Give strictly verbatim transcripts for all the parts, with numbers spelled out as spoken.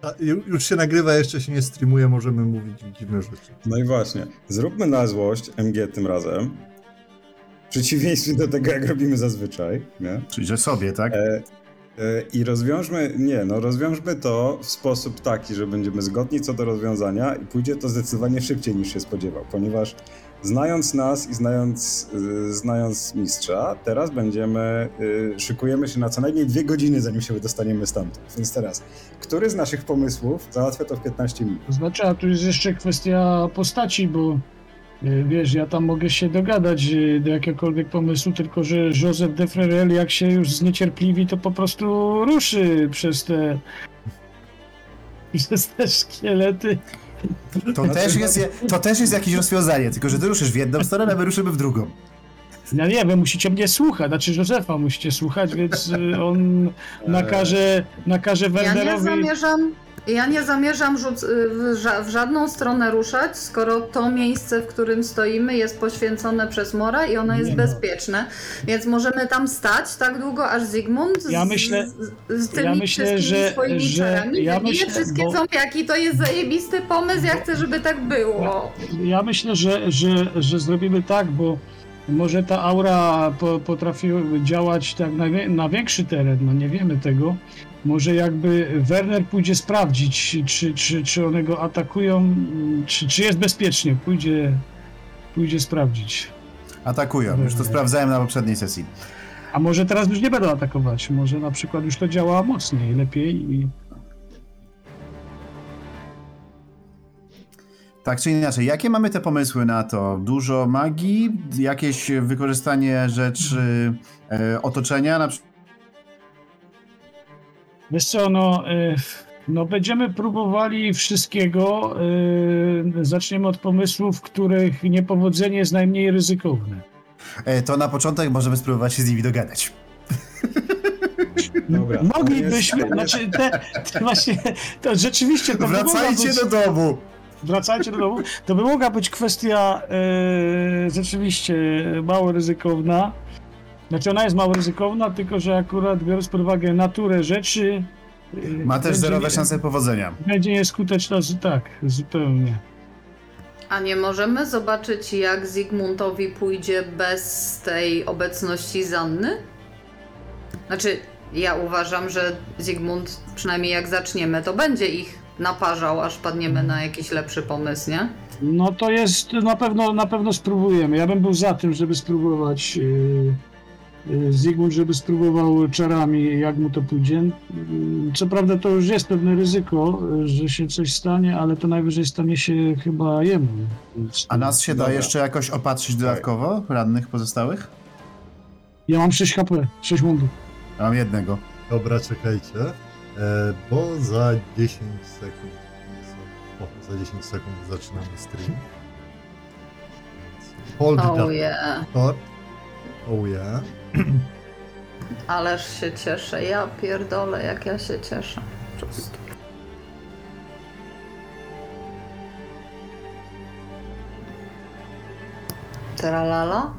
A, już się nagrywa, jeszcze się nie streamuje, możemy mówić dziwne rzeczy. No i właśnie, zróbmy na złość M G tym razem. W przeciwieństwie do tego, jak robimy zazwyczaj, nie? Czyli, że sobie, tak? E, e, I rozwiążmy, nie, no rozwiążmy to w sposób taki, że będziemy zgodni co do rozwiązania i pójdzie to zdecydowanie szybciej niż się spodziewał, ponieważ znając nas i znając, y, znając mistrza, teraz będziemy, y, szykujemy się na co najmniej dwie godziny, zanim się wydostaniemy stamtąd. Więc teraz, który z naszych pomysłów załatwia to w piętnaście minut? To znaczy, a tu jest jeszcze kwestia postaci, bo y, wiesz, ja tam mogę się dogadać y, do jakiegokolwiek pomysłu, tylko że Joseph de Frerel, jak się już zniecierpliwi, to po prostu ruszy przez te przez te szkielety. To, też jest, to też jest jakieś rozwiązanie, tylko że ty ruszysz w jedną stronę, a my ruszymy w drugą. No nie, wy musicie mnie słuchać, znaczy Józefa musicie słuchać, więc y, on nakaże, nakaże Ja nie Wernerowi... zamierzam, ja nie zamierzam rzuc- w, ża- w żadną stronę ruszać, skoro to miejsce, w którym stoimy, jest poświęcone przez Mora i ono jest Nie no. bezpieczne. Więc możemy tam stać tak długo, aż Zygmunt z, Ja myślę- z, z tymi ja myślę, wszystkimi że- swoimi że- czarami ja wybije myślę, wszystkie bo- zombiaki. To jest zajebisty pomysł, ja chcę, żeby tak było. Ja myślę, że, że, że zrobimy tak, bo może ta aura po, potrafi działać tak na, wie- na większy teren, no nie wiemy tego. Może jakby Werner pójdzie sprawdzić, czy, czy, czy one go atakują, czy, czy jest bezpiecznie, pójdzie, pójdzie sprawdzić. Atakują, już to sprawdzałem na poprzedniej sesji. A może teraz już nie będą atakować, może na przykład już to działa mocniej, lepiej i... Tak czy inaczej, jakie mamy te pomysły na to? Dużo magii, jakieś wykorzystanie rzeczy e, otoczenia, na przykład. Wiesz co, no, y, no będziemy próbowali wszystkiego. Y, zaczniemy od pomysłów, których niepowodzenie jest najmniej ryzykowne. E, to na początek możemy spróbować się z nimi dogadać. Dobra, Moglibyśmy, to jest- znaczy te, te właśnie, to rzeczywiście to by mogła Wracajcie być, do domu! wracajcie do domu, to by mogła być kwestia y, rzeczywiście mało ryzykowna. Znaczy ona jest mało ryzykowna, tylko że akurat biorąc pod uwagę naturę rzeczy... y, Ma też będzie zerowe nie- szanse powodzenia. Będzie nieskuteczna, z- tak, zupełnie. A nie możemy zobaczyć, jak Zygmuntowi pójdzie bez tej obecności Zanny? Znaczy, ja uważam, że Zygmunt, przynajmniej jak zaczniemy, to będzie ich naparzał, aż padniemy na jakiś lepszy pomysł, nie? No to jest, na pewno, na pewno spróbujemy. Ja bym był za tym, żeby spróbować yy, yy, Zygmunt, żeby spróbował czarami, jak mu to pójdzie. Yy, co prawda to już jest pewne ryzyko, yy, że się coś stanie, ale to najwyżej stanie się chyba jemu. Więc, A nas się da Dobra. jeszcze jakoś opatrzyć dodatkowo, rannych pozostałych? Ja mam sześć H P, sześć mundów. Ja mam jednego. Dobra, czekajcie, e, bo za dziesięć sekund, o, za dziesięć sekund zaczynamy stream. Więc hold Oh that yeah. thought. Oh yeah. Ależ się cieszę, ja pierdolę, jak ja się cieszę. Po prostu. Tralala?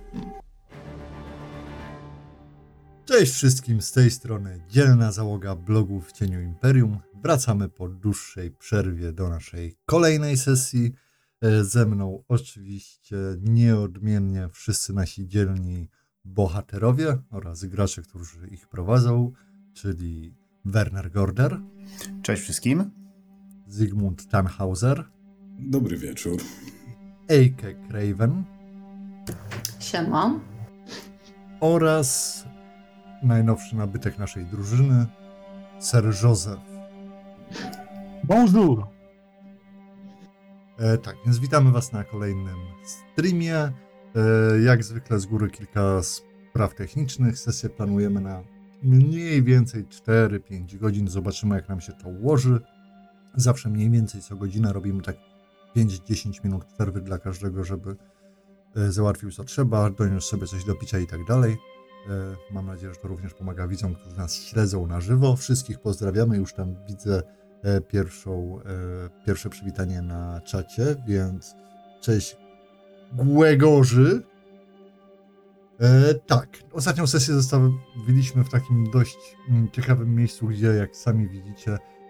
Cześć wszystkim, z tej strony dzielna załoga blogu w cieniu Imperium. Wracamy po dłuższej przerwie do naszej kolejnej sesji. E, Ze mną oczywiście nieodmiennie wszyscy nasi dzielni bohaterowie oraz gracze, którzy ich prowadzą, czyli Werner Gorder, Cześć wszystkim. Zygmunt Tannhauser, Dobry wieczór. Eike Craven Siema. oraz najnowszy nabytek naszej drużyny, Sir Joseph. Bonjour! E, tak, więc witamy Was na kolejnym streamie. E, jak zwykle z góry kilka spraw technicznych. Sesję planujemy na mniej więcej cztery pięć godzin. Zobaczymy, jak nam się to ułoży. Zawsze mniej więcej co godzinę robimy tak pięć dziesięć minut przerwy dla każdego, żeby e, załatwił co trzeba, doniósł sobie coś do picia i tak dalej. E, mam nadzieję, że to również pomaga widzom, którzy nas śledzą na żywo. Wszystkich pozdrawiamy. Już tam widzę e, pierwszą, e, pierwsze przywitanie na czacie, więc cześć Gwegorzy. E, tak, ostatnią sesję zostawiliśmy w takim dość mm, ciekawym miejscu, gdzie jak sami widzicie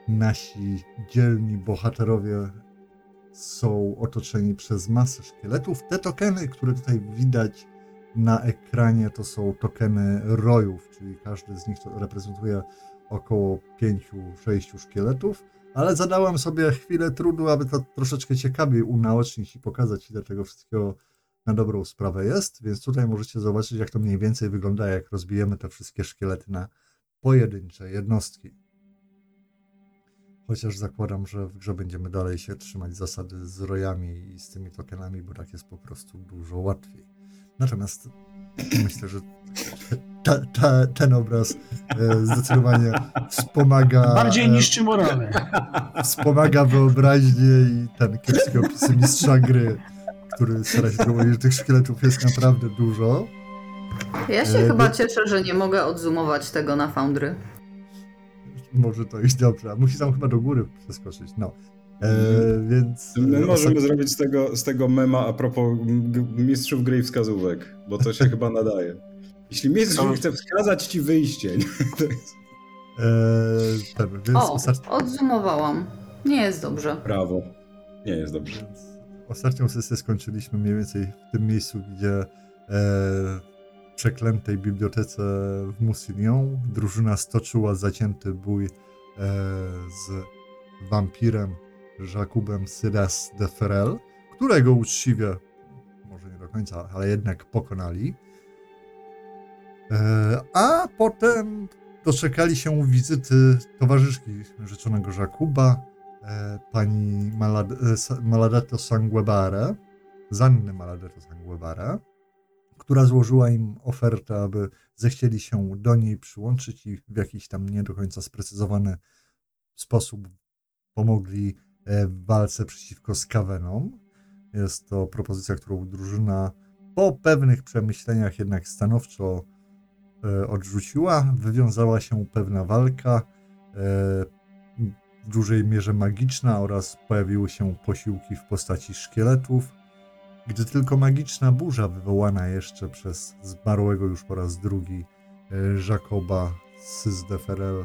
nasi dzielni bohaterowie są otoczeni przez masę szkieletów. Te tokeny, które tutaj widać na ekranie, to są tokeny rojów, czyli każdy z nich to reprezentuje około pięciu sześciu szkieletów, ale zadałem sobie chwilę trudu, aby to troszeczkę ciekawiej unaocznić i pokazać, ile tego wszystkiego na dobrą sprawę jest, więc tutaj możecie zobaczyć, jak to mniej więcej wygląda, jak rozbijemy te wszystkie szkielety na pojedyncze jednostki. Chociaż zakładam, że w grze będziemy dalej się trzymać zasady z rojami i z tymi tokenami, bo tak jest po prostu dużo łatwiej. Natomiast myślę, że ta, ta, ten obraz e, zdecydowanie wspomaga... Bardziej e, niszczy morale. Wspomaga wyobraźnię i ten kiepski opis mistrza gry, który stara się powiedzieć, że tych szkieletów jest naprawdę dużo. Ja się E, chyba więc- cieszę, że nie mogę odzumować tego na Foundry. Może to iść dobrze. Musi tam chyba do góry przeskoczyć. No. E, więc... My e, możemy ostat- zrobić z tego, z tego mema a propos g- mistrzów gry i wskazówek, bo to się chyba nadaje. Jeśli mistrz Co? chce wskazać ci wyjście, nie? To jest e, ten, więc O, ostat... odzumowałam. Nie jest dobrze. prawo. Nie jest dobrze. Więc ostatnią sesję skończyliśmy mniej więcej w tym miejscu, gdzie e, w przeklętej bibliotece w Musignon drużyna stoczyła zacięty bój e, z wampirem Jacobem Syras de Ferel, którego uczciwie, może nie do końca, ale jednak pokonali. E, a potem doczekali się wizyty towarzyszki rzeczonego Jakuba, e, pani Malad e, Sa- Maladeto Sanguebare, Zanny Maladeto Sanguebare, która złożyła im ofertę, aby zechcieli się do niej przyłączyć i w jakiś tam nie do końca sprecyzowany sposób pomogli e, w walce przeciwko Skavenom. Jest to propozycja, którą drużyna po pewnych przemyśleniach jednak stanowczo e, odrzuciła. Wywiązała się pewna walka, e, w dużej mierze magiczna, oraz pojawiły się posiłki w postaci szkieletów. Gdy tylko magiczna burza wywołana jeszcze przez zmarłego już po raz drugi e, Jacoba Sys de Ferel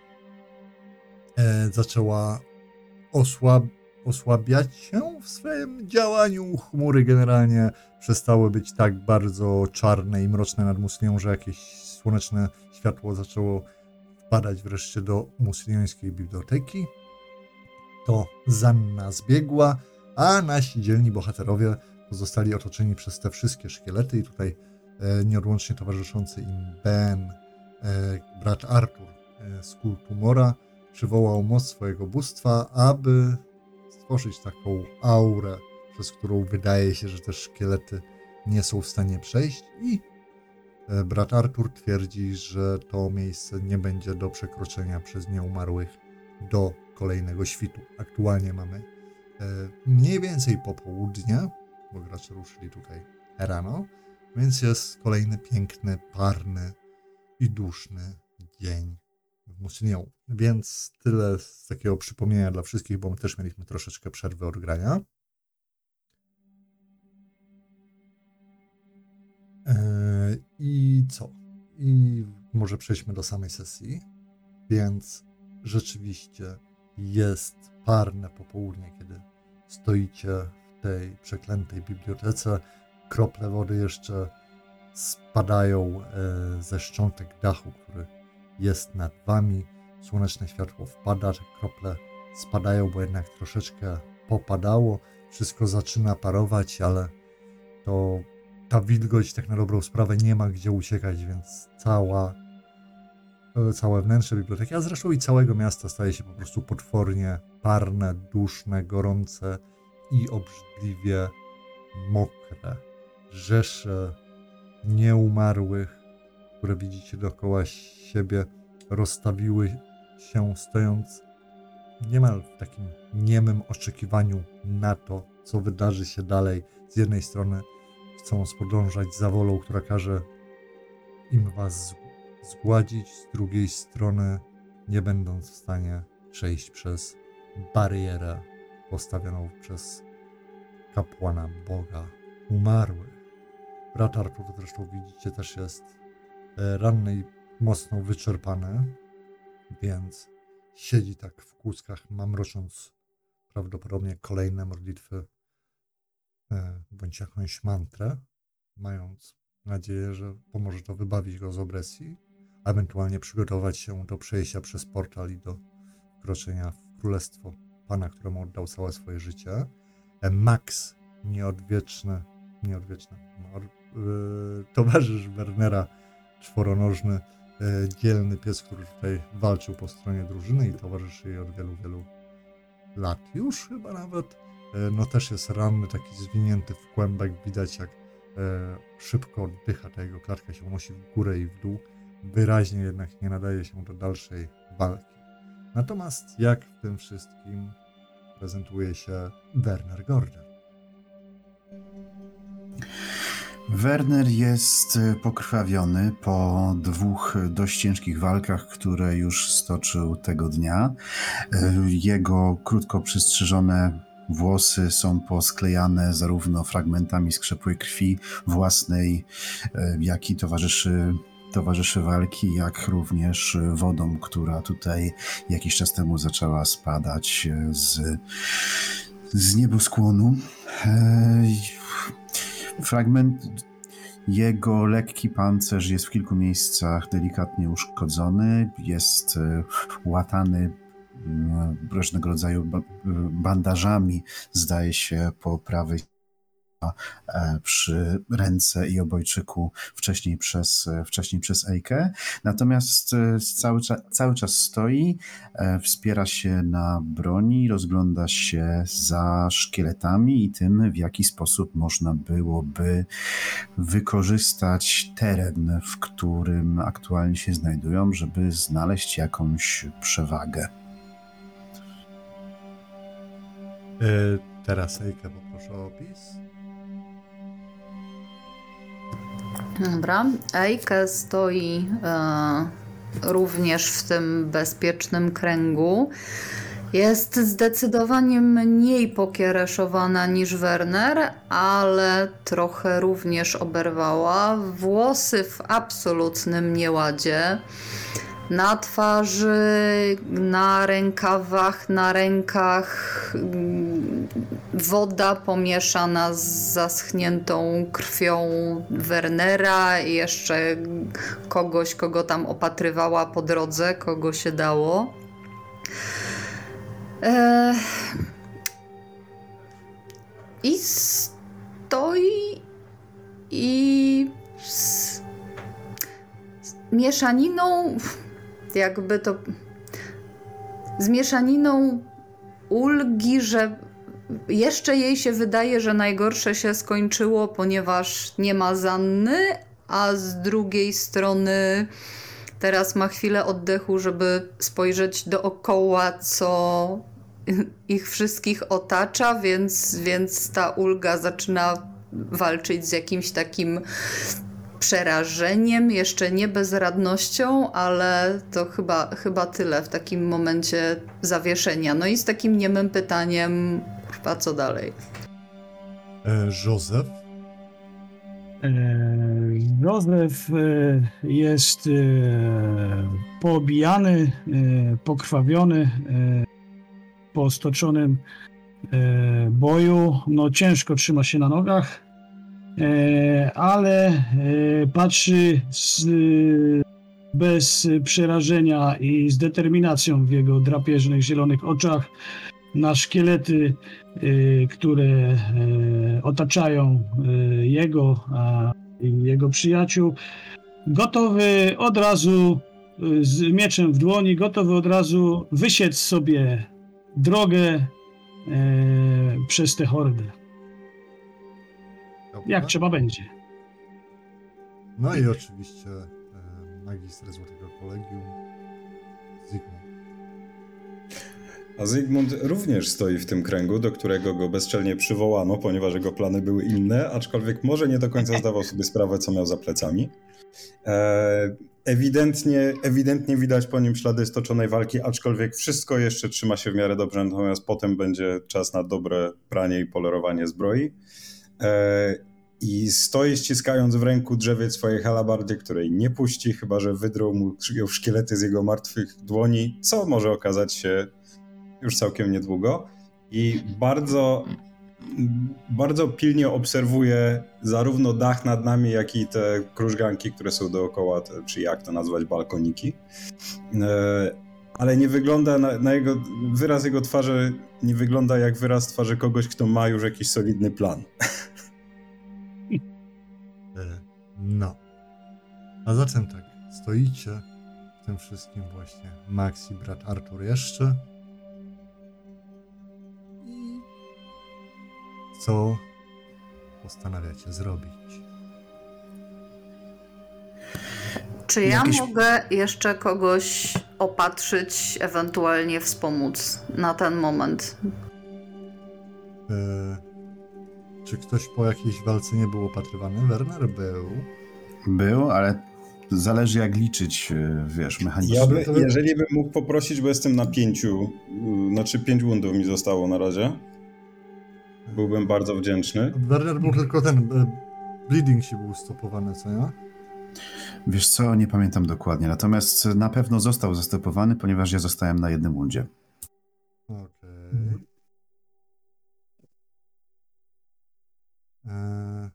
e, zaczęła osłab osłabiać się w swoim działaniu. Chmury generalnie przestały być tak bardzo czarne i mroczne nad Muslią, że jakieś słoneczne światło zaczęło wpadać wreszcie do musliońskiej biblioteki. To Zanna zbiegła, a nasi dzielni bohaterowie pozostali otoczeni przez te wszystkie szkielety i tutaj e, nieodłącznie towarzyszący im Ben, e, brat Artur e, z kultu Mora, przywołał moc swojego bóstwa, aby stworzyć taką aurę, przez którą wydaje się, że te szkielety nie są w stanie przejść, i e, brat Artur twierdzi, że to miejsce nie będzie do przekroczenia przez nieumarłych do kolejnego świtu. Aktualnie mamy e, mniej więcej popołudnie, bo gracze ruszyli tutaj rano, więc jest kolejny piękny, parny i duszny dzień w Musignon. Więc tyle z takiego przypomnienia dla wszystkich, bo my też mieliśmy troszeczkę przerwy od grania. Eee, I co? I może przejdźmy do samej sesji. Więc rzeczywiście jest parne popołudnie, kiedy stoicie w tej przeklętej bibliotece. Krople wody jeszcze spadają e, ze szczątek dachu, który jest nad wami. Słoneczne światło wpada, te krople spadają, bo jednak troszeczkę popadało. Wszystko zaczyna parować, ale to ta wilgoć, tak na dobrą sprawę, nie ma gdzie uciekać, więc cała, całe wnętrze biblioteki, a zresztą i całego miasta, staje się po prostu potwornie parne, duszne, gorące i obrzydliwie mokre. Rzesze nieumarłych, które widzicie dookoła siebie, rozstawiły się, stojąc niemal w takim niemym oczekiwaniu na to, co wydarzy się dalej. Z jednej strony chcą podążać za wolą, która każe im was zgładzić, z drugiej strony nie będąc w stanie przejść przez barierę postawioną przez kapłana Boga umarłych. Brat Artur, zresztą widzicie, też jest ranny i mocno wyczerpany, więc siedzi tak w kłuckach, mamrocząc prawdopodobnie kolejne modlitwy e, bądź jakąś mantrę, mając nadzieję, że pomoże to wybawić go z opresji, a ewentualnie przygotować się do przejścia przez portal i do wkroczenia w królestwo pana, któremu oddał całe swoje życie. E, Max, nieodwieczny, nieodwieczny, no, yy, towarzysz Wernera, czworonożny, yy, dzielny pies, który tutaj walczył po stronie drużyny i towarzyszy jej od wielu, wielu lat już chyba nawet. Yy, no też jest ranny, taki zwinięty w kłębek, widać jak yy, szybko oddycha, ta jego klatka się unosi w górę i w dół, wyraźnie jednak nie nadaje się do dalszej walki. Natomiast jak w tym wszystkim prezentuje się Werner Gordon? Werner jest pokrwawiony po dwóch dość ciężkich walkach, które już stoczył tego dnia. Jego krótko przystrzyżone włosy są posklejane zarówno fragmentami skrzepłej krwi własnej, jak i towarzyszy, towarzyszy walki, jak również wodą, która tutaj jakiś czas temu zaczęła spadać z, z nieboskłonu. Fragment, jego lekki pancerz jest w kilku miejscach delikatnie uszkodzony, jest łatany różnego rodzaju bandażami, zdaje się, po prawej przy ręce i obojczyku wcześniej przez, wcześniej przez Ejkę. Natomiast cały, cały czas stoi, wspiera się na broni, rozgląda się za szkieletami i tym, w jaki sposób można byłoby wykorzystać teren, w którym aktualnie się znajdują, żeby znaleźć jakąś przewagę. Yy, teraz Ejkę poproszę o opis. Dobra, Ejke stoi e, również w tym bezpiecznym kręgu. Jest zdecydowanie mniej pokiereszowana niż Werner, ale trochę również oberwała. Włosy w absolutnym nieładzie. Na twarzy, na rękawach, na rękach woda pomieszana z zaschniętą krwią Wernera i jeszcze kogoś, kogo tam opatrywała po drodze, kogo się dało. Eee... I stoi i z mieszaniną, jakby to z mieszaniną ulgi, że jeszcze jej się wydaje, że najgorsze się skończyło, ponieważ nie ma Zanny, a z drugiej strony teraz ma chwilę oddechu, żeby spojrzeć dookoła, co ich wszystkich otacza, więc, więc ta ulga zaczyna walczyć z jakimś takim przerażeniem, jeszcze nie bezradnością, ale to chyba, chyba tyle w takim momencie zawieszenia. No i z takim niemym pytaniem, kurwa, co dalej? E, Józef? E, Józef e, jest e, poobijany, e, pokrwawiony e, po stoczonym e, boju. No ciężko trzyma się na nogach. Ale patrzy z, bez przerażenia i z determinacją w jego drapieżnych, zielonych oczach na szkielety, które otaczają jego i jego przyjaciół. Gotowy od razu, z mieczem w dłoni, gotowy od razu wysiec sobie drogę przez tę hordę. Dobra. Jak trzeba będzie. No i oczywiście e, magistr Złotego Kolegium, Zygmunt. A Zygmunt również stoi w tym kręgu, do którego go bezczelnie przywołano, ponieważ jego plany były inne, aczkolwiek może nie do końca zdawał sobie sprawę, co miał za plecami. E, ewidentnie, ewidentnie widać po nim ślady stoczonej walki, aczkolwiek wszystko jeszcze trzyma się w miarę dobrze, natomiast potem będzie czas na dobre pranie i polerowanie zbroi. E, i stoi ściskając w ręku drzewiec swojej halabardzie, której nie puści, chyba że wydrą mu szkielety z jego martwych dłoni, co może okazać się już całkiem niedługo. I bardzo, bardzo pilnie obserwuje zarówno dach nad nami, jak i te krużganki, które są dookoła, te, czy jak to nazwać, balkoniki. E, ale nie wygląda na, na jego, wyraz jego twarzy nie wygląda jak wyraz twarzy kogoś, kto ma już jakiś solidny plan. E, No. A zatem tak, stoicie w tym wszystkim właśnie Max i brat Artur jeszcze. I co postanawiacie zrobić? Czy ja Jakieś- mogę jeszcze kogoś opatrzyć, ewentualnie wspomóc na ten moment? E, Czy ktoś po jakiejś walce nie był opatrywany? Werner był. Był, ale zależy jak liczyć, y, wiesz, mechanicznie. Ja by, to by- jeżeli bym mógł poprosić, bo jestem na pięciu, yy, znaczy pięć woundów mi zostało na razie, byłbym bardzo wdzięczny. Werner był tylko ten. e, Bleeding się był stopowany, co nie? Wiesz co, nie pamiętam dokładnie, natomiast na pewno został zastopowany, ponieważ ja zostałem na jednym wundzie. Okej. Eee.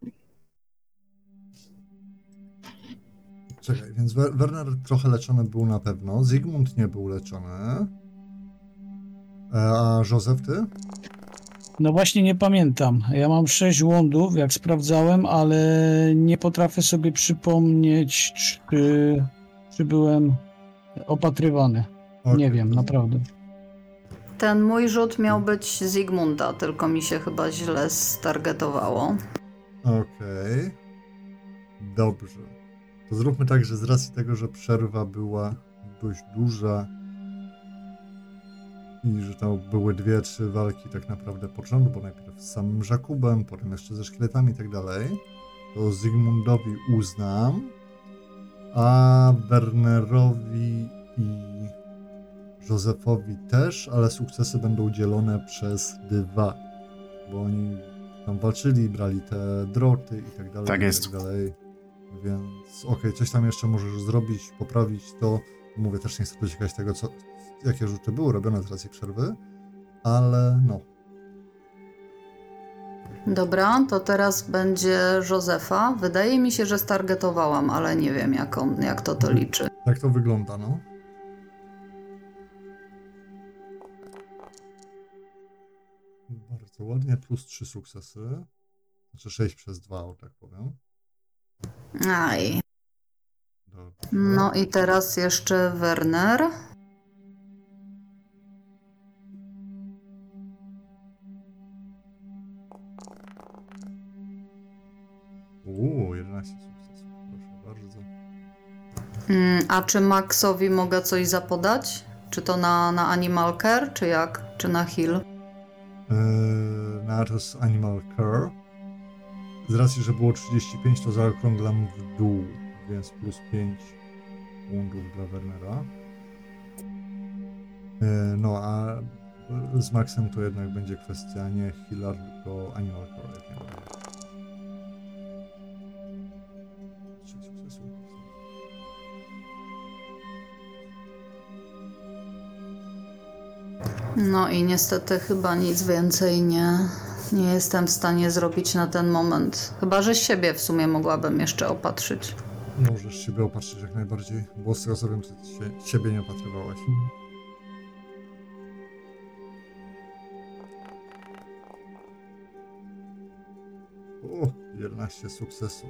Czekaj, więc Wer- Werner trochę leczony był na pewno. Zygmunt nie był leczony. E, A Józef, ty? No właśnie nie pamiętam. Ja mam sześć łądów, jak sprawdzałem, ale nie potrafię sobie przypomnieć, czy, czy byłem opatrywany. Okej, Nie wiem, to- naprawdę. Ten mój rzut miał być Zygmunta, tylko mi się chyba źle stargetowało. Okej. Dobrze. To zróbmy tak, że z racji tego, że przerwa była dość duża i że to były dwie, trzy walki tak naprawdę pod rząd, bo najpierw z samym Jakubem, potem jeszcze ze szkieletami i tak dalej, to Zygmundowi uznam, a Wernerowi i Józefowi też, ale sukcesy będą dzielone przez dwa, bo oni tam walczyli, brali te droty i tak dalej. Tak i jest. Tak dalej. Więc okej, coś tam jeszcze możesz zrobić, poprawić to. Mówię, też nie chcę dociekać tego, co, jakie rzuty były robione z racji przerwy, ale no. Dobra, to teraz będzie Józefa. Wydaje mi się, że stargetowałam, ale nie wiem, jak, on, jak to to liczy. Tak to wygląda, no. Bardzo ładnie, plus trzy sukcesy. Znaczy sześć przez dwa, o tak powiem. Aj. Dobrze. No i teraz jeszcze Werner. Uuu, jedenaście sukcesów, proszę bardzo. Mm, a czy Maxowi mogę coś zapodać? Czy to na, na Animal Care, czy jak? Czy na Heal? Eee, na to jest Animal Care. Z racji, że było trzydzieści pięć, to zaokrąglam w dół, więc plus pięć wundów dla Wernera. Eee, no a z Maxem to jednak będzie kwestia nie Healer, tylko Animal Care. Jak najbardziej. Trzy sukcesy. No i niestety chyba nic więcej nie, nie jestem w stanie zrobić na ten moment. Chyba, że siebie w sumie mogłabym jeszcze opatrzyć. Możesz siebie opatrzyć jak najbardziej, bo z tego co wiem, ty się, siebie nie opatrywałaś. O, jedenaście sukcesów.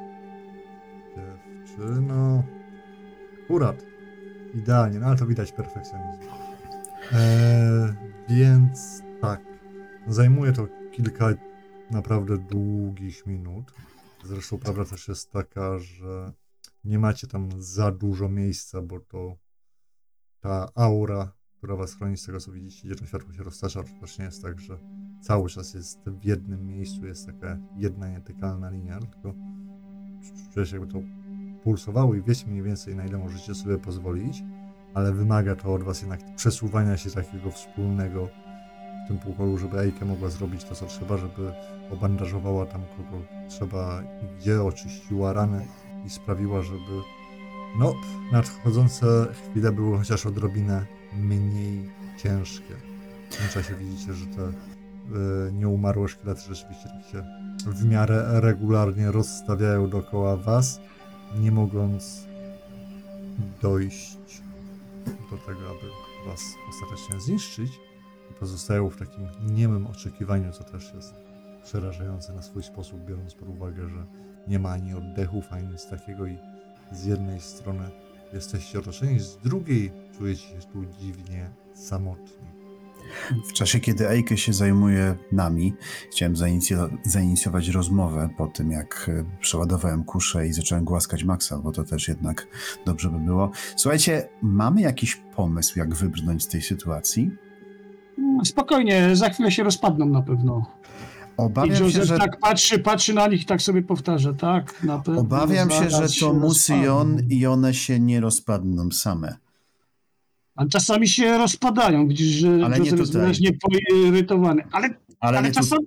Dziewczyno. Akurat. Idealnie, no ale to widać perfekcjonizm. Eee, więc tak. Zajmuje to kilka naprawdę długich minut. Zresztą prawda też jest taka, że nie macie tam za dużo miejsca, bo to ta aura, która was chroni z tego co widzicie, gdzie to światło się roztacza, to też nie jest tak, że cały czas jest w jednym miejscu, jest taka jedna nietykalna linia, tylko czujesz jakby to pulsowało i wiecie mniej więcej na ile możecie sobie pozwolić, ale wymaga to od was jednak przesuwania się takiego wspólnego, w tym pokoju, żeby Ejke mogła zrobić to, co trzeba, żeby obandażowała tam kogo trzeba i gdzie, oczyściła rany i sprawiła, żeby no, nadchodzące chwile były chociaż odrobinę mniej ciężkie. W tym czasie widzicie, że te y, nieumarłe szkielety rzeczywiście tak się w miarę regularnie rozstawiają dookoła was, nie mogąc dojść do tego, aby was ostatecznie zniszczyć i pozostają w takim niemym oczekiwaniu, co też jest przerażające na swój sposób, biorąc pod uwagę, że nie ma ani oddechów, ani nic takiego i z jednej strony jesteście otoczeni, z drugiej czujecie się tu dziwnie samotni. W czasie, kiedy Ejke się zajmuje nami, chciałem zainicjo- zainicjować rozmowę po tym, jak e, przeładowałem kuszę i zacząłem głaskać Maxa, bo to też jednak dobrze by było. Słuchajcie, mamy jakiś pomysł, jak wybrnąć z tej sytuacji? No, spokojnie, za chwilę się rozpadną na pewno. I Obawiam się, Joseph że, tak patrzy, patrzy na nich i tak sobie powtarza, tak? Na pewno obawiam się, że zaraz to Musion rozpadną. i one się nie rozpadną same. A czasami się rozpadają, widzisz, że Ale nie Joseph jest tutaj. wyraźnie poirytowany. Ale, Ale, ale nie tu... czasami...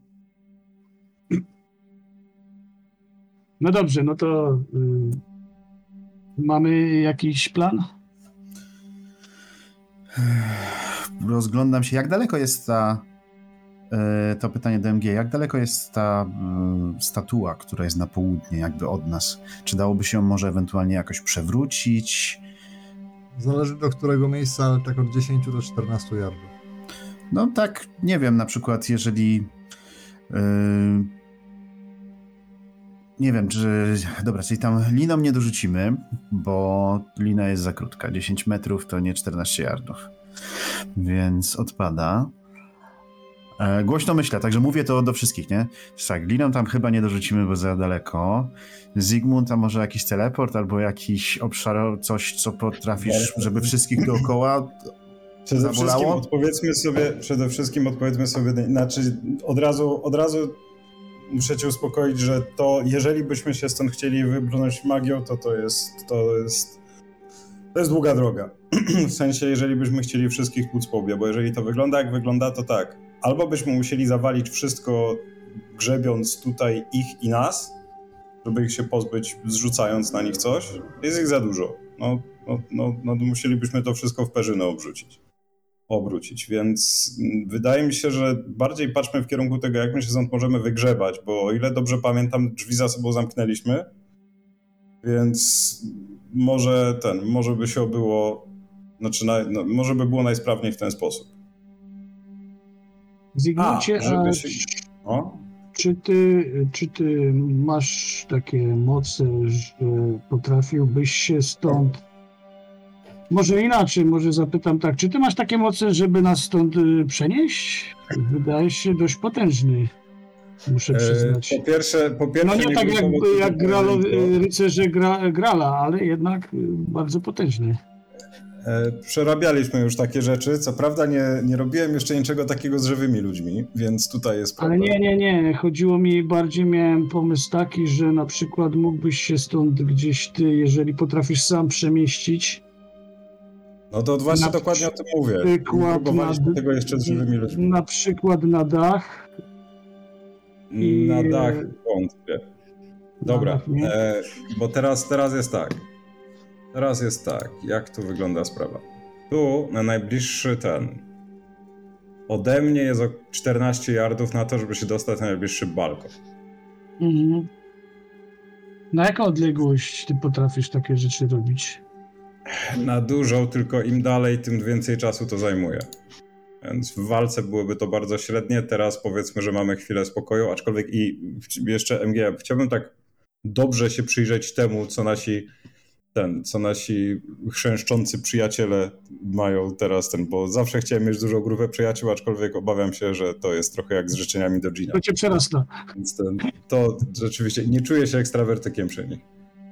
No dobrze, no to y, mamy jakiś plan? Rozglądam się, jak daleko jest ta... e, To pytanie do M G. Jak daleko jest ta e, statua, która jest na południe, jakby od nas? Czy dałoby się ją może ewentualnie jakoś przewrócić? Zależy do którego miejsca, ale tak od dziesięciu do czternastu yardów. No tak, nie wiem, na przykład jeżeli... Yy, nie wiem, czy... Dobra, czyli tam liną nie dorzucimy, bo lina jest za krótka. dziesięć metrów to nie czternaście yardów. Więc odpada. E, głośno myślę, także mówię to do wszystkich, nie? Tak, liną tam chyba nie dorzucimy, bo za daleko. Zygmunt, a może jakiś teleport albo jakiś obszar, coś, co potrafisz, żeby wszystkich dookoła Przede wszystkim zabolało? odpowiedzmy sobie, przede wszystkim odpowiedzmy sobie, znaczy od razu, od razu muszę cię uspokoić, że to, jeżeli byśmy się stąd chcieli wybrnąć magią, to to jest, to jest, to jest długa droga. W sensie, jeżeli byśmy chcieli wszystkich płuc po łbie, bo jeżeli to wygląda jak wygląda, to tak. Albo byśmy musieli zawalić wszystko, grzebiąc tutaj ich i nas, żeby ich się pozbyć, zrzucając na nich coś. Jest ich za dużo. No, no, no, no musielibyśmy to wszystko w perzynę obrzucić. obrócić, więc wydaje mi się, że bardziej patrzmy w kierunku tego, jak my się stąd możemy wygrzebać, bo o ile dobrze pamiętam, drzwi za sobą zamknęliśmy, więc może ten, może by się obyło, znaczy na, no, może by było najsprawniej w ten sposób. Zygmuncie, A, żeby a się... O? czy, ty, czy ty masz takie moce, że potrafiłbyś się stąd... Może inaczej, może zapytam tak, czy ty masz takie moce, żeby nas stąd y, przenieść? Wydajesz się dość potężny, muszę przyznać. E, po pierwsze, po pierwsze... No nie tak jak, grupowo jak gralo, to- y, rycerze gra, Grala, ale jednak y, bardzo potężny. E, Przerabialiśmy już takie rzeczy. Co prawda nie, nie robiłem jeszcze niczego takiego z żywymi ludźmi, więc tutaj jest Ale problem. nie, nie, nie. Chodziło mi bardziej, miałem pomysł taki, że na przykład mógłbyś się stąd gdzieś ty, jeżeli potrafisz sam przemieścić. No to właśnie Na dokładnie o tym mówię. przykład Próbowaliśmy na- tego jeszcze z żywymi ludźmi. Na przykład na dach. i- Na dach wątpię. Dobra, dach, nie? e, bo teraz, teraz jest tak. Teraz jest tak. Jak tu wygląda sprawa? Tu na najbliższy ten. Ode mnie jest o czternaście yardów na to, żeby się dostać na najbliższy balkon. Mhm. Na jaką odległość ty potrafisz takie rzeczy robić? Na dużą, tylko im dalej, tym więcej czasu to zajmuje. Więc w walce byłoby to bardzo średnie. Teraz powiedzmy, że mamy chwilę spokoju, aczkolwiek i jeszcze M G, chciałbym tak dobrze się przyjrzeć temu, co nasi ten, co nasi chrzęszczący przyjaciele mają teraz ten, bo zawsze chciałem mieć dużą grupę przyjaciół, aczkolwiek obawiam się, że to jest trochę jak z życzeniami do Gina. To cię przerasta. Więc ten, to rzeczywiście nie czuję się ekstrawertykiem przy nich.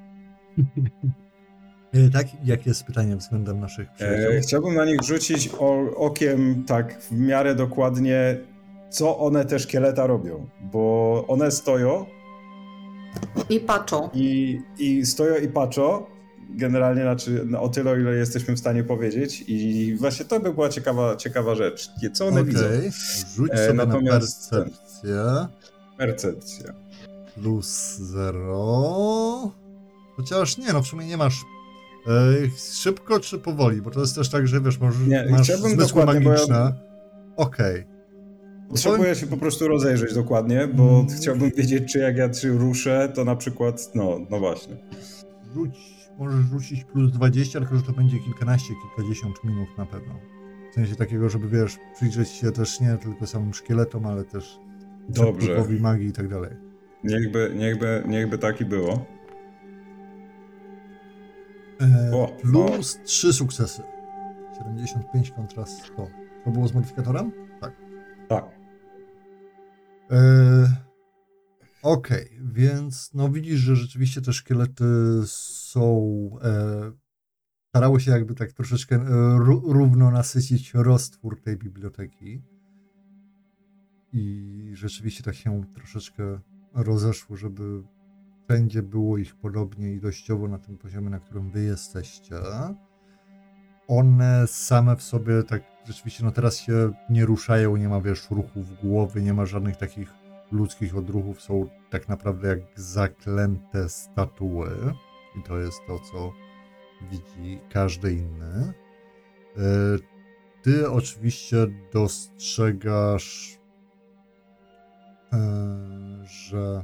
E, Tak, jakie jest pytanie względem naszych przyjaciół? E, chciałbym na nich rzucić o, okiem tak w miarę dokładnie, co one te szkieleta robią, bo one stoją I patrzą. i, i stoją i patrzą, generalnie znaczy, no, o tyle, o ile jesteśmy w stanie powiedzieć i właśnie to by była ciekawa, ciekawa rzecz. Co one widzą? Okej, rzuć E, sobie natomiast na ten- percepcję. Percepcja. Plus zero. Chociaż nie, no w sumie nie masz e, szybko czy powoli, bo to jest też tak, że wiesz, możesz, Nie, masz chciałbym zmysły dokładnie, bo ja- magiczne. Okej. Potrzebuję się po prostu rozejrzeć dokładnie, bo Mm. chciałbym wiedzieć, czy jak ja czy ruszę, to na przykład, no, no właśnie. Rzuć, możesz rzucić plus dwadzieścia, tylko że to będzie kilkanaście, kilkadziesiąt minut na pewno. W sensie takiego, żeby wiesz, przyjrzeć się też nie tylko samym szkieletom, ale też Dobrze. przepływowi magii i tak dalej. Niechby, niechby, niechby tak i było. E, O, plus trzy sukcesy. siedemdziesiąt pięć kontra sto. To było z modyfikatorem? Tak. Tak. E, Okej, więc no widzisz, że rzeczywiście te szkielety są. E, starały się jakby tak troszeczkę e, ró- równo nasycić roztwór tej biblioteki. I rzeczywiście tak się troszeczkę rozeszło, żeby wszędzie było ich podobnie ilościowo na tym poziomie, na którym wy jesteście. One same w sobie tak rzeczywiście, no teraz się nie ruszają, nie ma wiesz ruchów głowy, nie ma żadnych takich ludzkich odruchów, są tak naprawdę jak zaklęte statuły i to jest to, co widzi każdy inny. E, Ty oczywiście dostrzegasz, e, że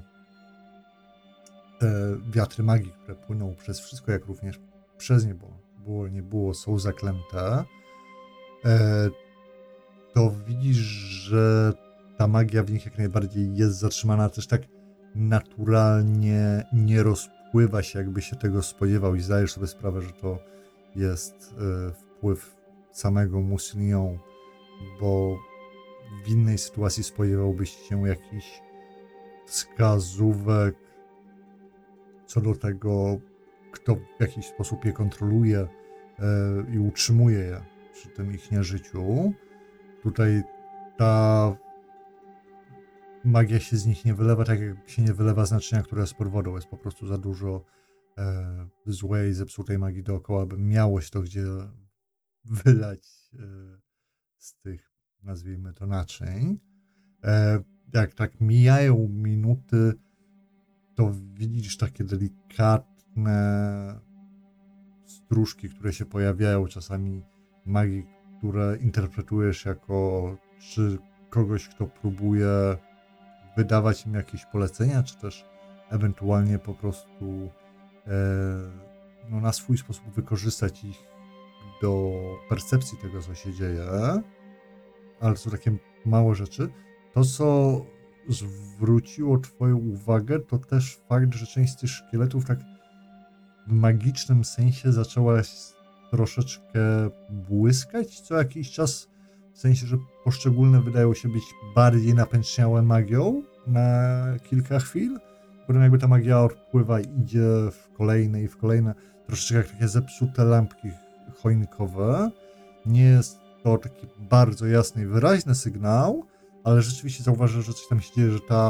te wiatry magii, które płyną przez wszystko, jak również przez niebo, było, nie było, są zaklęte, e, to widzisz, że ta magia w nich jak najbardziej jest zatrzymana, też tak naturalnie nie rozpływa się, jakby się tego spodziewał i zdajesz sobie sprawę, że to jest e, wpływ samego Muslion, bo w innej sytuacji spodziewałbyś się jakichś wskazówek co do tego, kto w jakiś sposób je kontroluje e, i utrzymuje je przy tym ich nieżyciu. Tutaj ta magia się z nich nie wylewa, tak jak się nie wylewa z naczynia, które jest pod wodą. Jest po prostu za dużo e, złej, zepsutej magii dookoła, by miało się to gdzie wylać e, z tych, nazwijmy to, naczyń. E, jak tak mijają minuty, to widzisz takie delikatne stróżki, które się pojawiają, czasami magii, które interpretujesz jako czy kogoś, kto próbuje wydawać im jakieś polecenia, czy też ewentualnie po prostu e, no, na swój sposób wykorzystać ich do percepcji tego, co się dzieje, ale to są takie małe rzeczy. To, co zwróciło twoją uwagę, to też fakt, że część z tych szkieletów tak w magicznym sensie zaczęła troszeczkę błyskać co jakiś czas, w sensie, że poszczególne wydają się być bardziej napęczniałe magią na kilka chwil, potem jakby ta magia odpływa i idzie w kolejne i w kolejne, troszeczkę jak takie zepsute lampki choinkowe. Nie jest to taki bardzo jasny i wyraźny sygnał, ale rzeczywiście zauważysz, że coś tam się dzieje, że ta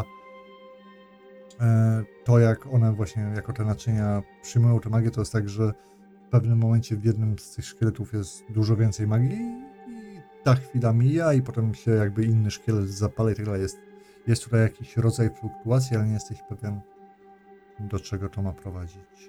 e, to jak one właśnie, jako te naczynia przyjmują tę magię, to jest tak, że w pewnym momencie w jednym z tych szkieletów jest dużo więcej magii i ta chwila mija i potem się jakby inny szkielet zapala i tak dalej. Jest, jest tutaj jakiś rodzaj fluktuacji, ale nie jesteś pewien, do czego to ma prowadzić.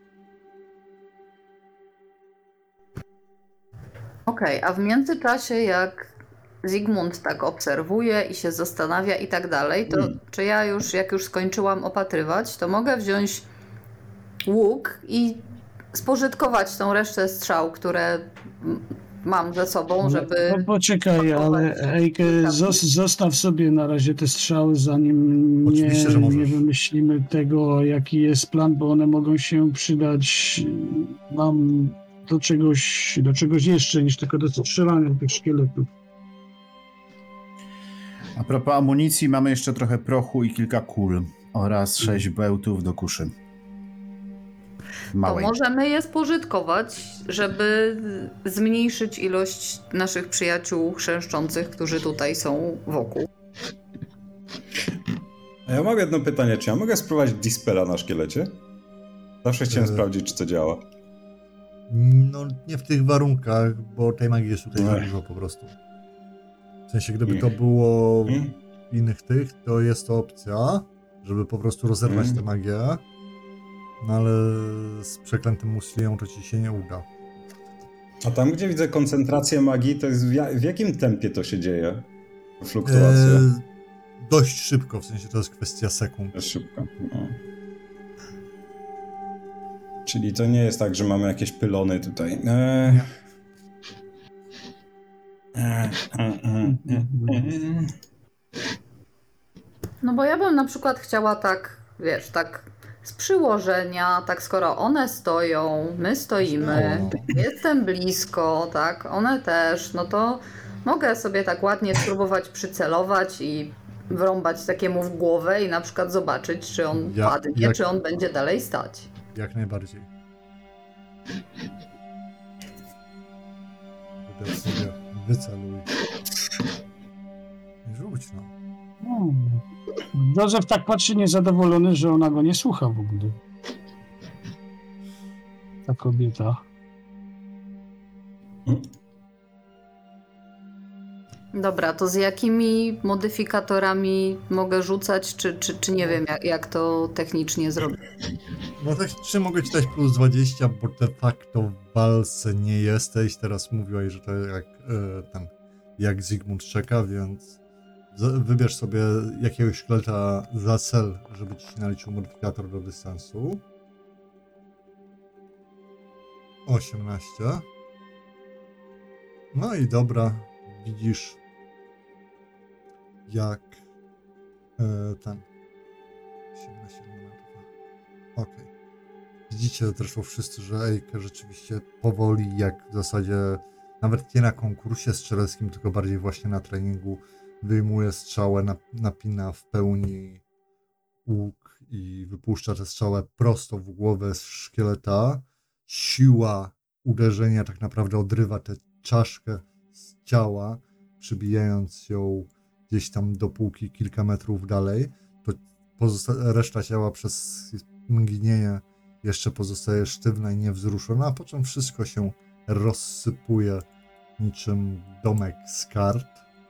Okej, okay, a w międzyczasie jak Zygmunt tak obserwuje i się zastanawia i tak dalej, to hmm. czy ja już, jak już skończyłam opatrywać, to mogę wziąć łuk i spożytkować tą resztę strzał, które mam ze sobą, żeby... No, no poczekaj, ale Ejke, zostaw sobie na razie te strzały, zanim nie, nie wymyślimy tego, jaki jest plan, bo one mogą się przydać nam do czegoś, do czegoś jeszcze niż tylko do strzelania tych szkieletów. A propos amunicji, mamy jeszcze trochę prochu i kilka kul oraz sześć bełtów do kuszy. Małej. To możemy je spożytkować, żeby zmniejszyć ilość naszych przyjaciół chrzęszczących, którzy tutaj są wokół. A ja mam jedno pytanie, czy ja mogę spróbować Dispela na szkielecie? Zawsze chciałem e... sprawdzić, czy to działa. No nie w tych warunkach, bo tej magii jest tutaj za Ech. dużo po prostu. W sensie, gdyby to było Mm. w innych tych, to jest to opcja, żeby po prostu rozerwać Mm. tę magię. No ale z przeklętym muslią to ci się nie uda. A tam, gdzie widzę koncentrację magii, to jest w, ja- w jakim tempie to się dzieje? Fluktuacja. Eee, dość szybko, w sensie to jest kwestia sekund. To jest szybko. No. Czyli to nie jest tak, że mamy jakieś pylony tutaj. Eee. Nie. Eee, eee, eee, eee. No bo ja bym na przykład chciała tak, wiesz, tak z przyłożenia, tak skoro one stoją, my stoimy, No. jestem blisko, tak, one też, no to mogę sobie tak ładnie spróbować przycelować i wrąbać takiemu w głowę i na przykład zobaczyć, czy on Ja- padnie, jak- czy on będzie dalej stać. Jak najbardziej. Wybierz sobie, wyceluj. I rzuć, no. No. Józef tak patrzy niezadowolony, że ona go nie słucha w ogóle. Ta kobieta. Dobra, to z jakimi modyfikatorami mogę rzucać, czy, czy, czy nie wiem, jak, jak to technicznie zrobić? No tak, czy mogę ci dać plus dwadzieścia, bo de facto w walce nie jesteś. Teraz mówiłeś, że to jak e, ten, jak Zygmunt czeka, więc z- wybierz sobie jakiegoś szkieleta za cel, żeby ci się naliczył modyfikator do dystansu. osiemnaście. No i dobra, widzisz jak e, ten osiemnaście elementów. Okej. Widzicie zresztą wszyscy, że Ejke rzeczywiście powoli, jak w zasadzie nawet nie na konkursie strzeleckim, tylko bardziej właśnie na treningu, wyjmuje strzałę, nap- napina w pełni łuk i wypuszcza tę strzałę prosto w głowę z szkieleta. Siła uderzenia tak naprawdę odrywa tę czaszkę z ciała, przybijając ją gdzieś tam do półki kilka metrów dalej. To pozosta- reszta ciała przez mgnienie jeszcze pozostaje sztywna i niewzruszona, a po czym wszystko się rozsypuje niczym domek z kart.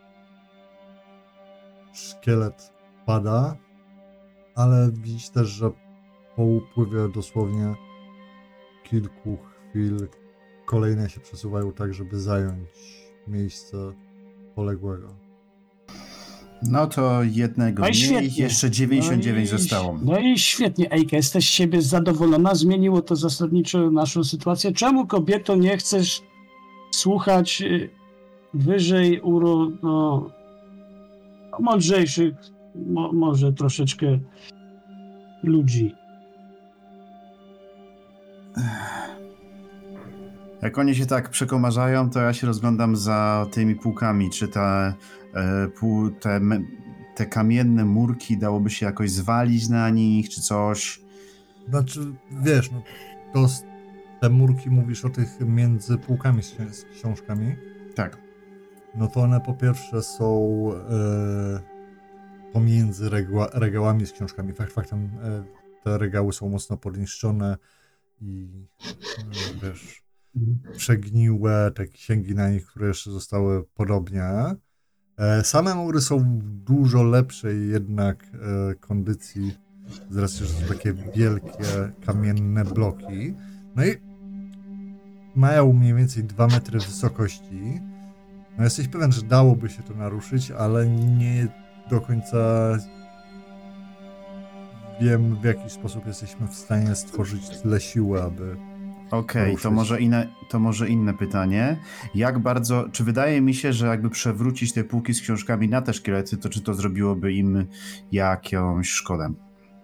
Szkielet pada, ale widzisz też, że po upływie dosłownie kilku chwil kolejne się przesuwają tak, żeby zająć miejsce poległego. No to jednego No i mniej, świetnie. jeszcze dziewięćdziesiąt dziewięć no i, zostało. No i świetnie, Ejka, jesteś z siebie zadowolona, zmieniło to zasadniczo naszą sytuację. Czemu, kobieto, nie chcesz słuchać y, wyżej uro, no, mądrzejszych, mo, może troszeczkę ludzi? Jak oni się tak przekomarzają, to ja się rozglądam za tymi półkami. Czy te, e, pół, te, me- te kamienne murki dałoby się jakoś zwalić na nich, czy coś? Znaczy, wiesz, no, to z- te murki mówisz o tych między półkami z, ksi- z książkami, Tak. no to one po pierwsze są e, pomiędzy regła, regałami z książkami. Fakt faktem e, te regały są mocno podniszczone i e, wiesz, przegniłe te księgi na nich, które jeszcze zostały podobnie. E, Same mury są w dużo lepszej jednak e, kondycji, z racji, że są takie wielkie kamienne bloki. No i mają mniej więcej dwa metry wysokości. No jesteś pewien, że dałoby się to naruszyć, ale nie do końca wiem, w jaki sposób jesteśmy w stanie stworzyć tyle siły, aby... Okej, Ruszyć. to może inne, to może inne pytanie. Jak bardzo, czy wydaje mi się, że jakby przewrócić te półki z książkami na te szkielety, to czy to zrobiłoby im jakąś szkodę?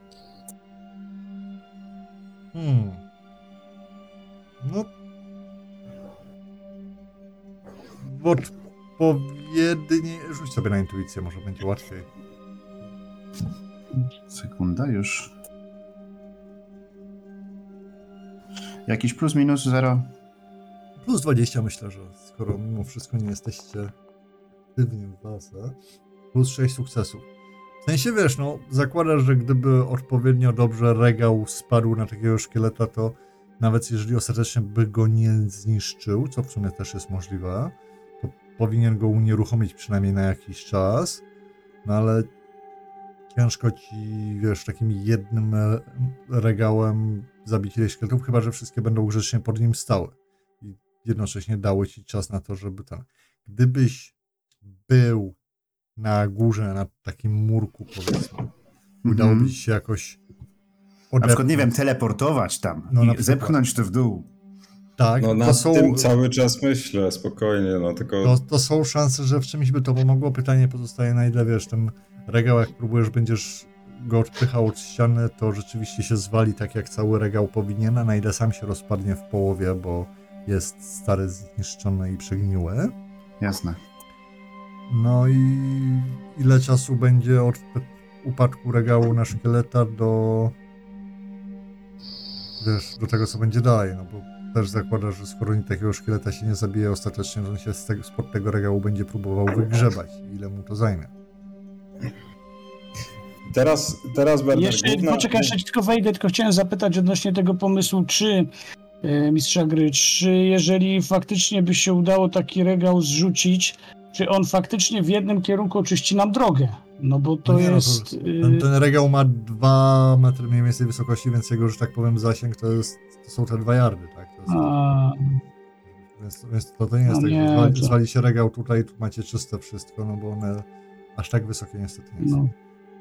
Hmm. No... W odpowiedniej... Rzuć sobie na intuicję, może będzie łatwiej. Sekunda, już. Jakiś plus, minus, zero? Plus dwadzieścia myślę, że skoro mimo wszystko nie jesteście aktywni w walce. Plus sześć sukcesów. W sensie wiesz, no zakładasz, że gdyby odpowiednio dobrze regał spadł na takiego szkieleta, to nawet jeżeli ostatecznie by go nie zniszczył, co w sumie też jest możliwe, to powinien go unieruchomić przynajmniej na jakiś czas, no ale ciężko ci, wiesz, takim jednym e, regałem zabić ileś szkieletów, chyba że wszystkie będą grzecznie pod nim stały. I jednocześnie dało ci czas na to, żeby ten... Gdybyś był na górze, na takim murku, powiedzmy, udałoby ci się jakoś odepchnąć. Na przykład, nie wiem, teleportować tam No, na i przykład. zepchnąć to w dół. Tak, No to nad są, tym cały czas myślę, spokojnie, no tylko... to, to są szanse, że w czymś by to pomogło. Pytanie pozostaje, na ile, wiesz, ten regał, jak próbujesz, będziesz go odpychał od ściany, to rzeczywiście się zwali tak, jak cały regał powinien, a na ile sam się rozpadnie w połowie, bo jest stary, zniszczony i przegniły. Jasne. No i ile czasu będzie od upadku regału na szkieleta do... wiesz, do tego, co będzie dalej, no bo też zakłada, że skoro nikt takiego szkieleta się nie zabije ostatecznie, że on się z tego, spod tego regału będzie próbował wygrzebać. Ile mu to zajmie? Teraz, teraz Werner, Jeszcze, główna... poczekaj, jeszcze tylko wejdę, tylko chciałem zapytać odnośnie tego pomysłu, czy e, mistrza gry, czy jeżeli faktycznie by się udało taki regał zrzucić, czy on faktycznie w jednym kierunku oczyści nam drogę? No bo to No nie, no jest... to, y, ten, ten regał ma dwa metry mniej więcej wysokości, więc jego, że tak powiem, zasięg to, jest, to są te dwa yardy, tak? To jest, a, więc, więc to, to nie jest No tak, nie, że zwali, to- zwali się regał tutaj, tu macie czyste wszystko, no bo one aż tak wysokie niestety nie są. no.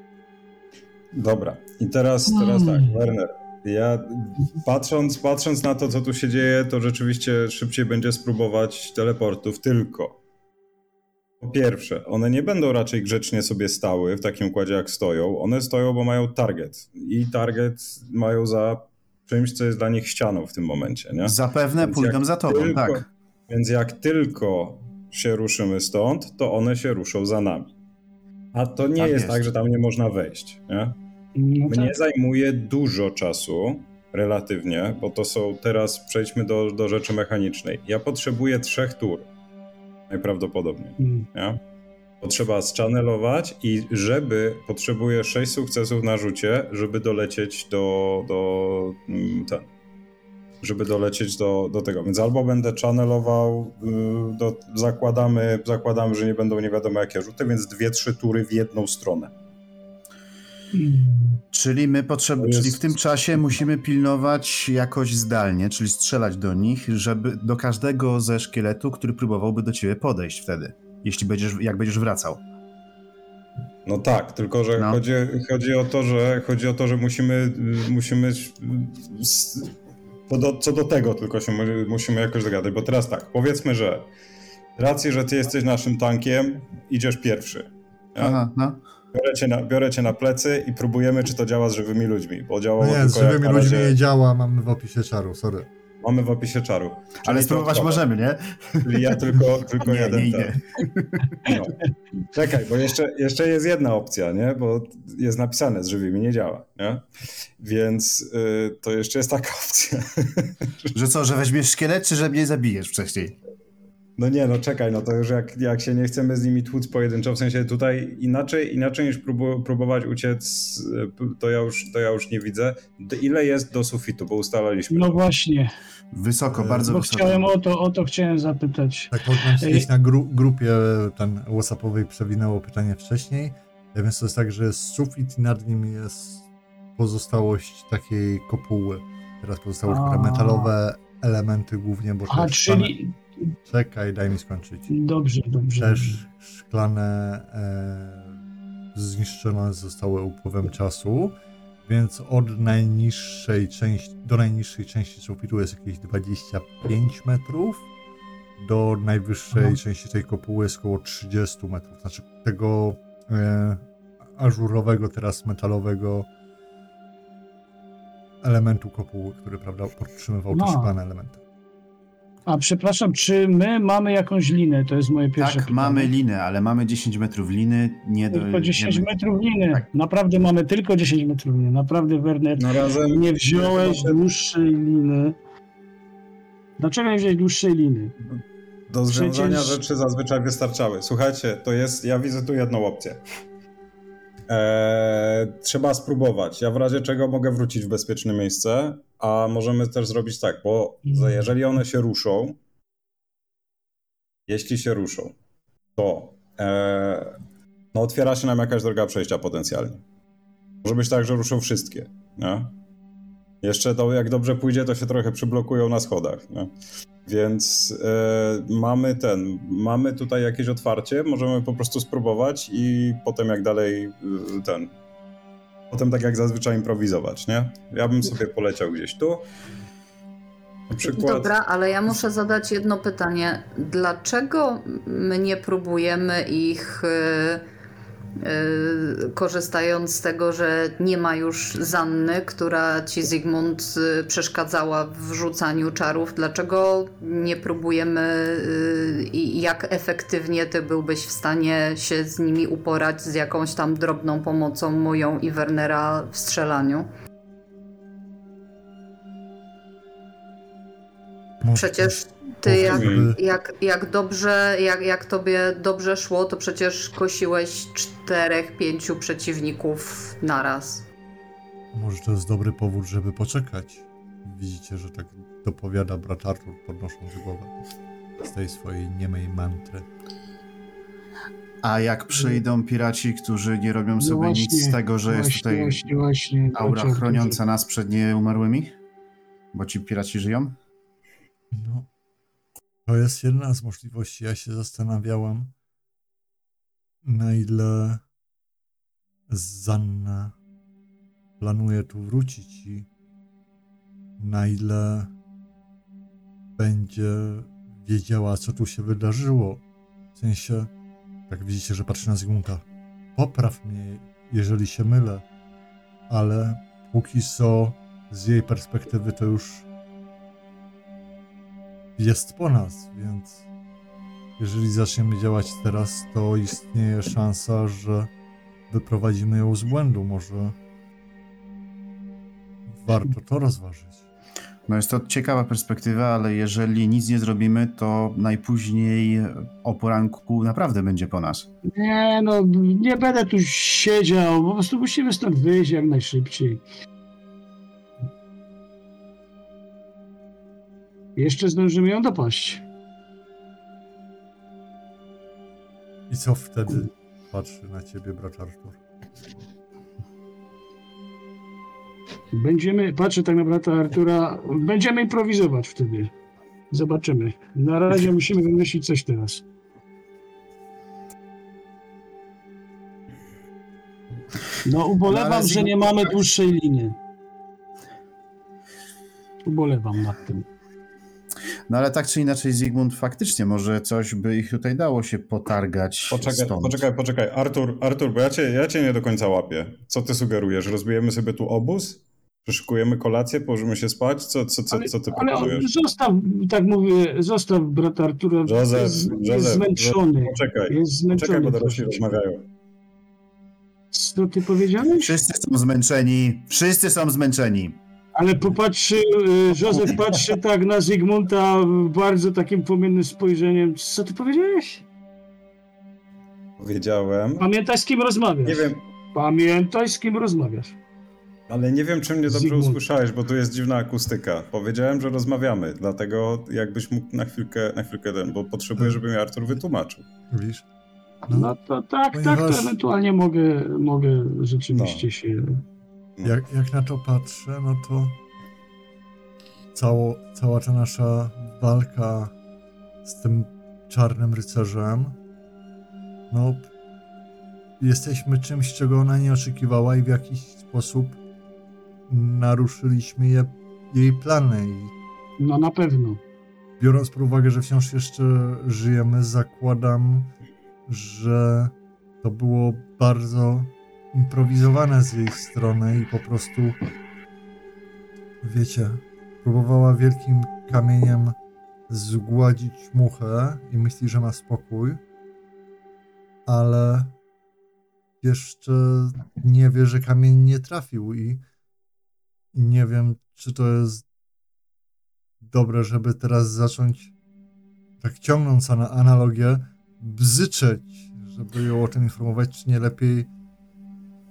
Dobra, i teraz, teraz tak, Mm. Werner, ja patrząc, patrząc na to, co tu się dzieje, to rzeczywiście szybciej będzie spróbować teleportów, tylko po pierwsze, one nie będą raczej grzecznie sobie stały w takim układzie, jak stoją. One stoją, bo mają target i target mają za czymś, co jest dla nich ścianą w tym momencie, nie? Zapewne Więc pójdą jak za tobą, tylko- tak. Więc jak tylko się ruszymy stąd, to one się ruszą za nami. A to nie Tak jest, jest. tak, że tam nie można wejść, nie? No Mnie tak. zajmuje dużo czasu, relatywnie, bo to są, teraz przejdźmy do, do rzeczy mechanicznej. Ja potrzebuję trzech tur, najprawdopodobniej, Mm. nie? Potrzeba schannelować i żeby, potrzebuję sześć sukcesów na rzucie, żeby dolecieć do, do mm, ten, żeby dolecieć do, do tego. Więc albo będę channelował, y, do, zakładamy, zakładamy, że nie będą nie wiadomo jakie rzuty, więc dwie, trzy tury w jedną stronę. Mm. Czyli my potrzeb... To jest- czyli w tym czasie musimy pilnować jakoś zdalnie, czyli strzelać do nich, żeby do każdego ze szkieletu, który próbowałby do ciebie podejść wtedy, jeśli będziesz, jak będziesz wracał. No tak, tylko że No. chodzi, chodzi o to, że chodzi o to, że musimy, y, musimy y, s- to do, co do tego tylko się mu- musimy jakoś dogadać, bo teraz tak, powiedzmy, że z racji, że ty jesteś naszym tankiem, idziesz pierwszy. nie? Aha, no. Biorę cię, na, biorę cię na plecy i próbujemy, czy to działa z żywymi ludźmi, bo No działało nie, z tylko jak żywymi na ludźmi razie, nie działa, mamy w opisie czaru, sorry. mamy w opisie czaru. Ale Czyli spróbować to odpada. możemy, nie? Czyli ja tylko, tylko Nie, jeden nie ten. idę. No. Czekaj, bo jeszcze, jeszcze jest jedna opcja, nie? Bo jest napisane, z żywymi nie działa, nie? Więc y, to jeszcze jest taka opcja. Że co, że weźmiesz szkielet, czy że mnie zabijesz wcześniej? No nie, no czekaj, no to już jak, jak się nie chcemy z nimi tłuc pojedynczo, w sensie tutaj inaczej, inaczej niż próbu, próbować uciec, y, to ja, już, to ja już nie widzę. D- Ile jest do sufitu, bo ustalaliśmy. No właśnie, Wysoko, E, bardzo bo wysoko. chciałem o to, o to chciałem zapytać. Tak, jak nam się gdzieś na gru- grupie ten whatsappowej przewinęło pytanie wcześniej, ja więc to jest tak, że jest sufit i nad nim jest pozostałość takiej kopuły. Teraz pozostały tylko te A. metalowe elementy głównie, bo A, te szklane... czyli... Czekaj, daj mi skończyć. Dobrze, dobrze. Też szklane e, zniszczone zostały upływem czasu, więc od najniższej części, do najniższej części sufitu jest jakieś dwadzieścia pięć metrów, do najwyższej Aha. części tej kopuły jest około trzydzieści metrów. Znaczy tego e, ażurowego, teraz metalowego elementu kopuły, który, prawda, podtrzymywał te No. szklane elementy. A przepraszam, czy my mamy jakąś linę? To jest moje pierwsze Tak, pytanie. mamy linę, ale mamy dziesięć metrów liny, nie do... Tylko dziesięć nie- metrów liny. Tak. Naprawdę mamy tylko dziesięć metrów liny. Naprawdę, Werner, No razem nie wziąłeś Ja chyba- dłuższej liny. Dlaczego nie wziąłeś dłuższej liny? do związania przecież- rzeczy zazwyczaj wystarczały. Słuchajcie, to jest, ja widzę tu jedną opcję. Eee, trzeba spróbować. Ja w razie czego mogę wrócić w bezpieczne miejsce, a możemy też zrobić tak, bo za- jeżeli one się ruszą, jeśli się ruszą, to eee, no otwiera się nam jakaś droga przejścia potencjalnie. Może być tak, że ruszą wszystkie, nie? Jeszcze to, jak dobrze pójdzie, to się trochę przyblokują na schodach, nie? Więc e, mamy ten, mamy tutaj jakieś otwarcie, możemy po prostu spróbować i potem jak dalej e, ten, potem tak jak zazwyczaj improwizować, nie? Ja bym sobie poleciał gdzieś tu. Na przykład... Dobra, ale ja muszę zadać jedno pytanie. Dlaczego my nie próbujemy ich, yy, yy, korzystając z tego, że nie ma już Zanny, która ci Zygmunt yy, przeszkadzała w rzucaniu czarów, dlaczego nie próbujemy yy, i jak efektywnie ty byłbyś w stanie się z nimi uporać z jakąś tam drobną pomocą moją i Wernera w strzelaniu? Przecież ty jak, jak, jak dobrze, jak, jak tobie dobrze szło, to przecież kosiłeś czterech, pięciu przeciwników naraz. Może to jest dobry powód, żeby poczekać. Widzicie, że tak dopowiada brat Artur, podnosząc głowę z tej swojej niemej mantry. A jak przyjdą piraci, którzy nie robią No sobie właśnie, nic z tego, że jest właśnie, tutaj właśnie, właśnie, aura Artur, chroniąca nas przed nieumarłymi? Bo ci piraci żyją? No, to jest jedna z możliwości. Ja się zastanawiałam, na ile Zanna planuje tu wrócić i na ile będzie wiedziała, co tu się wydarzyło. W sensie, tak widzicie, że patrzy na Zygmunta. Popraw mnie, jeżeli się mylę, ale póki co z jej perspektywy to już jest po nas, więc jeżeli zaczniemy działać teraz, to istnieje szansa, że wyprowadzimy ją z błędu. Może warto to rozważyć. No jest to ciekawa perspektywa, ale jeżeli nic nie zrobimy, to najpóźniej o poranku naprawdę będzie po nas. Nie, no nie będę tu siedział, po prostu musimy stąd wyjść jak najszybciej. Jeszcze zdążymy ją dopaść. I co wtedy patrzy na ciebie brat Artur? Będziemy, patrzę tak na brata Artura, będziemy improwizować wtedy. Zobaczymy. Na razie musimy wymyślić coś teraz. No ubolewam, No, ale że nie mamy dłuższej liny. Ubolewam nad tym. No ale tak czy inaczej Zygmunt faktycznie może coś by ich tutaj dało się potargać Poczekaj, stąd. poczekaj, poczekaj. Artur, Artur, bo ja cię, ja cię nie do końca łapię. Co ty sugerujesz? Rozbijemy sobie tu obóz? Przeszykujemy kolację? Położymy się spać? Co, co, co, co ty Ale proponujesz? on, zostaw, tak mówię, zostaw brata Artura. Józef, jest, Józef, jest zmęczony. Józef, poczekaj, Jest zmęczony. Poczekaj, bo dorośli troszeczkę. rozmawiają. Co ty powiedziałeś? Wszyscy są zmęczeni, wszyscy są zmęczeni. Ale popatrzy, y, Józef patrzy tak na Zygmunta bardzo takim płomiennym spojrzeniem. Co ty powiedziałeś? Powiedziałem. Pamiętaj, z kim rozmawiasz. Nie wiem, Pamiętaj, z kim rozmawiasz. ale nie wiem, czy mnie dobrze Zygmunt. usłyszałeś, bo tu jest dziwna akustyka. Powiedziałem, że rozmawiamy, dlatego jakbyś mógł na chwilkę, na chwilkę ten, bo potrzebuję, żeby mi Artur wytłumaczył. Widzisz? No to tak, Ponieważ- tak, to ewentualnie mogę, mogę rzeczywiście No. się... Jak, jak na to patrzę, no to cało, cała ta nasza walka z tym czarnym rycerzem, no jesteśmy czymś, czego ona nie oczekiwała i w jakiś sposób naruszyliśmy je, jej plany. I No na pewno. biorąc pod uwagę, że wciąż jeszcze żyjemy, zakładam, że to było bardzo improwizowane z jej strony i po prostu, wiecie, próbowała wielkim kamieniem zgładzić muchę i myśli, że ma spokój, ale jeszcze nie wie, że kamień nie trafił i i nie wiem, czy to jest dobre, żeby teraz zacząć, tak ciągnąc na analogię, bzyczeć, żeby ją o tym informować, czy nie lepiej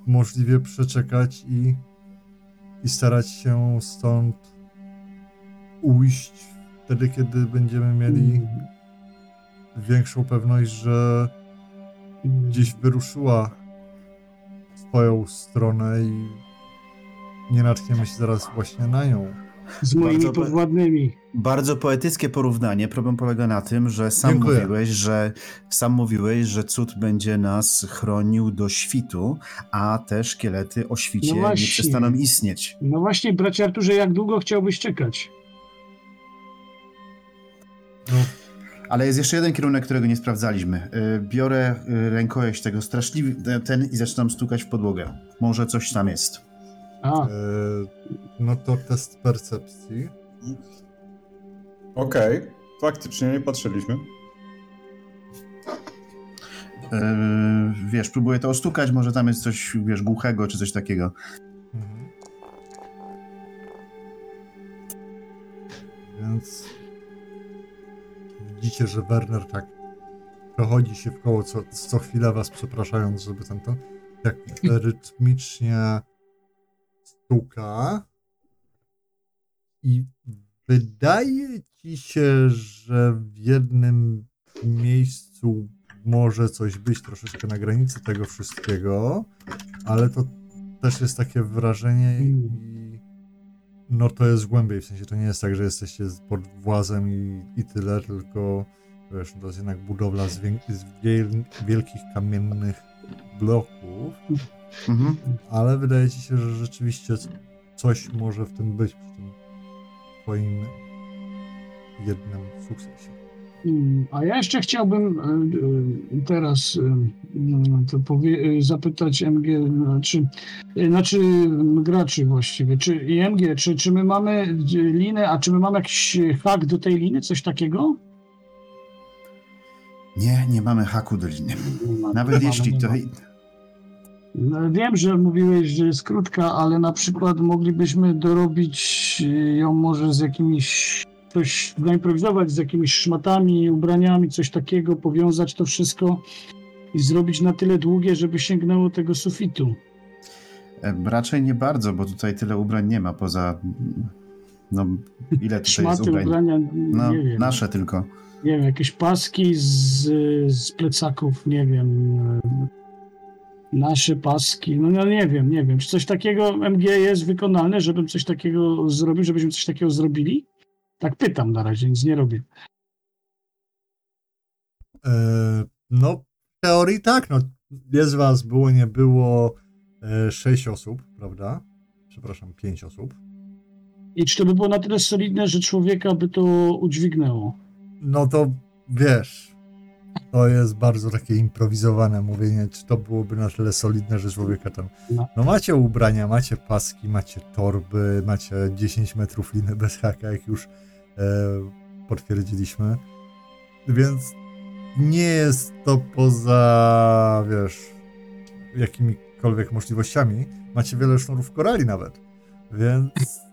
możliwie przeczekać i, i starać się stąd ujść wtedy, kiedy będziemy mieli większą pewność, że gdzieś wyruszyła w swoją stronę i nie natkniemy się zaraz właśnie na nią. Z moimi Bardzo po- podwładnymi. Bardzo poetyckie porównanie. Problem polega na tym, że sam Dziękuję. mówiłeś, że sam mówiłeś, że cud będzie nas chronił do świtu, a te szkielety o świcie No nie właśnie. przestaną istnieć. No właśnie, bracie Arturze, jak długo chciałbyś czekać? No, Ale jest jeszcze jeden kierunek, którego nie sprawdzaliśmy. Y, Biorę y, rękojeść tego straszliwy ten i zaczynam stukać w podłogę. Może coś tam jest. A, e, no to test percepcji. Okej, faktycznie nie patrzyliśmy. Y, wiesz, próbuję to ostukać, może tam jest coś, wiesz, głuchego czy coś takiego. Mhm. Więc widzicie, że Werner tak przechodzi się w koło co, co chwilę was przepraszając, żeby ten to tak rytmicznie stuka i wydaje ci się, że w jednym miejscu może coś być troszeczkę na granicy tego wszystkiego, ale to też jest takie wrażenie i no to jest głębiej, w sensie to nie jest tak, że jesteście pod włazem i, i tyle, tylko wiesz, to jest jednak budowla z, wiek- z wiel- wielkich kamiennych bloków, Mhm. ale wydaje ci się, że rzeczywiście coś może w tym być przy tym twoim jednym sukcesie. mm, a ja jeszcze chciałbym e, e, teraz e, to powie, e, zapytać M G, znaczy, e, znaczy graczy właściwie, czy i M G, czy, czy my mamy e, linę, a czy my mamy jakiś hak do tej liny, coś takiego? Nie, nie mamy haku do liny. Nie Nawet mamy, jeśli nie to... ma. No, wiem, że mówiłeś, że jest krótka, ale na przykład moglibyśmy dorobić e, ją może z jakimiś, coś zaimprowizować z jakimiś szmatami, ubraniami, coś takiego, powiązać to wszystko i zrobić na tyle długie, żeby sięgnęło tego sufitu. E, Raczej nie bardzo, bo tutaj tyle ubrań nie ma poza... No, ile tutaj jest Szmaty, ubrań? ubrania, No, nie wiem. nasze tylko. Nie wiem, jakieś paski z, z plecaków, nie wiem. e, Nasze paski, no, no nie wiem, nie wiem. Czy coś takiego M G jest wykonalne, żebym coś takiego zrobił, żebyśmy coś takiego zrobili? Tak pytam na razie, nic nie robię. E, no, w teorii tak, no, jest was, było, nie było e, sześć osób, prawda? Przepraszam, pięć osób. I czy to by było na tyle solidne, że człowieka by to udźwignęło? No to wiesz, to jest bardzo takie improwizowane mówienie, czy to byłoby na tyle solidne, że człowieka tam... No. No macie ubrania, macie paski, macie torby, macie dziesięć metrów liny bez haka, jak już e, potwierdziliśmy. Więc nie jest to poza, wiesz, jakimikolwiek możliwościami. Macie wiele sznurów korali nawet, więc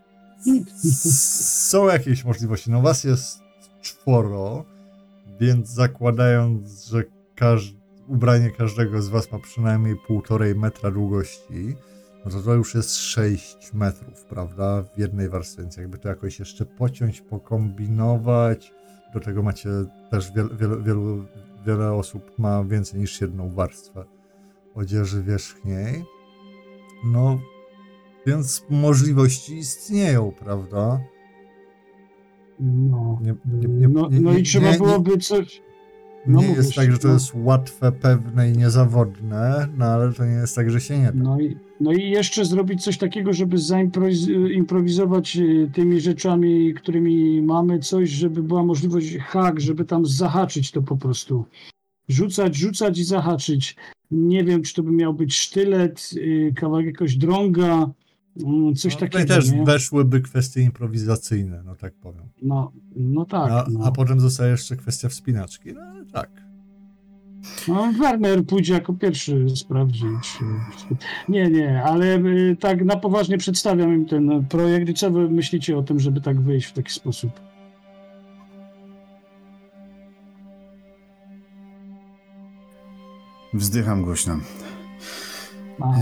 są jakieś możliwości. No was jest czworo, więc zakładając, że każ- ubranie każdego z was ma przynajmniej półtorej metra długości, no to to już jest sześć metrów, prawda, w jednej warstwie, więc jakby to jakoś jeszcze pociąć, pokombinować, do tego macie też wiel- wielu, wielu, wiele osób ma więcej niż jedną warstwę odzieży wierzchniej, no więc możliwości istnieją, prawda? No, Nie, nie, nie, no, nie, no nie, i trzeba nie, byłoby coś... No nie mówisz, jest tak, że to no. jest łatwe, pewne i niezawodne, no ale to nie jest tak, że się nie da. No i, no i jeszcze zrobić coś takiego, żeby zaimprowizować y, tymi rzeczami, którymi mamy, coś, żeby była możliwość hak, żeby tam zahaczyć to po prostu. Rzucać, rzucać i zahaczyć. Nie wiem, czy to by miał być sztylet, y, kawałek jakiegoś drąga, y, coś No, takiego, tutaj też nie? weszłyby kwestie improwizacyjne, no tak powiem. No, no tak. A, no. a potem zostaje jeszcze kwestia wspinaczki, no ale tak. No, Werner pójdzie jako pierwszy sprawdzić. Nie, nie, ale y, tak na poważnie przedstawiam im ten projekt i co wy myślicie o tym, żeby tak wyjść w taki sposób? Wzdycham głośno. A,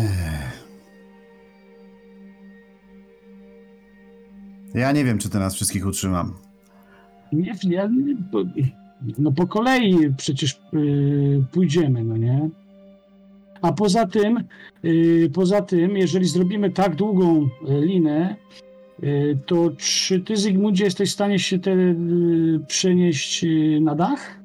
Ja nie wiem, czy to nas wszystkich utrzymam. nie, ja, nie- bo- no po kolei przecież y, pójdziemy, no nie? A poza tym, y, poza tym, jeżeli zrobimy tak długą y, linę, y, to czy ty, Zygmundzie, jesteś w stanie się te, y, przenieść y, na dach?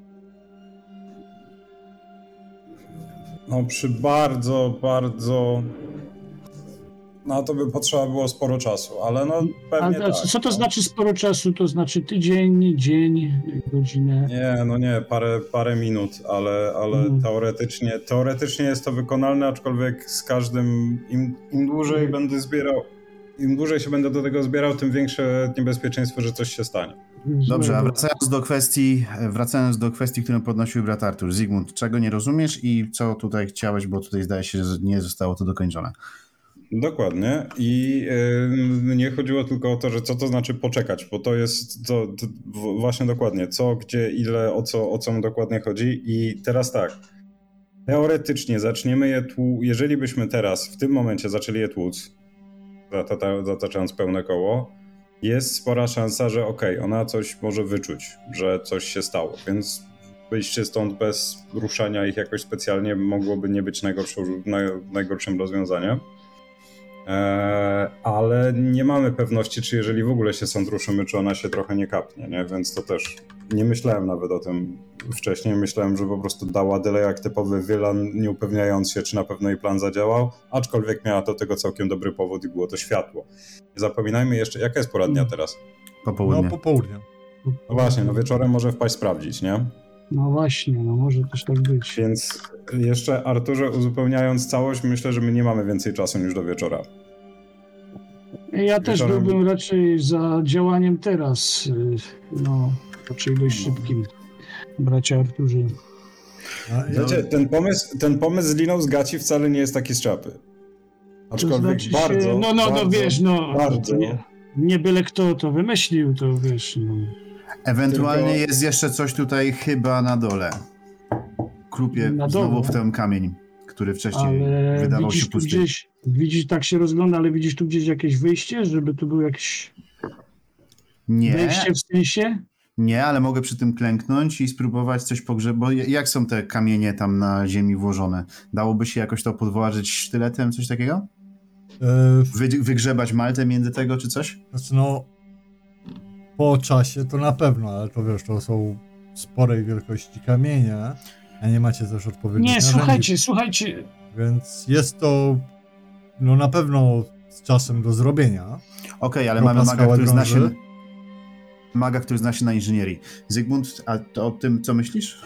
No przy bardzo, bardzo... No to by potrzeba było sporo czasu, ale no pewnie A, tak. co to no. znaczy sporo czasu? To znaczy tydzień, dzień, godzinę? Nie, no nie, parę, parę minut, ale, ale Mhm. teoretycznie, teoretycznie jest to wykonalne, aczkolwiek z każdym, im, im dłużej Mhm. będę zbierał, im dłużej się będę do tego zbierał, tym większe niebezpieczeństwo, że coś się stanie. Dobrze, a Złego. wracając do kwestii, wracając do kwestii, którą podnosił brat Artur. Zygmunt, czego nie rozumiesz i co tutaj chciałeś, bo tutaj zdaje się, że nie zostało to dokończone. Dokładnie i yy, mnie chodziło tylko o to, że co to znaczy poczekać, bo to jest to, to w- właśnie dokładnie co, gdzie, ile, o co, o co mu dokładnie chodzi i teraz tak, teoretycznie zaczniemy je tłuc, jeżeli byśmy teraz w tym momencie zaczęli je tłuc, zata- zataczając pełne koło, jest spora szansa, że okej, ona coś może wyczuć, że coś się stało, więc wyjście stąd bez ruszania ich jakoś specjalnie mogłoby nie być najgorszą, naj, najgorszym rozwiązaniem. Eee, ale nie mamy pewności, czy jeżeli w ogóle się stąd ruszymy, czy ona się trochę nie kapnie, nie? Więc to też nie myślałem nawet o tym wcześniej. Myślałem, że po prostu dała delay jak typowy Wielan, nie upewniając się, czy na pewno jej plan zadziałał, aczkolwiek miała do tego całkiem dobry powód i było to światło. Nie zapominajmy jeszcze, jaka jest pora dnia teraz? Popołudnie. No, popołudnie. No właśnie, no wieczorem może wpaść sprawdzić, nie? No właśnie, no może też tak być. Więc jeszcze, Arturze, uzupełniając całość, myślę, że my nie mamy więcej czasu niż do wieczora. Ja też Wieczorem- byłbym raczej za działaniem teraz, y, no raczej dość szybkim, bracia Arturze. A ja, Wiecie, ten pomysł, ten pomysł z liną z gaci wcale nie jest taki z czapy. To Aczkolwiek znaczy się- bardzo, no, no, bardzo, no wiesz, no, bardzo... to nie, nie byle kto to wymyślił, to wiesz, no. Ewentualnie Tylko- jest jeszcze coś tutaj chyba na dole. Klupie Na znowu dole? w ten kamień, który wcześniej Ale wydawał widzisz się tu pusty. gdzieś, widzisz, tak się rozgląda, ale widzisz tu gdzieś jakieś wyjście, żeby tu było jakieś Nie, wejście w sensie? nie, ale mogę przy tym klęknąć i spróbować coś pogrzebać. Bo jak są te kamienie tam na ziemi włożone? Dałoby się jakoś to podważyć sztyletem, coś takiego? e, Wy, wygrzebać maltę między tego, czy coś? Znaczy no, po czasie to na pewno, ale to wiesz, to są sporej wielkości kamienie, a nie macie też odpowiednich Nie, narzędzi, słuchajcie, słuchajcie, więc jest to no na pewno z czasem do zrobienia. Okej, ale Kropla mamy maga, skała który zna się... drąży. Maga, który zna się na inżynierii. Zygmunt, a to o tym co myślisz?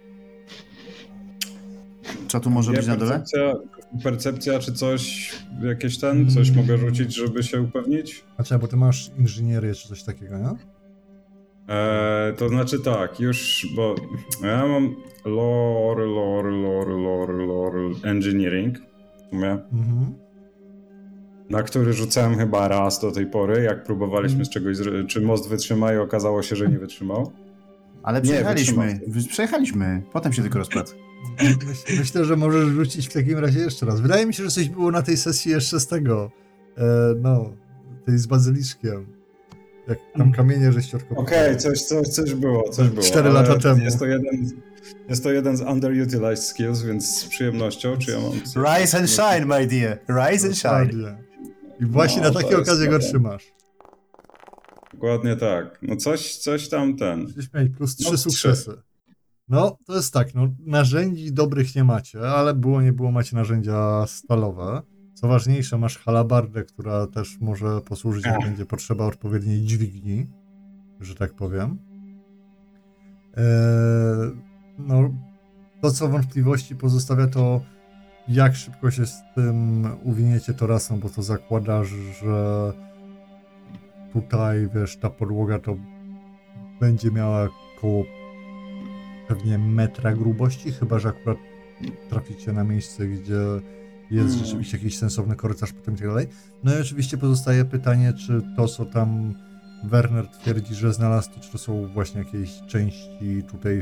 Co tu może Nie, być na dole? percepcja, percepcja czy coś, jakieś ten, coś mogę rzucić, żeby się upewnić? Znaczy, bo ty masz inżynierię czy coś takiego, nie? Eee, to znaczy tak, już, bo ja mam lore, lore, lore, lore, lore, engineering, w sumie, Mhm. na który rzucałem chyba raz do tej pory, jak próbowaliśmy Mhm. z czegoś, zre- czy most wytrzyma i okazało się, że nie wytrzymał. Ale Nie, przejechaliśmy, wytrzymał. wy- przejechaliśmy, potem się tylko rozpadł. Myśl, myślę, że możesz rzucić w takim razie jeszcze raz. Wydaje mi się, że coś było na tej sesji jeszcze z tego, e, no, tej z bazyliszkiem. Jak tam kamienie żeściorkowe. Okej, coś, coś, coś było, coś było. Cztery ale lata temu. Jest to jeden, jest to jeden z underutilized skills, więc z przyjemnością, czy ja mam... Rise and shine, my dear, rise and shine. Dokładnie. I właśnie No, na to takie jest okazje go dobre. trzymasz. Dokładnie tak. No coś, coś tam ten. Musisz mieć plus trzy No, sukcesy. No, to jest tak, no, narzędzi dobrych nie macie, ale było nie było, macie narzędzia stalowe. Co ważniejsze, masz halabardę, która też może posłużyć, jak Ach. będzie potrzeba odpowiedniej dźwigni, że tak powiem. Eee, no, to co wątpliwości pozostawia, to jak szybko się z tym uwiniecie torasem, bo to zakłada, że tutaj, wiesz, ta podłoga to będzie miała koło pewnie metra grubości, chyba że akurat traficie na miejsce, gdzie jest Hmm. rzeczywiście jakiś sensowny korytarz potem i tak dalej. No i oczywiście pozostaje pytanie, czy to, co tam Werner twierdzi, że znalazł, to czy to są właśnie jakieś części tutejsze,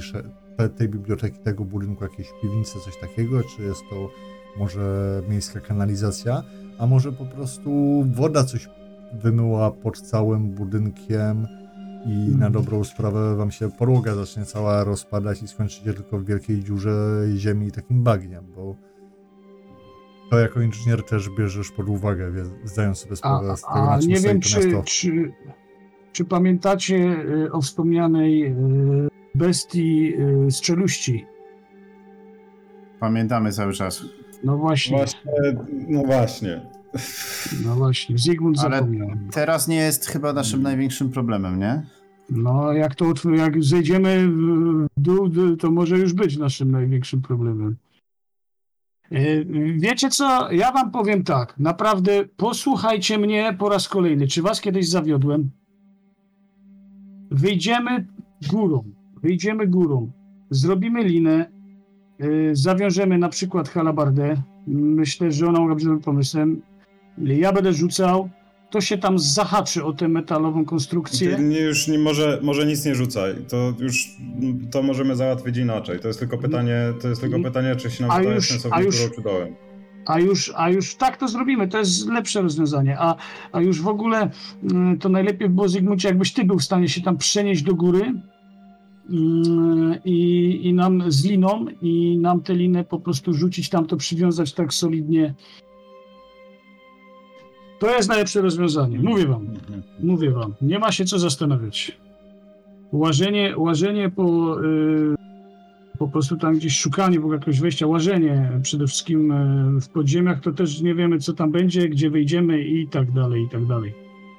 te, tej biblioteki, tego budynku jakieś piwnice, coś takiego, czy jest to może miejska kanalizacja, a może po prostu woda coś wymyła pod całym budynkiem i na dobrą sprawę wam się podłoga zacznie cała rozpadać i skończycie tylko w wielkiej dziurze ziemi i takim bagniem, bo to jako inżynier też bierzesz pod uwagę, wie- zdając sobie sprawę A, z tego, a na czym nie stoi wiem, to czy, miasto. czy, czy pamiętacie y, o wspomnianej y, bestii y, z czeluści? Pamiętamy cały czas. No właśnie, Właśnie, no właśnie. no właśnie, Zygmunt Ale zapomniał. teraz nie jest chyba naszym największym problemem, nie? No, jak to otw- jak zejdziemy w dół, to może już być naszym największym problemem. E, Wiecie co? Ja wam powiem tak. Naprawdę posłuchajcie mnie po raz kolejny. Czy was kiedyś zawiodłem? Wyjdziemy górą. Wyjdziemy górą. Zrobimy linę. e, Zawiążemy na przykład halabardę. Myślę, że ona mogła być dobrym pomysłem. Ja będę rzucał. To się tam zahaczy o tę metalową konstrukcję. Ty nie, już nie, może, może nic nie rzucaj. To już to możemy załatwić inaczej. To jest tylko pytanie, to jest tylko pytanie, czy się nam A wydaje już- sensownie a już- górą czy dołem. A już, a już tak to zrobimy, to jest lepsze rozwiązanie. A, a już w ogóle mm, to najlepiej by było, Zygmuncie, jakbyś ty był w stanie się tam przenieść do góry mm, i, i nam z liną i nam tę linę po prostu rzucić tam, to przywiązać tak solidnie. To jest najlepsze rozwiązanie. Mówię wam, Mhm. mówię wam. Nie ma się co zastanawiać. Łażenie, łażenie po... y, po prostu tam gdzieś szukanie w ogóle jakiegoś wejścia, łażenie przede wszystkim e, w podziemiach, to też nie wiemy, co tam będzie, gdzie wyjdziemy i tak dalej, i tak dalej.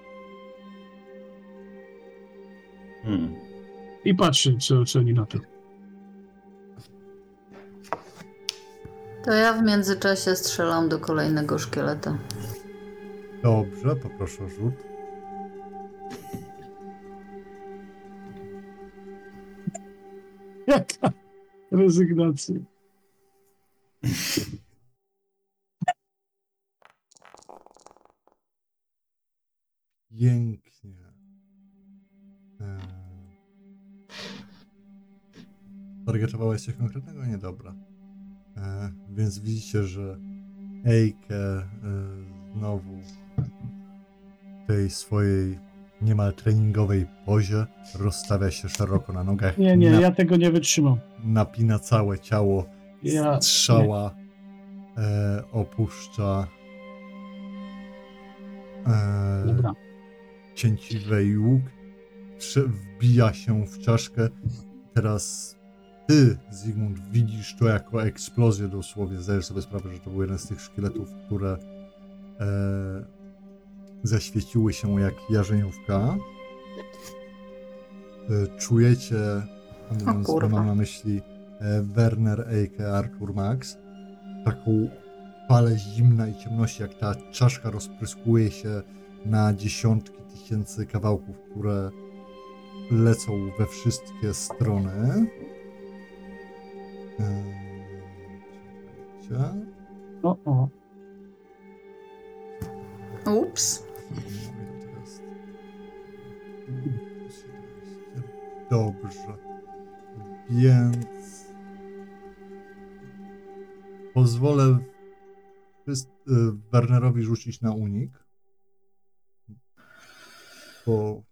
Hmm. I patrzę, co, co oni na to. To ja w międzyczasie strzelam do kolejnego szkieleta. Dobrze, poproszę o rzut. Jaka rezygnacja. Pięknie. Eee... Targetowałeś coś konkretnego? Nie, dobra. Eee, więc widzicie, że Eike e, znowu w tej swojej niemal treningowej pozie rozstawia się szeroko na nogach. Nie, nie, na, ja tego nie wytrzymam. napina całe ciało. Ja, Strzała e, opuszcza e, Dobra. cięciwy i łuk, prze- wbija się w czaszkę. Teraz ty, Zygmunt, widzisz to jako eksplozję dosłownie. Zdajesz sobie sprawę, że to był jeden z tych szkieletów, które e, zaświeciły się jak jarzeniówka. E, czujecie, mówiąc, kurwa. mam na myśli e, Werner, Eike, Artur, Max, taką falę zimna i ciemności, jak ta czaszka rozpryskuje się na dziesiątki tysięcy kawałków, które lecą we wszystkie strony. Eee, czekajcie. O, o. Ups. Dobrze. Więc pozwolę wszys- y, Wernerowi rzucić na unik. Bo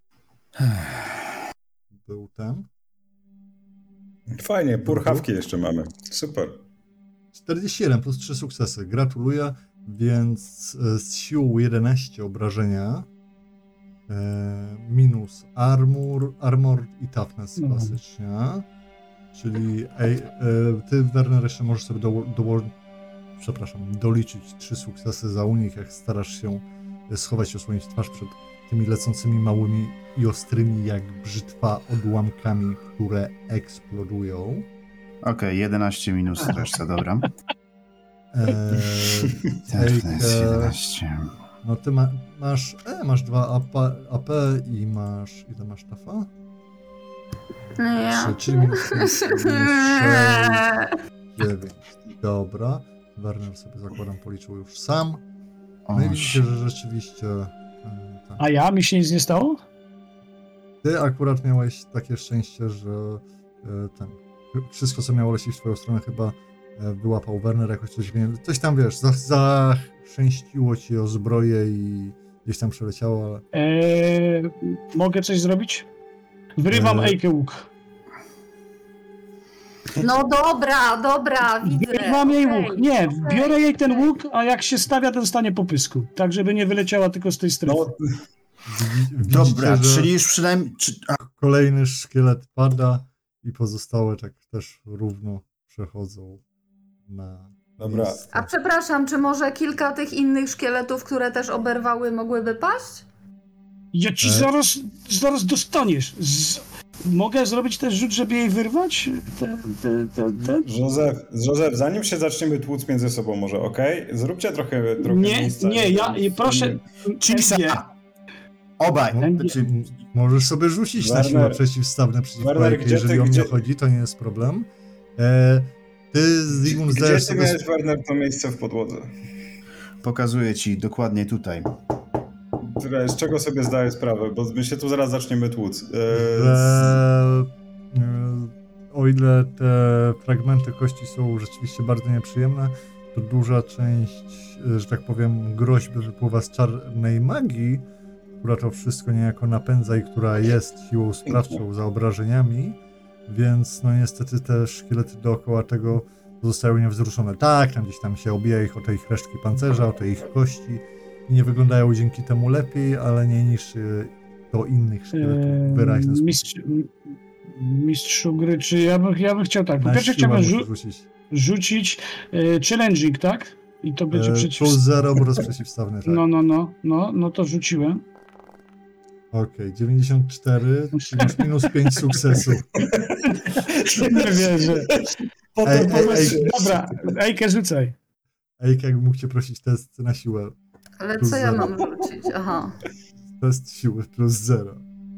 był ten. Fajnie, purchawki jeszcze mamy. Super. czterdzieści jeden plus trzy sukcesy. Gratuluję. Więc e, z siłą jedenaście obrażenia. E, minus armor, armor i toughness Mhm. klasycznie. Czyli ej, e, ty, Werner, jeszcze możesz sobie do, do, przepraszam, doliczyć trzy sukcesy za unik, jak starasz się schować, osłonić twarz przed tymi lecącymi małymi i ostrymi jak brzytwa odłamkami, które eksplodują. Okej, jedenaście minus reszta, dobra. Eee, Tak, to jest Eike, jedenaście. no ty ma, masz, e, masz dwa A P, A P i masz, ile masz tafa? Nie. Trzy, czyli minus sześć, sześć, dziewięć. Dobra. Werner sobie zakładam policzył już sam. No i widzicie, że rzeczywiście e, tak. A ja? Mi się nic nie stało? Ty akurat miałeś takie szczęście, że e, ten, wszystko, co miało lecieć w twoją stronę, chyba e, wyłapał Werner jakoś coś, wiem, coś tam, wiesz, za- zachrzęściło ci o zbroję i gdzieś tam przeleciało, ale Eee, mogę coś zrobić? Wyrywam Eee. Ejkę łuk. No dobra, dobra, widzę. Wyrywam jej Okej, łuk. Nie, okej, biorę jej ten okej. łuk, a jak się stawia, to dostanie popysku. Tak, żeby nie wyleciała tylko z tej strefy. No, widzi- widzicie, Dobra, że czyli już przynajmniej... Czy, a, kolejny szkielet pada i pozostałe tak też równo przechodzą na Dobra. miejsce. A przepraszam, czy może kilka tych innych szkieletów, które też oberwały, mogłyby paść? Ja ci E? zaraz, zaraz dostaniesz. Z... Mogę zrobić też rzut, żeby jej wyrwać? Te, te, te, te? Józef, Józef, zanim się zaczniemy tłuc między sobą może, okej? Zróbcie trochę, trochę Nie, miejsca. nie, ja i proszę. Chisa! Nie. Obaj! No, Będzie- Czy, Możesz sobie rzucić na Werner- siłę przeciwstawne przeciwko Werner, Ejkę, gdzie ty- jeżeli o mnie gdzie- chodzi, to nie jest problem. E, ty, Zygmunt, Gdzie zdajesz ty sobie... miałeś, Werner, to miejsce w podłodze? pokazuję ci dokładnie tutaj. Czekaj, z czego sobie zdaję sprawę, bo my się tu zaraz zaczniemy tłuc. E, że e, o ile te fragmenty kości są rzeczywiście bardzo nieprzyjemne, to duża część, e, że tak powiem, groźby wypływa z czarnej magii, która to wszystko niejako napędza i która jest siłą sprawczą za obrażeniami, więc no niestety te szkielety dookoła tego pozostają niewzruszone. Tak, tam gdzieś tam się obija ich o te ich resztki pancerza, o te ich kości i nie wyglądają dzięki temu lepiej, ale nie niż do innych szkieletów w wyraźny sposób. Mistrz, mistrzu gry, czy ja bym, ja bym chciał tak. Po Na pierwsze siłę chciałbym musisz rzu- rzucić. rzucić e, challenging, tak? I to będzie E, przeciw... plus zero, bo to jest przeciwstawny, tak. No, no, no, no, no to rzuciłem. Okej, dziewięćdziesiąt cztery, czyli masz minus pięć sukcesów. Nie wierzę. Potem Ej, ej, powiedz- ej. Dobra, Ejkę rzucaj. Ejka, jakby mógł cię prosić test na siłę. Ale Plus co ja zero. mam rzucić? Aha. Test siły plus zero.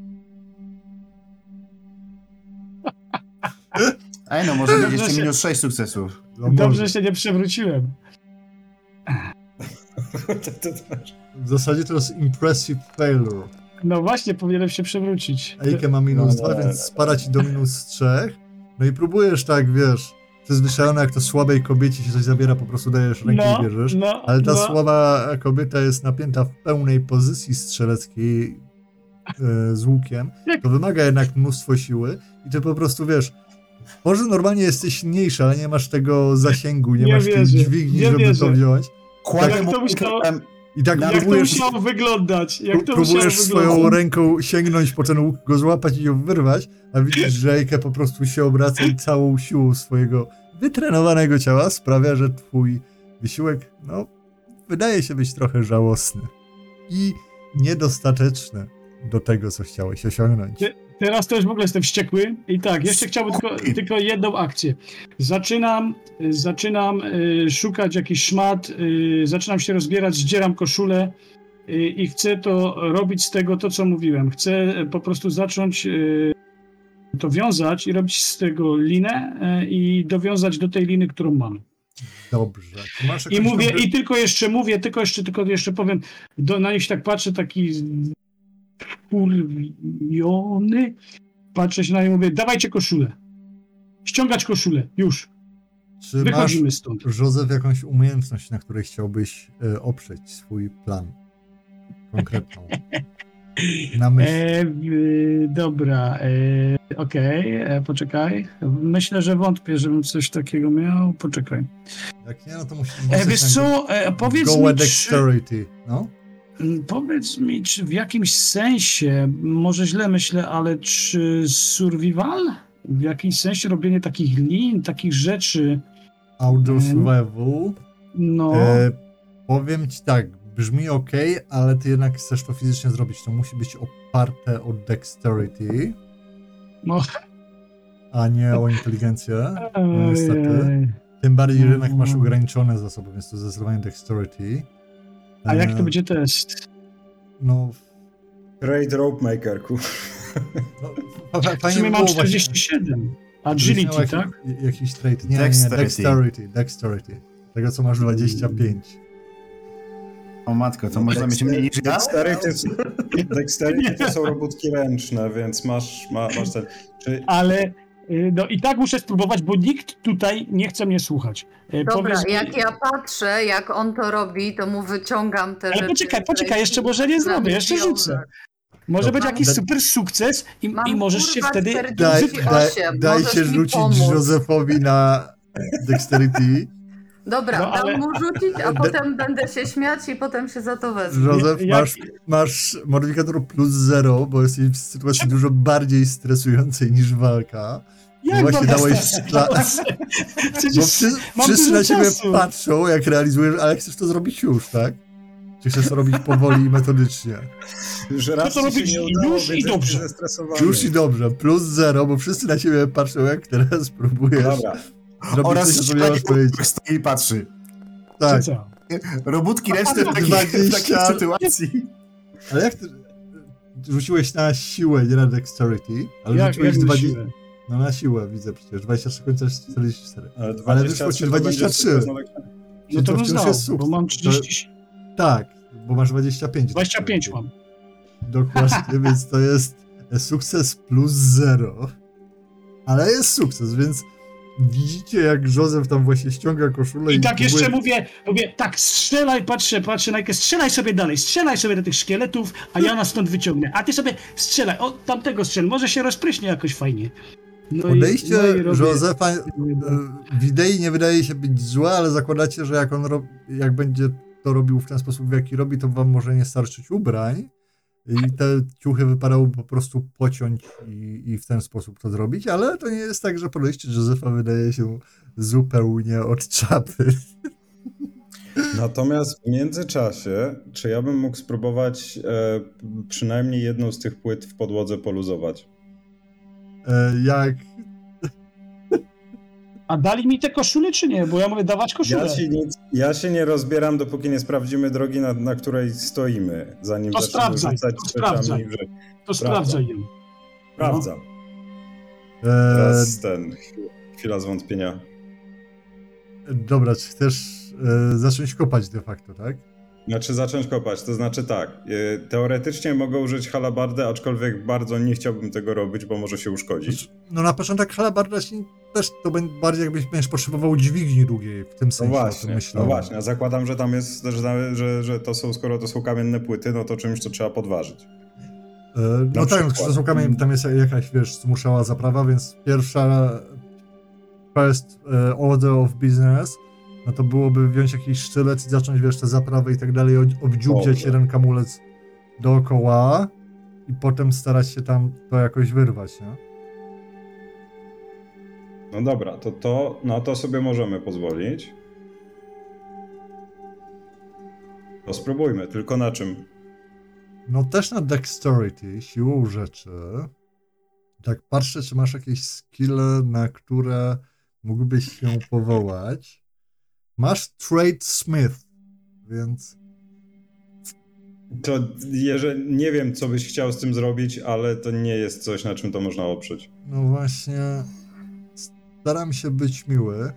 Ej, no może mieć Dobrze jeszcze się- minus sześć sukcesów. No Dobrze może. się nie przewróciłem. To- to- to- W zasadzie to jest impressive failure. No właśnie, powinienem się przewrócić. Ejka ma minus No, dwa, no, więc no. spada ci do minus trzech. No i próbujesz tak, wiesz, przyzwyczajony jak to słabej kobiecie się coś zabiera, po prostu dajesz rękę No, i bierzesz. no, Ale ta no. słaba kobieta jest napięta w pełnej pozycji strzeleckiej e, z łukiem. To wymaga jednak mnóstwo siły i ty po prostu wiesz, może normalnie jesteś silniejszy, ale nie masz tego zasięgu, nie, Nie masz tej wierzę, dźwigni, nie żeby wierzę. to wziąć. Kładę Jak mu to musiało- em, I tak Jak Jak to próbujesz, musiało wyglądać? Jak to próbujesz musiało swoją wyglądać? ręką sięgnąć po ten łuk, go złapać i ją wyrwać, a widzisz, że Ejka po prostu się obraca i całą siłą swojego wytrenowanego ciała sprawia, że twój wysiłek, no, wydaje się być trochę żałosny i niedostateczny do tego, co chciałeś osiągnąć. Nie. Teraz to już w ogóle jestem wściekły. I tak, jeszcze chciałbym tylko, tylko jedną akcję. Zaczynam, y, zaczynam y, szukać jakiś szmat, y, zaczynam się rozbierać, zdzieram koszulę y, i chcę to robić z tego to, co mówiłem. Chcę y, po prostu zacząć y, to wiązać i robić z tego linę y, i dowiązać do tej liny, którą mam. Dobrze. Czy masz I jakąś mówię, konkret- i tylko jeszcze mówię, tylko jeszcze, tylko jeszcze powiem, do, na nich się tak patrzę, taki wkurwiony, patrzę się na nie i mówię, dawajcie koszulę. Ściągać koszulę, już. Czy masz, Wychodzimy stąd. Józef, jakąś umiejętność, na której chciałbyś e, oprzeć swój plan? Konkretną. Na myśl. E, y, dobra, e, okej, e, poczekaj. Myślę, że wątpię, żebym coś takiego miał. Poczekaj. Jak nie, no to musisz... E, wiesz co, e, powiedz Gołe mi, czy, dexterity, no? m, powiedz mi, czy w jakimś sensie, może źle myślę, ale czy survival? W jakimś sensie robienie takich lin, takich rzeczy, Outdoor Mhm. survival. no... E, powiem ci tak, brzmi ok, ale ty jednak chcesz to fizycznie zrobić. To musi być oparte o dexterity, no a nie o inteligencję. No, niestety. ojej. Tym bardziej, że jednak Mhm. masz ograniczone zasoby, więc to zdecydowanie dexterity. A jak E, to będzie test? No, Great Rope Maker, ku. no fa- fa- W fajnie sumie by mam było właśnie, czterdzieści siedem. żebyś miał Agility, jakiś, tak? jakiś trait. Nie, nie, nie, Dexterity. dexterity, dexterity. Tego, co masz dwadzieścia pięć. O matko, to można mieć mniej niż ja? Dexterity, Dexterity to są robótki ręczne, więc masz, ma, masz ten... Czy, Ale Y, No i tak muszę spróbować, bo nikt tutaj nie chce mnie słuchać. Y, Dobra, powiedz mi- jak ja patrzę, jak on to robi, to mu wyciągam te Ale rzeczy. poczekaj, z poczekaj, ręki jeszcze i może nie zaczynam zrobię, jeszcze ich rzucę. wiązać. Może Dobra. być jakiś Da- super sukces i, Mam, i możesz się kurwa, wtedy... czterdzieści Daj, osiem. daj, dajcie Możesz mi rzucić pomóc. Józefowi na Dexterity. Dobra, No, dam ale- mu rzucić, a De- potem będę się śmiać i potem się za to wezmę. Józef, Jak- masz, masz modyfikator plus zero, bo jesteś w sytuacji dużo bardziej stresującej niż walka. Jak właśnie mam dałeś stać? dla- Przecież Bo wszyscy, mam wszyscy dużo na ciebie czasu. patrzą, jak realizujesz, ale chcesz to zrobić już, tak? Czy chcesz to robić powoli i metodycznie? Już raz to ci robić się nie udało, już i więc dobrze. jesteś zestresowany. Już i dobrze, plus zero, bo wszyscy na ciebie patrzą, jak teraz próbujesz Dobra, zrobić Oraz coś, co miałeś powiedzieć. stoi i patrzy. Tak, Co? Robótki ręczne w takiej, w dwadzieścia takiej sytuacji. ale jak ty rzuciłeś na siłę, nie na dexterity, ale Jak, rzuciłeś jak dwadzieścia... myślę? No na siłę widzę przecież, dwadzieścia trzy końca czterdzieści cztery. ale Ale wyszło ci to będzie dwadzieścia trzy. sukces na lekcję. No Czy to to bym wciąż znał, jest sukces? bo mam To- trzydzieści... Tak, bo masz dwadzieścia pięć. dwadzieścia pięć mam. Dokładnie, więc to jest sukces plus zero. Ale jest sukces, więc widzicie, jak Józef tam właśnie ściąga koszulę i, I tak próbuje- jeszcze mówię, mówię, tak, strzelaj, patrzę, patrzę na jakie, strzelaj sobie dalej, strzelaj sobie do tych szkieletów, a ja nas stąd wyciągnę. A ty sobie strzelaj, o, tamtego strzel, może się rozpryśnie jakoś fajnie. No i- Podejście no i robię- Józefa e, w idei nie wydaje się być złe, ale zakładacie, że jak on rob, jak będzie to robił w ten sposób, w jaki robi, to wam może nie starczyć ubrań i te ciuchy wypadałoby po prostu pociąć i, i w ten sposób to zrobić, ale to nie jest tak, że podejście Józefa wydaje się zupełnie od czapy. Natomiast w międzyczasie, czy ja bym mógł spróbować e, przynajmniej jedną z tych płyt w podłodze poluzować? E, jak A dali mi te koszule, czy nie? Bo ja mówię dawać koszulę. Ja się, nic, ja się nie rozbieram, dopóki nie sprawdzimy drogi, na, na której stoimy, zanim To zaczniemy sprawdzaj, rzucać to rzeczami sprawdzaj. w rzecz. To sprawdzaj ją. Sprawdzam. e, Teraz ten, chwila zwątpienia. dobra, czy chcesz e, zacząć kopać de facto, tak? Znaczy zacząć kopać, to znaczy tak, e, teoretycznie mogę użyć halabardy, aczkolwiek bardzo nie chciałbym tego robić, bo może się uszkodzić. No na początek halabarda ci też to będzie bardziej jakbyś będziesz potrzebował dźwigni długiej w tym No sensie. o tym właśnie, myślałem. no właśnie, a zakładam, że tam jest, że, że, że to są, skoro to są kamienne płyty, no to czymś to trzeba podważyć. E, No tak, przykład. to są kamienie, tam jest jakaś, wiesz, zmuszała zaprawa, więc pierwsza first e, order of business, no to byłoby wziąć jakiś sztylet i zacząć, wiesz, te zaprawy i tak dalej, ob- obdziubdziać Dobrze. jeden kamulec dookoła i potem starać się tam to jakoś wyrwać, nie? No dobra, to to, na to sobie możemy pozwolić. To spróbujmy, tylko na czym? No też na dexterity, siłą rzeczy. Tak patrzę, czy masz jakieś skille, na które mógłbyś się powołać. Masz trade smith, więc To jeżeli, nie wiem, co byś chciał z tym zrobić, ale to nie jest coś, na czym to można oprzeć. no właśnie staram się być miły.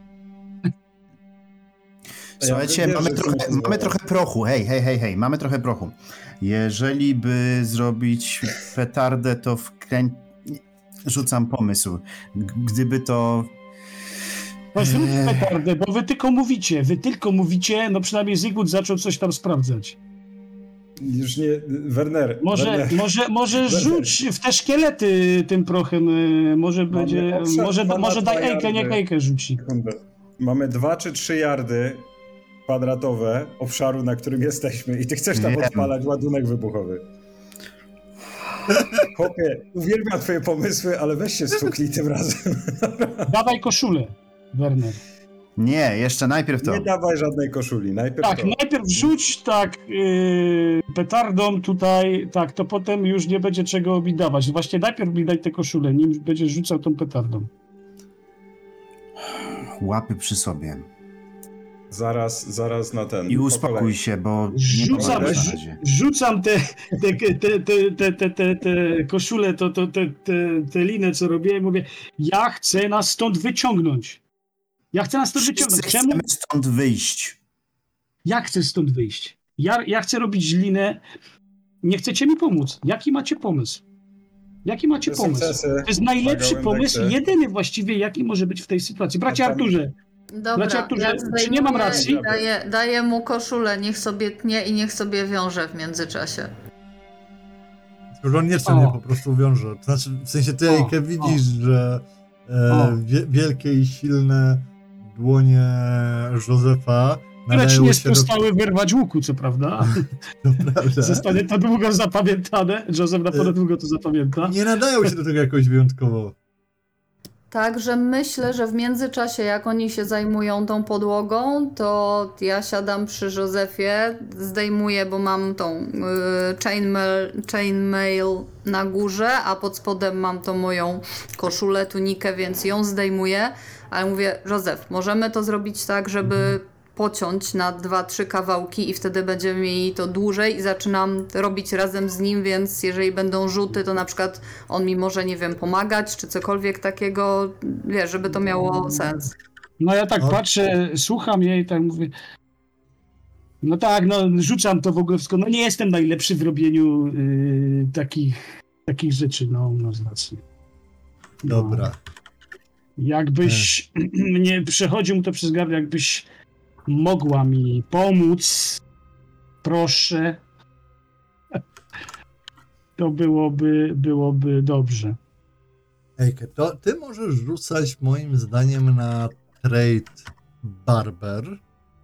Słuchajcie, Ja mamy, wiem, że trochę, coś mamy znowu. trochę prochu, hej, hej, hej, hej, mamy trochę prochu. Jeżeli by zrobić petardę, to wkrę... Rzucam pomysł. G- Gdyby to... No zrób Eee. petardę, bo wy tylko mówicie, wy tylko mówicie, no przynajmniej Zygmunt zaczął coś tam sprawdzać. Już nie, Werner, Może, Werner. może, może Werner. rzuć w te szkielety tym prochem, y, może Mamy będzie, obszar może, dwa na może dwa daj Ejkę, niech jardy. Ejkę rzuci. Sekundę. Mamy dwa czy trzy yardy kwadratowe obszaru, na którym jesteśmy i ty chcesz tam Wiem. odpalać ładunek wybuchowy. Chłopie, uwielbiam twoje pomysły, ale weź się stuknij tym razem. Dawaj koszulę, Werner. Nie, jeszcze najpierw to. Nie dawaj żadnej koszuli, najpierw Tak, to. najpierw rzuć tak yy, petardą tutaj, tak, to potem już nie będzie czego mi dawać. Właśnie najpierw mi daj tę koszulę, nim będziesz rzucał tą petardą. Łapy przy sobie. Zaraz, zaraz na ten. I po uspokój kolei. się, bo nie Rzucam, pomagasz na rzu- razie. rzucam te, te, te, te, te, te, te, te koszule, to, to, te, te, te liny, co robię, i mówię, ja chcę nas stąd wyciągnąć. Ja chcę nas stąd Wszyscy wyciągnąć. Czemu? chcemy stąd wyjść. Ja chcę stąd wyjść. Ja, ja chcę robić linę. Nie chcecie mi pomóc. Jaki macie pomysł? Jaki macie Trzy pomysł? sukcesy. To jest najlepszy Uwaga, pomysł, indeksy. jedyny właściwie, jaki może być w tej sytuacji. Bracie A tam- Arturze, Dobra, Bracie Arturze, ja czy nie mam zdejmuję racji? i daję, daję mu koszulę, niech sobie tnie i niech sobie wiąże w międzyczasie. Tylko, że on nie chce O. mnie po prostu wiąże. To znaczy, w sensie ty, O, Ejke, widzisz, że e, O. wie, wielkie i silne dłonie Józefa lecz nadają nie się do... stały wyrwać łuku, co prawda. To prawda. Zostanie to długo zapamiętane. Józef na pewno długo to zapamięta. Nie nadają się do tego jakoś wyjątkowo. Także myślę, że w międzyczasie, jak oni się zajmują tą podłogą, to ja siadam przy Józefie, zdejmuję, bo mam tą y, chainmail, chainmail na górze, a pod spodem mam tą moją koszulę, tunikę, więc ją zdejmuję. Ale mówię, Józef, możemy to zrobić tak, żeby pociąć na dwa, trzy kawałki i wtedy będziemy mieli to dłużej i zaczynam robić razem z nim, więc jeżeli będą rzuty, to na przykład on mi może, nie wiem, pomagać, czy cokolwiek takiego, wiesz, żeby to miało sens. No ja tak O. patrzę, słucham jej i tak mówię. No tak, no rzucam to w ogóle wszystko. No nie jestem najlepszy w robieniu y, takich, takich rzeczy, no masz rację. No. Dobra. Jakbyś nie przechodził mu to przez gardło, jakbyś mogła mi pomóc, proszę, to byłoby, byłoby dobrze. Ejke, to ty możesz rzucać moim zdaniem na trade barber.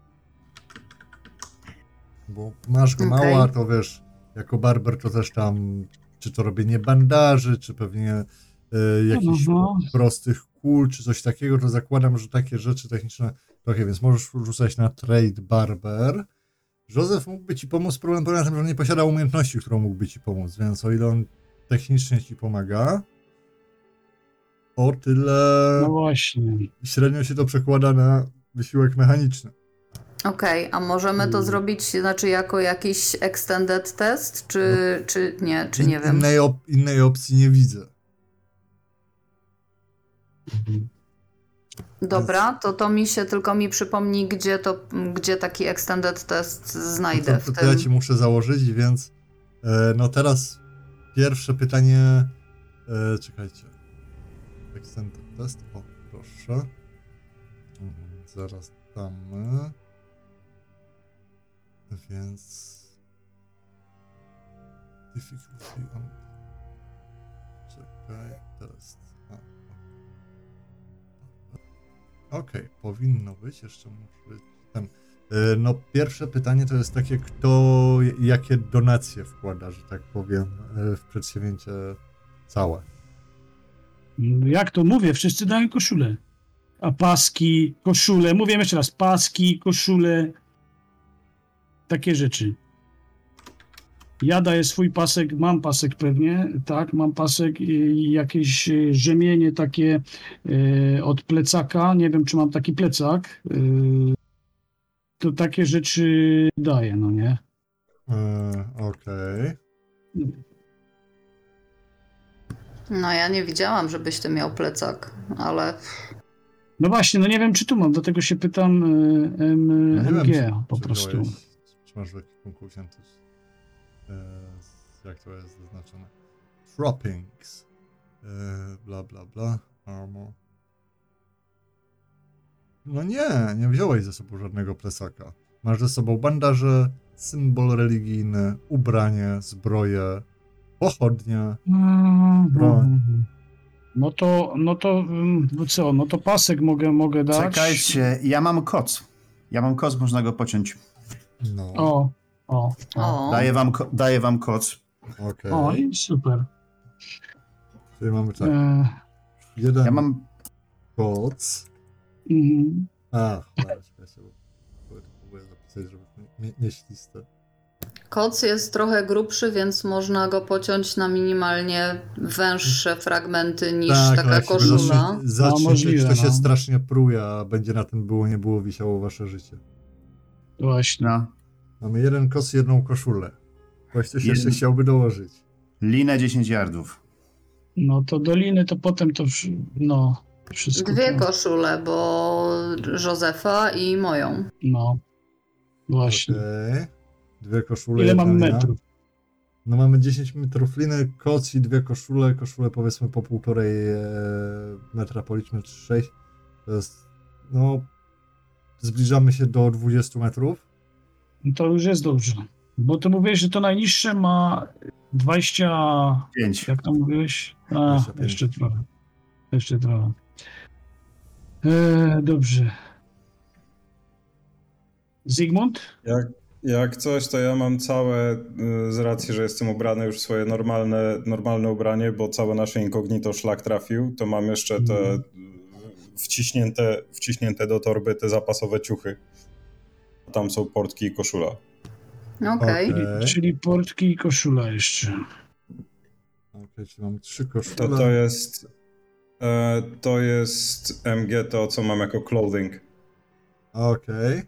Bo masz go Okej. mało, a to wiesz, jako barber to też tam, czy to robienie bandaży, czy pewnie e, jakichś No, prostych kul, czy coś takiego, to zakładam, że takie rzeczy techniczne trochę, więc możesz rzucać na trade barber. Józef mógłby ci pomóc, problem polega na tym, że on nie posiada umiejętności, którą mógłby ci pomóc, więc o ile on technicznie ci pomaga, o tyle no właśnie. średnio się to przekłada na wysiłek mechaniczny. Okej, a możemy to Hmm. zrobić, znaczy jako jakiś extended test, czy, czy nie, czy In- nie wiem. Innej, op- innej opcji nie widzę. Dobra, to to mi się, tylko mi przypomni, gdzie to, gdzie taki extended test znajdę No w to, to tym. ja ci muszę założyć, więc e, no teraz pierwsze pytanie. E, czekajcie. Extended test. O, proszę. Mhm, zaraz damy. Więc. Difficulty on. Czekaj, teraz. A, o. Okej, powinno być, jeszcze muszę. Ten. E, No, pierwsze pytanie to jest takie, kto jakie donacje wkłada, że tak powiem, e, w przedsięwzięcie całe. Jak to mówię, wszyscy dają koszulę. A paski, koszule, mówię jeszcze raz, paski, koszule, takie rzeczy. Ja daję swój pasek, mam pasek pewnie, tak, mam pasek i jakieś e, rzemienie takie e, od plecaka, nie wiem czy mam taki plecak, e, to takie rzeczy daję, no nie? E, Okej. No ja nie widziałam, żebyś ty miał plecak, ale No właśnie, no nie wiem czy tu mam, dlatego się pytam e, M, Ja nie wiem, M G czy, po czy prostu. działałeś, czy masz w ekwipunku wzięty, e, jak to jest zaznaczone? Droppings. E, bla, bla, bla. Armor. No nie, nie wziąłeś ze sobą żadnego plecaka. Masz ze sobą bandaże, symbol religijny, ubranie, zbroję, pochodnie. Broń. No to, no to, mm, no co, no to pasek mogę, mogę dać. Czekajcie, ja mam koc. Ja mam koc, można go pociąć. No, O, o, o. o, Daję wam, ko- daję wam koc. okej. O, i super. Czyli mamy tak, E, jeden Ja mam. koc. mhm. A, cholera, czekajcie, bo bo to próbuję zapisać, żeby nie, nie śliste. koc jest trochę grubszy, więc można go pociąć na minimalnie węższe fragmenty niż Tak, ale taka jak się koszula. zacznie, zacznie No, możliwe, to się no. strasznie pruje, a będzie na tym było, nie było wisiało wasze życie. Właśnie. No. Mamy jeden kos i jedną koszulę. Ktoś coś jeszcze Jeden- chciałby dołożyć. Linę dziesięć yardów. No to doliny to potem to, wsz- no, wszystko. Dwie to, koszule, bo Józefa i moją. No, właśnie. Okej. Dwie koszule, Ile jedna mam lina. metrów? No mamy dziesięć metrów liny, koc i dwie koszule. Koszule powiedzmy po półtorej e, metra, policzmy sześć. To jest, no, zbliżamy się do dwudziestu metrów. To już jest dobrze. Bo ty mówiłeś, że to najniższe ma dwadzieścia... Pięć. Jak to mówiłeś? A, dwadzieścia pięć. jeszcze trochę. Jeszcze trochę. E, dobrze. Zygmunt? Jak, jak coś, to ja mam całe, y, z racji, że jestem ubrany już w swoje normalne, normalne ubranie, bo całe nasze incognito szlak trafił, to mam jeszcze te Mhm. y, wciśnięte, wciśnięte do torby te zapasowe ciuchy. Tam są portki i koszula. Okej. Okej. Czyli portki i koszula jeszcze. Okej, czyli mamy trzy koszule. To, to jest e, to jest M G, to co mam jako clothing. Okej.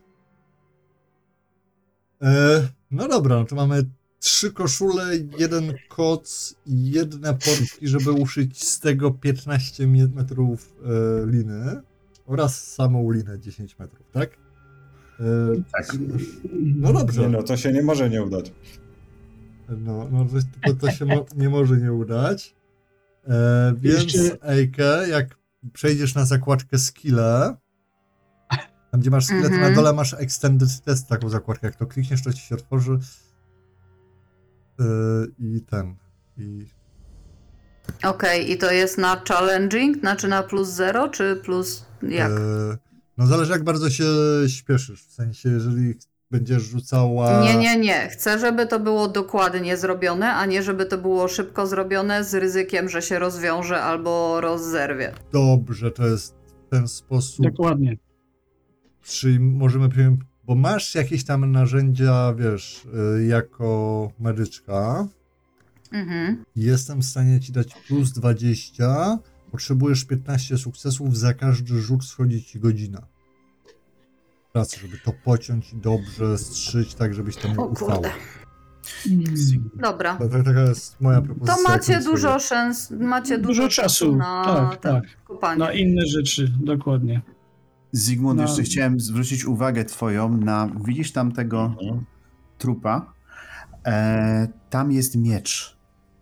E, No dobra, no to mamy trzy koszule, jeden koc i jedne portki, żeby uszyć z tego piętnaście metrów e, liny oraz samą linę dziesięć metrów, tak? E, Tak. No dobrze. Nie no, to się nie może nie udać. No, no to, to, to się mo- nie może nie udać. E, więc Jeszcze- Ejke, jak przejdziesz na zakładkę skille, tam gdzie masz skille, to na Mhm. dole masz extended test, taką zakładkę. Jak to klikniesz, to ci się otworzy. E, I ten. I Okej, i to jest na challenging, znaczy na plus zero, czy plus jak? e, no zależy jak bardzo się śpieszysz. W sensie, jeżeli będziesz rzucała... Nie, nie, nie. Chcę, żeby to było dokładnie zrobione, a nie żeby to było szybko zrobione z ryzykiem, że się rozwiąże albo rozzerwie. Dobrze, to jest w ten sposób. Dokładnie. Czyli możemy przyjąć, bo masz jakieś tam narzędzia, wiesz, y, jako medyczka. Mhm. Jestem w stanie ci dać plus dwadzieścia. Potrzebujesz piętnaście sukcesów, za każdy rzut schodzi ci godzina pracy, żeby to pociąć i dobrze strzyć, tak żebyś tam nie O ufała. kurde. Dobra. To, to, taka jest moja propozycja. To macie końcowa. dużo szans, macie dużo, Dużo czasu. na Tak, ten, tak. kopanie. Na inne rzeczy, dokładnie. Zygmunt, No. jeszcze chciałem zwrócić uwagę twoją na... Widzisz tam tego Mhm. trupa? E, tam jest miecz.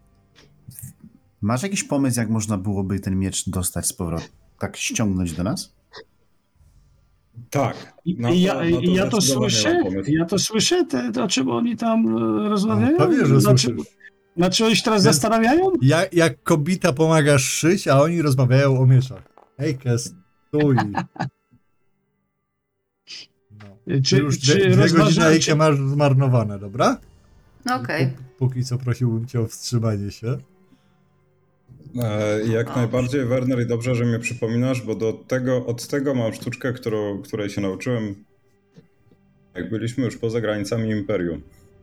Masz jakiś pomysł, jak można byłoby ten miecz dostać z powrotem? Tak ściągnąć do nas? Tak. I, No i to- ja, no to i ja to zdecydowanie słyszę, mam pomysł. ja to słyszę, te, o czym oni tam e, rozmawiają. No, pewnie, że znaczy, słyszysz. znaczy oni się teraz Więc- zastanawiają? Jak, jak kobieta pomagasz szyć, a oni rozmawiają o mieczach. Ejke, stój. No. Czy, Już czy dwie, dwie godziny rozważacie- Ejke masz zmarnowane, dobra? Okej. Pó- Póki co prosiłbym cię o wstrzymanie się. E, jak Dobrze. najbardziej, Werner, i dobrze, że mnie przypominasz, bo do tego, od tego mam sztuczkę, którą, której się nauczyłem, jak byliśmy już poza granicami Imperium.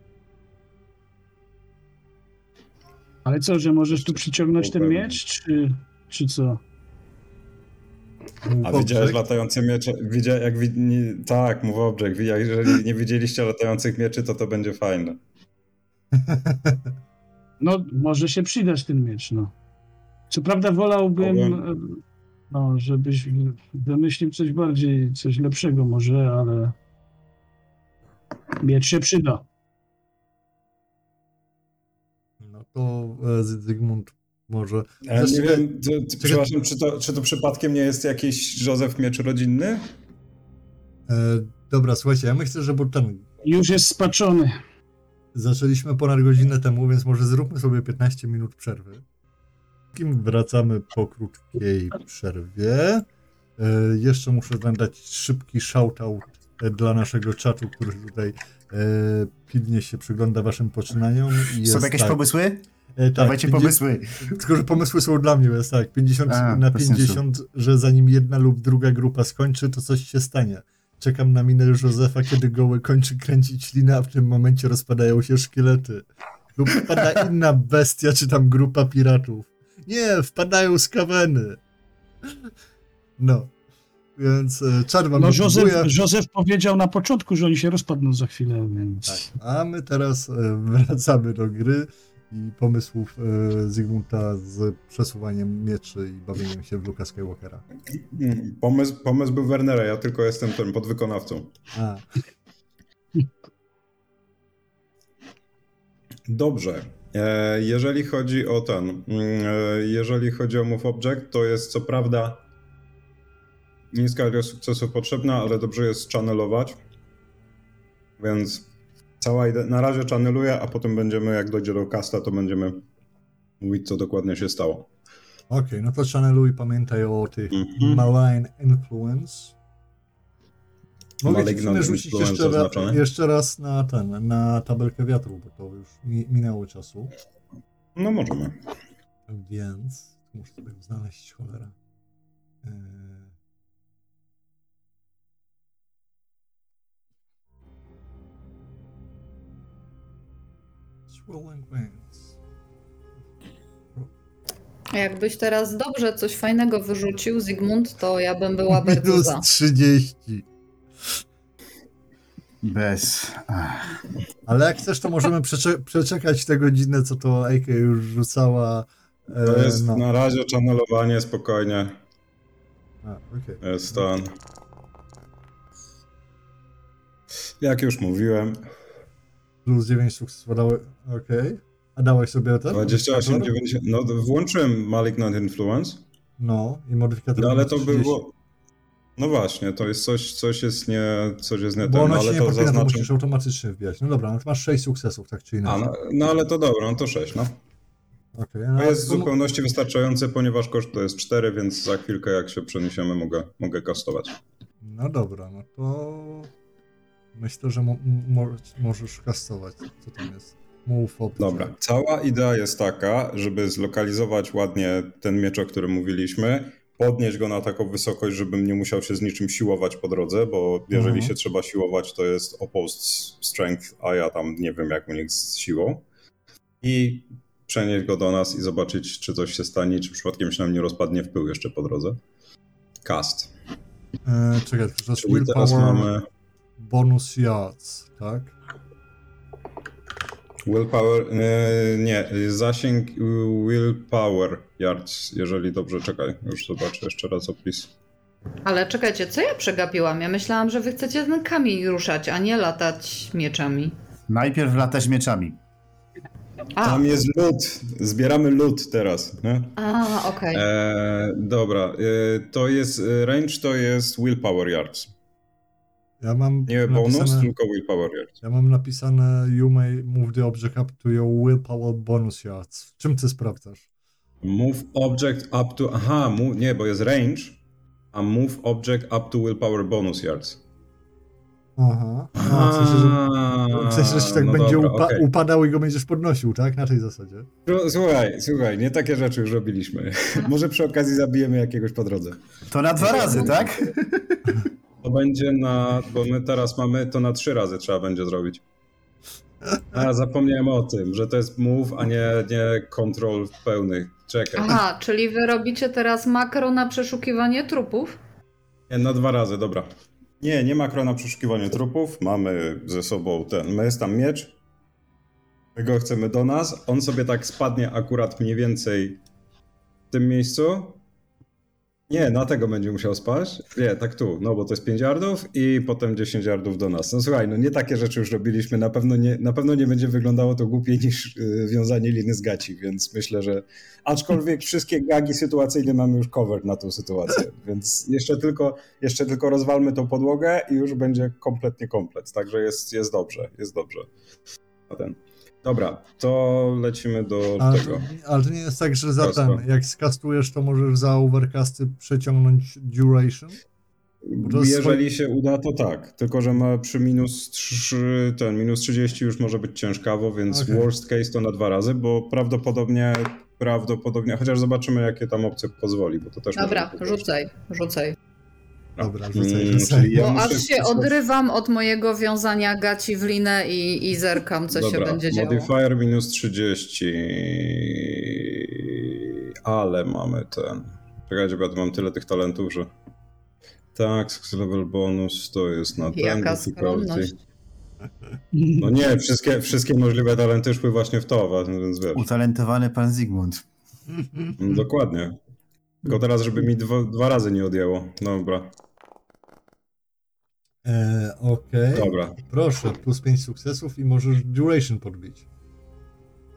Ale co, że możesz tu przyciągnąć ten Zupełnie. miecz, czy, czy co? A widziałeś latające miecze? Widzia, jak wi, nie, tak, mów object. Wi- Jeżeli nie widzieliście latających mieczy, to to będzie fajne. No, może się przydać ten miecz, no. Co prawda wolałbym, Powiem- e, no, żebyś wymyślił coś bardziej, coś lepszego może, ale miecz się przyda. No to e, Zygmunt może... Ja nie Zresztą- wiem, to, to, przepraszam, czy to, czy to przypadkiem nie jest jakiś Józef miecz rodzinny? E, dobra, słuchajcie, ja myślę, że bo ten... Już jest spaczony. Zaczęliśmy ponad godzinę temu, więc może zróbmy sobie piętnaście minut przerwy. Kim wracamy po krótkiej przerwie. E, jeszcze muszę wam dać szybki shoutout e, dla naszego czatu, który tutaj e, pilnie się przygląda waszym poczynaniom. I jest Są jakieś tak, pomysły? e, tak, Dawajcie pięćdziesiąt pomysły. Tylko, że pomysły są dla mnie, jest tak, pięćdziesiąt A, na bez pięćdziesiąt, że zanim jedna lub druga grupa skończy, to coś się stanie. Czekam na minę Józefa, kiedy goły kończy kręcić ślinę, a w tym momencie rozpadają się szkielety. Lub wpada inna bestia, czy tam grupa piratów. Nie, wpadają skaweny. No. Więc e, czar wam No, motywuje. Józef, Józef powiedział na początku, że oni się rozpadną za chwilę, więc... Tak. A my teraz e, wracamy do gry i pomysłów e, Zygmunta z przesuwaniem mieczy i bawieniem się w Luka Skywalkera. Mm, Pomysł, pomysł był Wernera, ja tylko jestem tym podwykonawcą. A, Dobrze. E, jeżeli chodzi o ten, mm, e, jeżeli chodzi o Move Object, to jest co prawda niska ilość sukcesów potrzebna, ale dobrze jest channelować. Więc cała idea, na razie channeluję, a potem będziemy, jak dojdzie do casta, to będziemy mówić, co dokładnie się stało. Okej, okay, no to channeluj, pamiętaj o tych Mhm. Malign Influence. Mogę ci Malignant rzucić influence jeszcze, ra, oznaczone? jeszcze raz na ten, na tabelkę wiatru, bo to już mi, minęło czasu. No możemy. Więc muszę sobie znaleźć, cholera. Eee... Swirling Winds. Jakbyś teraz dobrze coś fajnego wyrzucił, Zygmunt, to ja bym była bardzo Minus za. trzydzieści. Bez. Ach. Ale jak chcesz, to możemy przecze przeczekać tę godzinę, co to Ejke już rzucała. E, To jest no. na razie channelowanie, spokojnie. A, okay. Jest ten. Jak już mówiłem, Plus dziewięć sukcesów dały. Okej. Okay. A dałeś sobie ten? dwadzieścia osiem modyfikator? dziewięćdziesiąt. No włączyłem Malignant Influence, No i modyfikator. no ale minus to trzydzieści. było. No właśnie, to jest coś, coś jest nie, coś jest nie Bo ten, ono no, ci ale nie to podpina, to zaznaczę. musisz automatycznie wbijać. No dobra, no to masz sześć sukcesów, tak czy A, inaczej. no, no ale to dobra, no to sześć, no. Okay, To no jest w to- zupełności wystarczające, ponieważ koszt to jest cztery, więc za chwilkę jak się przeniesiemy mogę, mogę kastować. No dobra, no to myślę, że mo mo możesz kastować. Co tam jest? Move object. Dobra, cała idea jest taka, żeby zlokalizować ładnie ten miecz, o którym mówiliśmy, podnieść go na taką wysokość, żebym nie musiał się z niczym siłować po drodze, bo jeżeli Mhm. się trzeba siłować, to jest opposed strength, a ja tam nie wiem jak u nich z siłą. I przenieść go do nas i zobaczyć, czy coś się stanie, czy przypadkiem się nam nie rozpadnie w pył jeszcze po drodze. Cast. E, czekaj, to jest Czyli teraz willpower mamy bonus yards, tak? willpower, e, nie, zasięg y, willpower yards, jeżeli dobrze, czekaj, już zobaczę jeszcze raz opis. Ale czekajcie, co ja przegapiłam? Ja myślałam, że wy chcecie ten kamień ruszać, a nie latać mieczami. Najpierw latać mieczami. A, Tam jest lód, zbieramy lód teraz. Nie? a okej. E, dobra, e, to jest, e, range to jest willpower yards. Ja mam Nie bonus, napisane, tylko willpower yards. ja mam napisane you may move the object up to your willpower bonus yards. Czym ty sprawdzasz? Move object up to, aha, move, nie, bo jest range, a move object up to willpower bonus yards. Aha. A, w sensie, że, w sensie, że ci tak no będzie dobra, upa okej. upadał i go będziesz podnosił, tak? Na tej zasadzie. Słuchaj, słuchaj, nie takie rzeczy już robiliśmy. Może przy okazji zabijemy jakiegoś po drodze. To na dwa razy, tak? To będzie na, bo my teraz mamy, to na trzy razy trzeba będzie zrobić. A zapomniałem o tym, że to jest move, a nie, nie control pełny. Czekaj. Aha, czyli wy robicie teraz makro na przeszukiwanie trupów? Nie, na dwa razy, dobra. Nie, nie makro na przeszukiwanie trupów. Mamy ze sobą ten, jest tam miecz. My go chcemy do nas. On sobie tak spadnie akurat mniej więcej w tym miejscu. Nie, na tego będzie musiał spaść. Nie, tak tu, no bo to jest pięć yardów i potem dziesięć yardów do nas. No słuchaj, no nie takie rzeczy już robiliśmy. Na pewno nie, na pewno nie będzie wyglądało to głupiej niż yy, wiązanie liny z gaci, więc myślę, że aczkolwiek wszystkie gagi sytuacyjne mamy już cover na tą sytuację, więc jeszcze tylko, jeszcze tylko rozwalmy tą podłogę i już będzie kompletnie komplet. Także jest, jest dobrze, jest dobrze. A ten. Dobra, to lecimy do Ale, tego. ale to nie jest tak, że za Kasta. ten, jak skastujesz, to możesz za overcasty przeciągnąć duration? Bo to jest Jeżeli się uda, to tak. Tylko, że ma przy minus trzy, ten minus trzydzieści już może być ciężkawo, więc Okej. worst case to na dwa razy, bo prawdopodobnie, prawdopodobnie, chociaż zobaczymy, jakie tam opcje pozwoli, bo to też Dobra, może być. rzucaj, rzucaj. Dobra, rzucaj, Mm, rzucaj. czyli ja Bo muszę aż się wpisać- odrywam od mojego wiązania gaci w linę i, i zerkam, co Dobra, się będzie działo. modifier minus trzydzieści, ale mamy ten... Czekajcie, bo ja tu mam tyle tych talentów, że... Tak, success level bonus to jest na ten Jaka difficulty. skromność. No nie, wszystkie, wszystkie możliwe talenty szły właśnie w to, więc wiesz. Utalentowany pan Zygmunt. No, dokładnie. Tylko teraz, żeby mi dwa, dwa razy nie odjęło. Dobra, E, Okej. dobra. Proszę, plus pięć sukcesów i możesz duration podbić.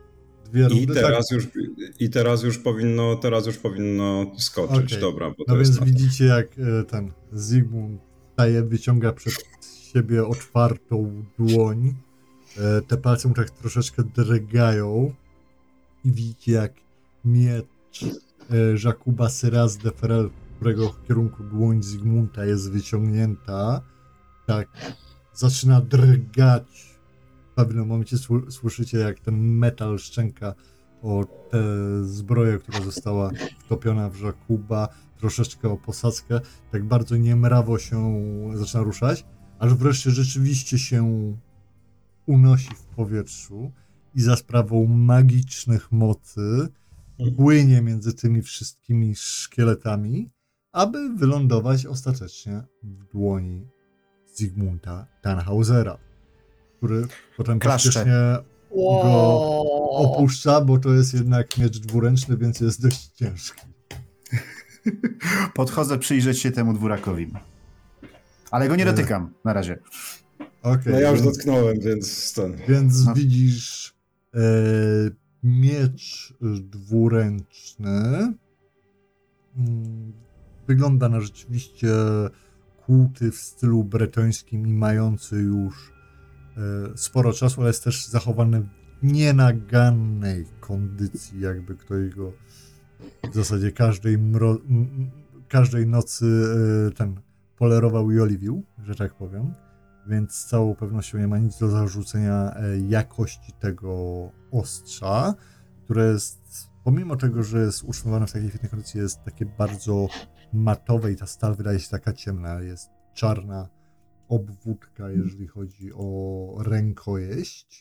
dwie rundy. I tak? teraz, już, I teraz już powinno teraz już powinno skoczyć, Okej. dobra, bo to No jest więc na... widzicie, jak e, ten Zygmunt daje, wyciąga przed siebie otwartą dłoń. E, Te palce mu tak troszeczkę drgają i widzicie, jak miecz e, Jakuba Syraz de Ferel, którego w kierunku dłoń Zygmunta jest wyciągnięta, tak zaczyna drgać. W pewnym momencie sły- słyszycie, jak ten metal szczęka o tę zbroję, która została wtopiona w Jakuba, troszeczkę o posadzkę, tak bardzo niemrawo się zaczyna ruszać, aż wreszcie rzeczywiście się unosi w powietrzu i za sprawą magicznych mocy płynie między tymi wszystkimi szkieletami, aby wylądować ostatecznie w dłoni Zygmunta Tannhausera, który potem Klaszcze. praktycznie go opuszcza, bo to jest jednak miecz dwuręczny, więc jest dość ciężki. Podchodzę przyjrzeć się temu dwurakowi. Ale go nie Nie. dotykam na razie. Okej, No ja już więc, dotknąłem, więc ten... więc No. widzisz e, miecz dwuręczny. Mm, Wygląda na rzeczywiście kłuty w stylu bretońskim i mający już e, sporo czasu, ale jest też zachowany w nienagannej kondycji, jakby ktoś go w zasadzie każdej, mro, m, m, każdej nocy e, ten polerował i oliwił, że tak powiem. Więc z całą pewnością nie ma nic do zarzucenia e, jakości tego ostrza, które jest, pomimo tego, że jest utrzymywane w takiej świetnej kondycji, jest takie bardzo matowe i ta stal wydaje się taka ciemna. Jest czarna obwódka, jeżeli chodzi o rękojeść.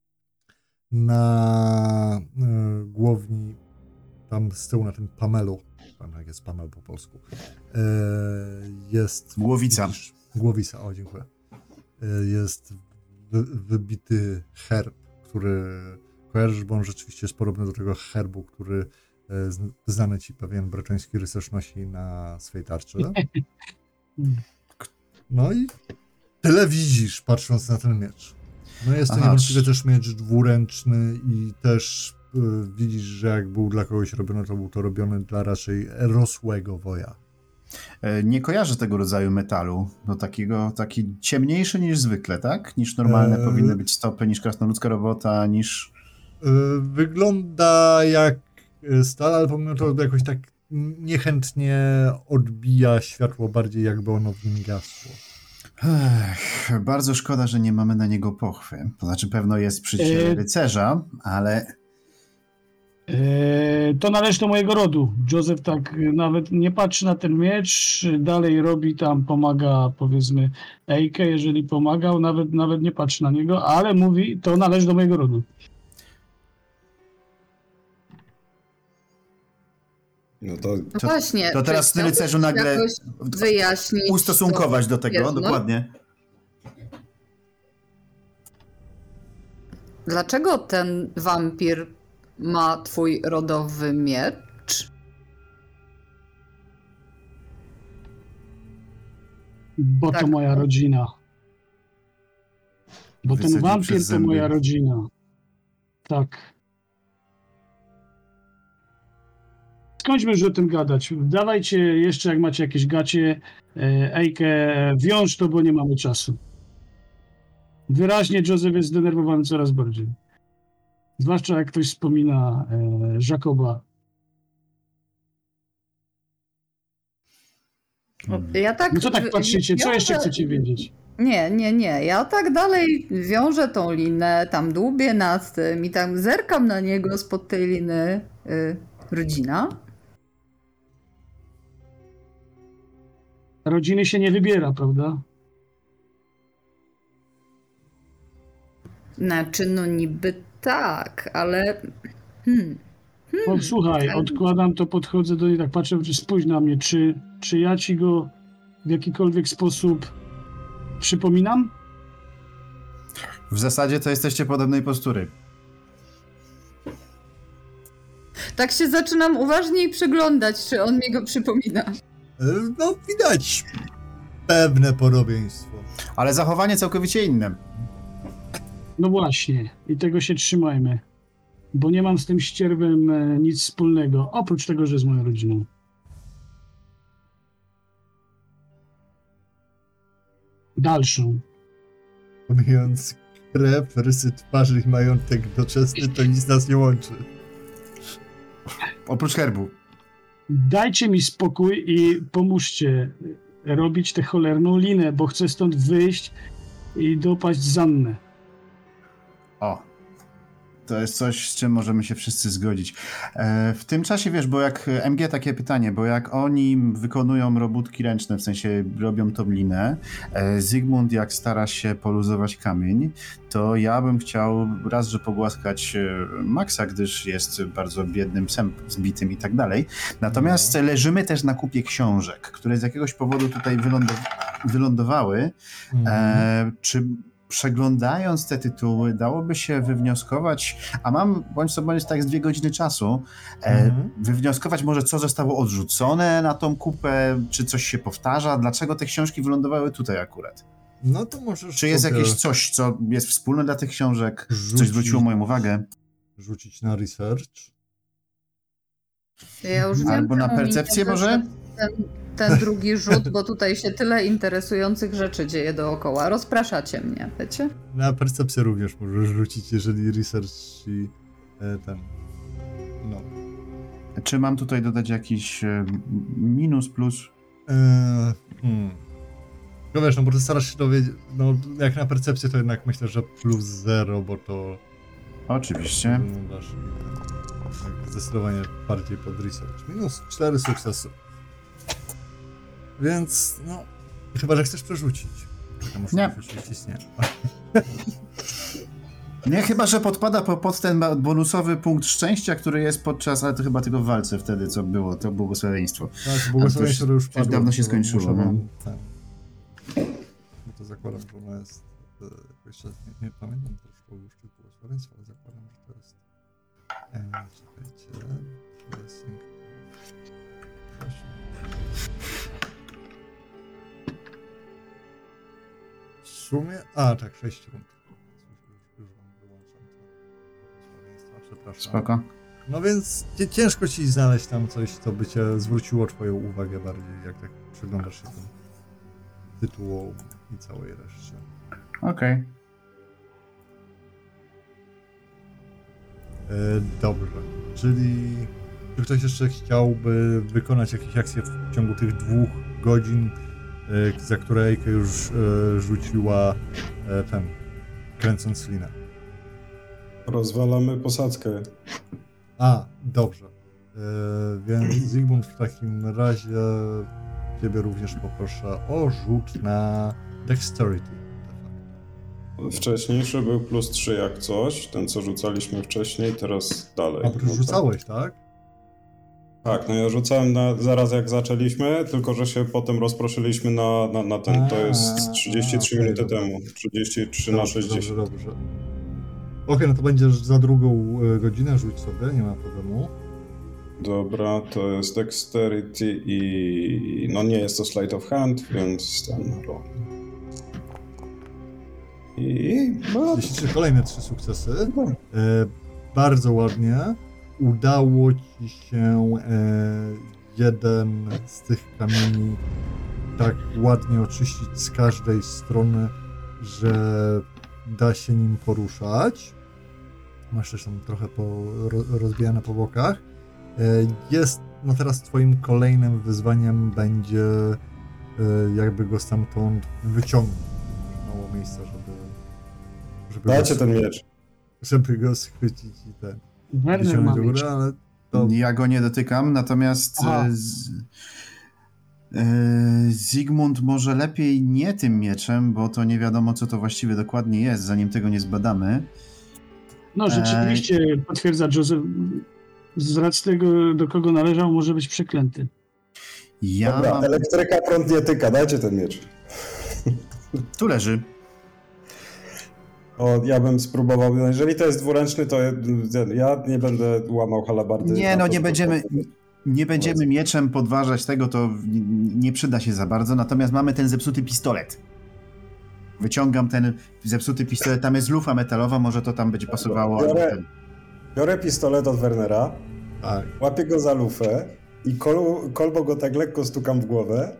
Na e, głowni, tam z tyłu na tym pamelu, tam jak jest pamel po polsku, e, jest... Głowica. Widzisz, głowica, o dziękuję. E, jest wy, wybity herb, który kojarzysz, bo on rzeczywiście jest podobny do tego herbu, który e, z- znany ci pewien bretoński rycerz nosi na swej tarczy. No i tyle widzisz, patrząc na ten miecz. No jest to Aha, niewątpliwie czy- też miecz dwuręczny i też y, widzisz, że jak był dla kogoś robiony, to był to robiony dla raczej rosłego woja. E, Nie kojarzę tego rodzaju metalu. No takiego, taki ciemniejszy niż zwykle, tak? Niż normalne Eee. powinny być stopy, niż krasnoludzka robota, niż... Y, wygląda jak y, stal, ale pomimo to jakoś tak niechętnie odbija światło, bardziej jakby ono w nim gasło. Ech, bardzo szkoda, że nie mamy na niego pochwy. To znaczy pewno jest przy ciele Eee. rycerza, ale E, to należy do mojego rodu. Józef tak nawet nie patrzy na ten miecz, dalej robi tam, pomaga powiedzmy Ejkę, jeżeli pomagał, nawet, nawet nie patrzy na niego, ale mówi, to należy do mojego rodu. No to No To- właśnie. to czy teraz ty, chciałbyś rycerzu, nagle jakoś wyjaśnić ustosunkować do tą tego, jedność? dokładnie. Dlaczego ten wampir ma twój rodowy miecz? Bo Tak. to moja rodzina. Bo ten Wysadził wampir przez to zęby. moja rodzina. Tak. Skończmy już o tym gadać. Dawajcie jeszcze, jak macie jakieś gacie, e, Ejkę, wiąż to, bo nie mamy czasu. Wyraźnie Józef jest zdenerwowany coraz bardziej. Zwłaszcza jak ktoś wspomina e, Jakoba. Ja tak. No co tak patrzycie? Co jeszcze wiążę- chcecie wiedzieć? Nie, nie, nie. Ja tak dalej wiążę tą linę, tam dłubię nad tym i tam zerkam na niego spod tej liny. Y, rodzina? Rodziny się nie wybiera, prawda? Znaczy, no niby tak, ale. Hmm. O, słuchaj, odkładam to, podchodzę do niej, tak patrzę, czy spójrz na mnie, czy, czy ja ci go w jakikolwiek sposób przypominam? W zasadzie to jesteście podobnej postury. Tak się zaczynam uważniej przyglądać, czy on mi go przypomina. E, No widać pewne podobieństwo. Ale zachowanie całkowicie inne. No właśnie, i tego się trzymajmy. bo nie mam z tym ścierwem e, nic wspólnego, oprócz tego, że z moją rodziną. Dalszą. Pomijając krew, rysy twarzy i majątek doczesny, to nic nas nie łączy. Oprócz herbu. Dajcie mi spokój i pomóżcie robić tę cholerną linę, bo chcę stąd wyjść i dopaść Zannę. O. To jest coś, z czym możemy się wszyscy zgodzić. E, w tym czasie, wiesz, bo jak M G takie pytanie, bo jak oni wykonują robótki ręczne, w sensie robią tą linę, e, Zygmunt jak stara się poluzować kamień, to ja bym chciał raz, że pogłaskać e, Maxa, gdyż jest bardzo biednym psem zbitym i tak dalej. Natomiast no. leżymy też na kupie książek, które z jakiegoś powodu tutaj wylądow- wylądowały. Mhm. E, czy przeglądając te tytuły, dałoby się wywnioskować, a mam, bądź co bądź tak z dwie godziny czasu, e, mm-hmm. wywnioskować może, co zostało odrzucone na tą kupę, czy coś się powtarza, dlaczego te książki wylądowały tutaj akurat. No to możesz Czy jest sobie jakieś coś, co jest wspólne dla tych książek, rzucić, coś zwróciło moją uwagę? Rzucić na research. Ja już Albo wiem, na czemu mi percepcję nie może? Ten, ten drugi rzut, bo tutaj się tyle interesujących rzeczy dzieje dookoła. Rozpraszacie mnie, wiecie? Na percepcję również możesz rzucić, jeżeli research i e, ten... No. Czy mam tutaj dodać jakiś e, minus, plus? E, hmm. No wiesz, no bo ty starasz się dowiedzieć, no jak na percepcję to jednak myślę, że plus zero, bo to... Oczywiście. No, dasz, tak, zdecydowanie bardziej pod research. Minus cztery sukcesy. Więc, no, chyba, że chcesz przerzucić. Taka możliwość istnieje. Nie, chyba, że podpada po, pod ten bonusowy punkt szczęścia, który jest podczas, ale to chyba tylko w walce wtedy, co było, to błogosławieństwo. Tak, błogosławieństwo to już padło. Dawno się skończyło. No. Ten, bo to zakładam, że ono jest, e, jeszcze nie, nie pamiętam, to już było już czy błogosławieństwo, ale zakładam, że to jest... E, czekajcie... Blessing. W sumie... A, tak, sześć rund. Już, już wam wyłączam to. Przepraszam. Spoko. No więc ciężko ci znaleźć tam coś, co by cię zwróciło twoją uwagę bardziej, jak tak przyglądasz się tym tytułom i całej reszcie. Okej. Okay. E, dobrze. Czyli czy ktoś jeszcze chciałby wykonać jakieś akcje w ciągu tych dwóch godzin, e, za które Ejka już e, rzuciła e, ten, kręcąc linę? Rozwalamy posadzkę. A, dobrze. E, więc Zygmunt, w takim razie ciebie również poproszę o rzut na Dexterity. Wcześniejszy był plus trzy jak coś, ten co rzucaliśmy wcześniej, teraz dalej. A, no rzucałeś, tak? Tak, no ja rzucałem na, zaraz jak zaczęliśmy, tylko że się potem rozproszyliśmy na, na, na ten, to jest trzydzieści trzy a, minuty okay, temu, trzydzieści trzy dobrze, na sześćdziesiąt. Dobrze, dobrze. Okej, okay, no to będziesz za drugą godzinę, rzuć sobie, nie ma problemu. Dobra, to jest Dexterity i no nie jest to Sleight of Hand, więc ten roll. I... Jeśli kolejne trzy sukcesy. E, bardzo ładnie. Udało ci się e, jeden z tych kamieni tak ładnie oczyścić z każdej strony, że da się nim poruszać. Masz też tam trochę po, ro, rozbijane po bokach. E, jest, no teraz twoim kolejnym wyzwaniem będzie e, jakby go stamtąd wyciągnąć. Mało miejsca, żeby Żeby Dajcie go, ten miecz. Żeby go schwycić i ten. Werner ma miecz. Ale to... Ja go nie dotykam, natomiast z, e, Zygmunt może lepiej nie tym mieczem, bo to nie wiadomo, co to właściwie dokładnie jest, zanim tego nie zbadamy. No rzeczywiście, e... potwierdza Joseph, z racji tego, do kogo należał, może być przeklęty. Ja Dobra, mam... elektryka prąd nie tyka, dajcie ten miecz. Tu leży. O, ja bym spróbował, no jeżeli to jest dwuręczny, to ja nie będę łamał halabardy. Nie, no to, nie będziemy, nie będziemy mieczem podważać tego, to nie przyda się za bardzo, natomiast mamy ten zepsuty pistolet. Wyciągam ten zepsuty pistolet, tam jest lufa metalowa, może to tam będzie pasowało. Biorę, ten... Biorę pistolet od Wernera, Tak. łapię go za lufę i kol, kolbo go tak lekko stukam w głowę.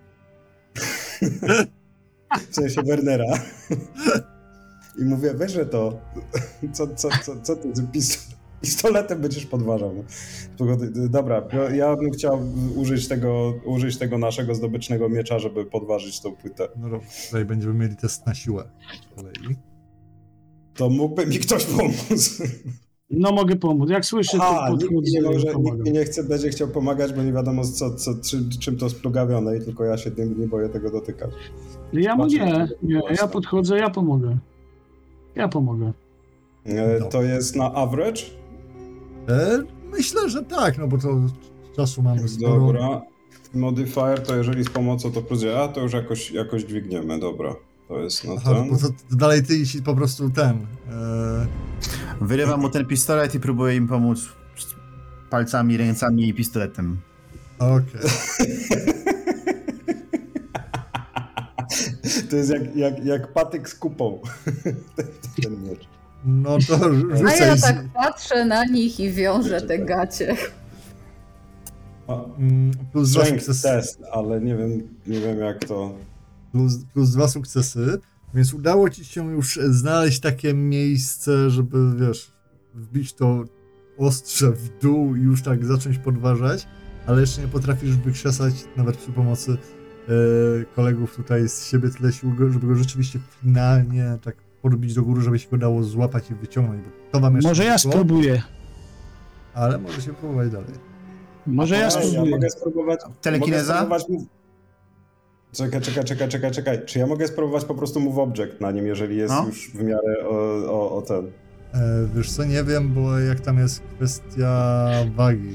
W sensie Wernera. I mówię, weźże to. Co, co, co, co ty z pist- pistoletem będziesz podważał? Dobra, ja bym chciał użyć tego, użyć tego naszego zdobycznego miecza, żeby podważyć tą płytę. No dobrze, tutaj będziemy mieli test na siłę z kolei. To mógłby mi ktoś pomóc. No mogę pomóc. Jak słyszę, to A, nikt podchodzę mi nie, może, i pomagam. nikt mi nie chce, będzie chciał pomagać, bo nie wiadomo co, co, czym, czym to splugawione i tylko ja się tym nie boję tego dotykać. Ja mu Zobaczymy, nie, co nie, będzie ja podchodzę, ja pomogę. Ja pomogę. E, Dobra. to jest na average? E, myślę, że tak, no bo to czasu mamy sporo. Dobra. Modifier to jeżeli z pomocą to plus ja, to już jakoś, jakoś dźwigniemy, dobra. To jest na Aha, ten. bo to, to dalej ty jeśli po prostu ten... E, Wyrywam mu ten pistolet i próbuję im pomóc palcami, rękami i pistoletem. Okej. To jest jak, jak, jak patyk z kupą. Ten miecz. No to A rzucaj ja z... tak patrzę na nich i wiążę te gacie. A, mm, plus dwa strength sukcesy. test, ale nie wiem, nie wiem jak to... Plus, plus dwa sukcesy, więc udało ci się już znaleźć takie miejsce, żeby, wiesz, wbić to ostrze w dół i już tak zacząć podważać, ale jeszcze nie potrafisz wykrzesać nawet przy pomocy e, kolegów tutaj z siebie tyle sił, go- żeby go rzeczywiście finalnie tak podbić do góry, żeby się go dało złapać i wyciągnąć, bo to wam jeszcze Może ja wyszło, spróbuję. ale może się próbować dalej. Może ja Ej, ja spróbuję. mogę spróbować... Telekineza? Mogę spróbować move... Czekaj, czekaj, czekaj, czekaj, czekaj. Czy ja mogę spróbować po prostu move object na nim, jeżeli jest No. już w miarę o, o, o ten... E, wiesz co, nie wiem, bo jak tam jest kwestia wagi.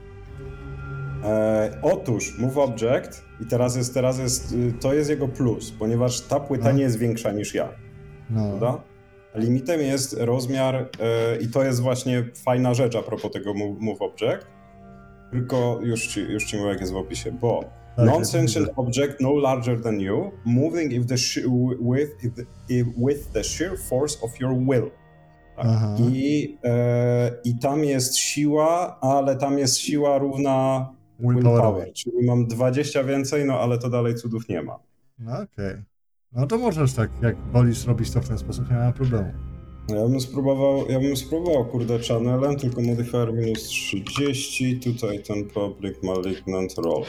E, otóż move object i teraz jest, teraz jest, y, to jest jego plus, ponieważ ta płyta No. nie jest większa niż ja, No. prawda? Limitem jest rozmiar e, i to jest właśnie fajna rzecz a propos tego move, move object, tylko już ci, już ci mówię jak jest w opisie, bo Tak, non-sentient widzę. object no larger than you, moving if the shi- with, if the, if, with the sheer force of your will. Tak. Aha. I, e, I tam jest siła, ale tam jest siła równa Willpowerowi. willpower, czyli mam dwadzieścia więcej, no ale to dalej cudów nie ma. No okej. No to możesz tak, jak wolisz robić to w ten sposób, nie ma problemu. Ja bym spróbował, ja bym spróbował, kurde, channelem, tylko modifier minus trzydzieści, tutaj ten public malignant roll.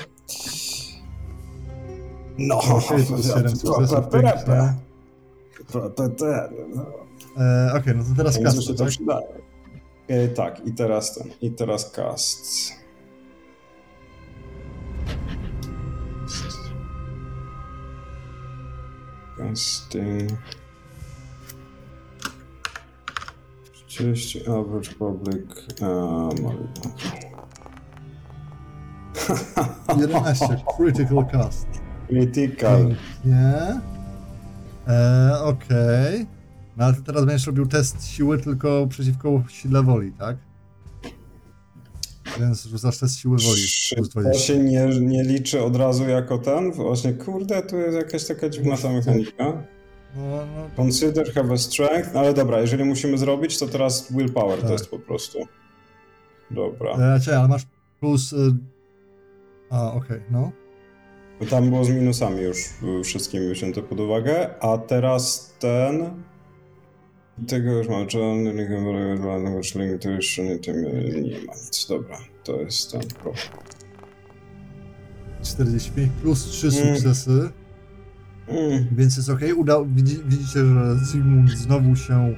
No, Okej, to jest siedem sukcesów, pięknie. E, okej, no to teraz Więc mi kasta, się to tak? przydaje. E, tak, i teraz ten, i teraz cast. Casting. trzydzieści, average public, uh, malignant. jedenaście, critical cast. Critical. Pięknie. E, okej. No ale ty teraz będziesz robił test siły tylko przeciwko sile woli, tak? Więc rzucasz test siły woli. Czy Plus to dwadzieścia. się nie, nie liczy od razu jako ten? Właśnie, kurde, tu jest jakaś taka dziwna ta mechanika. No, no, Consider have a strength, ale dobra, jeżeli musimy zrobić, to teraz willpower Tak. test po prostu. Dobra. e, czekaj, ale masz plus... Y... A, okej, no. Bo tam było z minusami już y, wszystkimi wzięte pod uwagę, a teraz ten... Tego już mam, John, limitation, nie ma nic, dobra, to jest ten pro. czterdzieści pięć plus trzy Mm. sukcesy. Mm. Więc jest ok. Uda, widzi, widzicie, że Zygmunt znowu się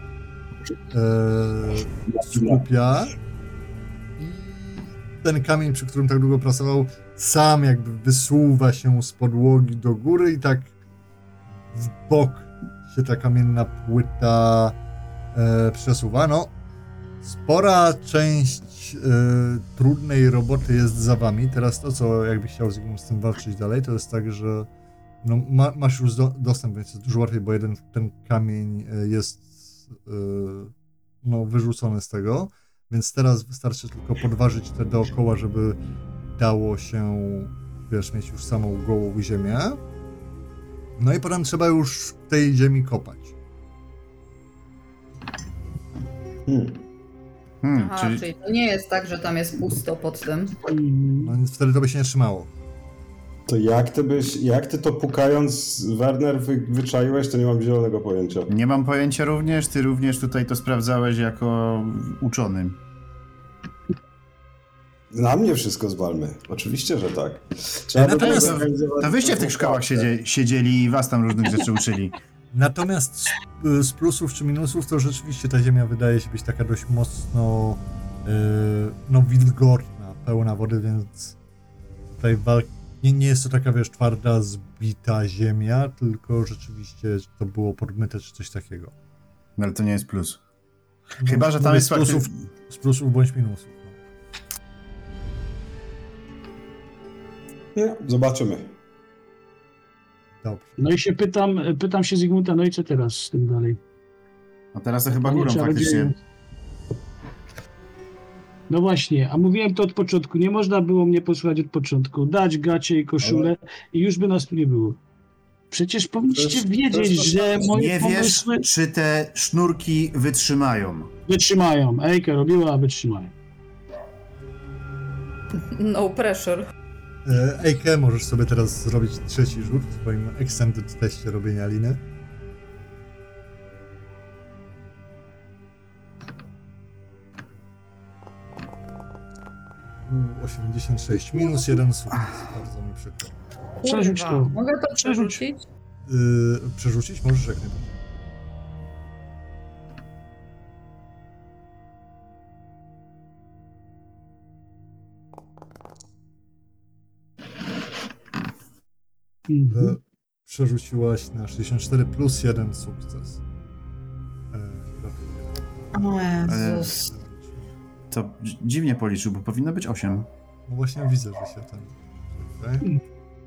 e, skupia. I ten kamień, przy którym tak długo pracował, sam jakby wysuwa się z podłogi do góry i tak w bok się ta kamienna płyta e, przesuwa. No, spora część e, trudnej roboty jest za wami. Teraz to, co jakby chciał Zygmunt z tym walczyć dalej, to jest tak, że no, ma, masz już do, dostęp, więc jest dużo łatwiej, bo jeden ten kamień e, jest e, no, wyrzucony z tego, więc teraz wystarczy tylko podważyć te dookoła, żeby dało się, wiesz, mieć już samą gołą ziemię. No i potem trzeba już w tej ziemi kopać. Hmm. Hmm, Aha, czyli, czyli to nie jest tak, że tam jest pusto pod tym. Mm, No, więc wtedy to by się nie trzymało. To jak ty byś, jak ty to pukając, Werner, wy, wyczaiłeś, to nie mam zielonego pojęcia. nie mam pojęcia również, ty również tutaj to sprawdzałeś jako uczony. Na mnie wszystko zwalmy. Oczywiście, że tak. Trzeba by Natomiast- było zorganizować To wyście w tych taką szkołach pracę. siedzie, siedzieli i was tam różnych rzeczy uczyli. Natomiast z, z plusów czy minusów to rzeczywiście ta ziemia wydaje się być taka dość mocno yy, no wilgotna, pełna wody, więc tutaj walk... nie, nie jest to taka, wiesz, twarda, zbita ziemia, tylko rzeczywiście to było podmyte czy coś takiego. No ale to nie jest plus. No, Chyba, że tam mówię, jest z plusów, fakty... z plusów bądź minusów. No. Nie, zobaczymy. Dobrze. No i się pytam, pytam się Zygmunta, no i co teraz z tym dalej? A teraz to chyba Panie górą czarodzieju. faktycznie. No właśnie, a mówiłem to od początku, nie można było mnie posłuchać od początku, dać gacie i koszulę i już by nas tu nie było. Przecież powinniście To jest- to wiedzieć, jest że totalnie- moje Nie wiesz, pomysły czy te sznurki wytrzymają. wytrzymają. Ejkę robiła, a wytrzymają. No pressure. E, Ejke, możesz sobie teraz zrobić trzeci rzut w swoim extended teście robienia liny. U, osiemdziesiąt sześć, minus jeden sukces, bardzo mi przykro. Przerzuć Kurwa, to. mogę to Przerzuć. przerzucić? Yy, przerzucić? Możesz jak najbardziej. Mhm. E, przerzuciłaś na sześćdziesiąt cztery plus jeden sukces. E, gratuluję. O Jezus. To dzi- dziwnie policzył, bo powinno być osiem. No właśnie widzę, że się ten... Czekaj.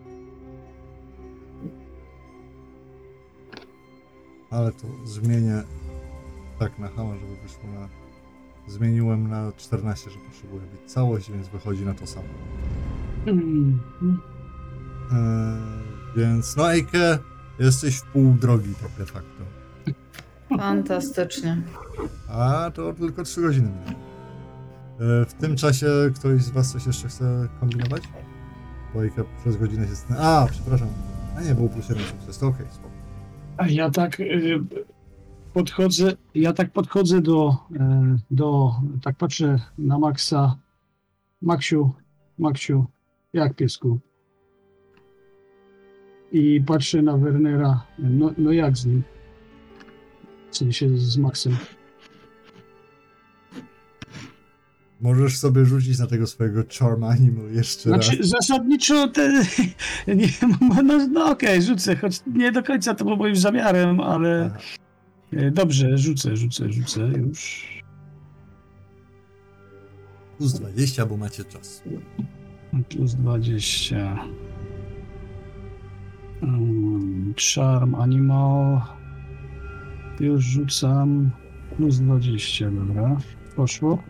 Ale to zmienię tak na hama, żeby wyszło na... Zmieniłem na czternaście, że potrzebuję być całość, więc wychodzi na to samo. Mhm. Eee, więc no Ejke, jesteś w pół drogi tak de facto. Fantastycznie. A to tylko trzy godziny minęły. Eee, w tym czasie ktoś z was coś jeszcze chce kombinować? Bo Ejke przez godzinę się... zna- A, przepraszam. A nie, był plus jeden sukces, to okej, spoko. A ja tak y, podchodzę, ja tak podchodzę do, e, do, tak patrzę na Maxa. Maksiu, Maksiu, jak piesku? I patrzę na Wernera, no, no jak z nim? W sensie z Maxem. Możesz sobie rzucić na tego swojego Charm Animal jeszcze Znaczy raz. zasadniczo te, nie, no, no okej, rzucę, choć nie do końca to było moim zamiarem, ale Aha. e, dobrze, rzucę, rzucę, rzucę już. Plus dwadzieścia, bo macie czas. Plus dwadzieścia. Um, Charm Animal. Już rzucam. Plus dwadzieścia, dobra. Poszło.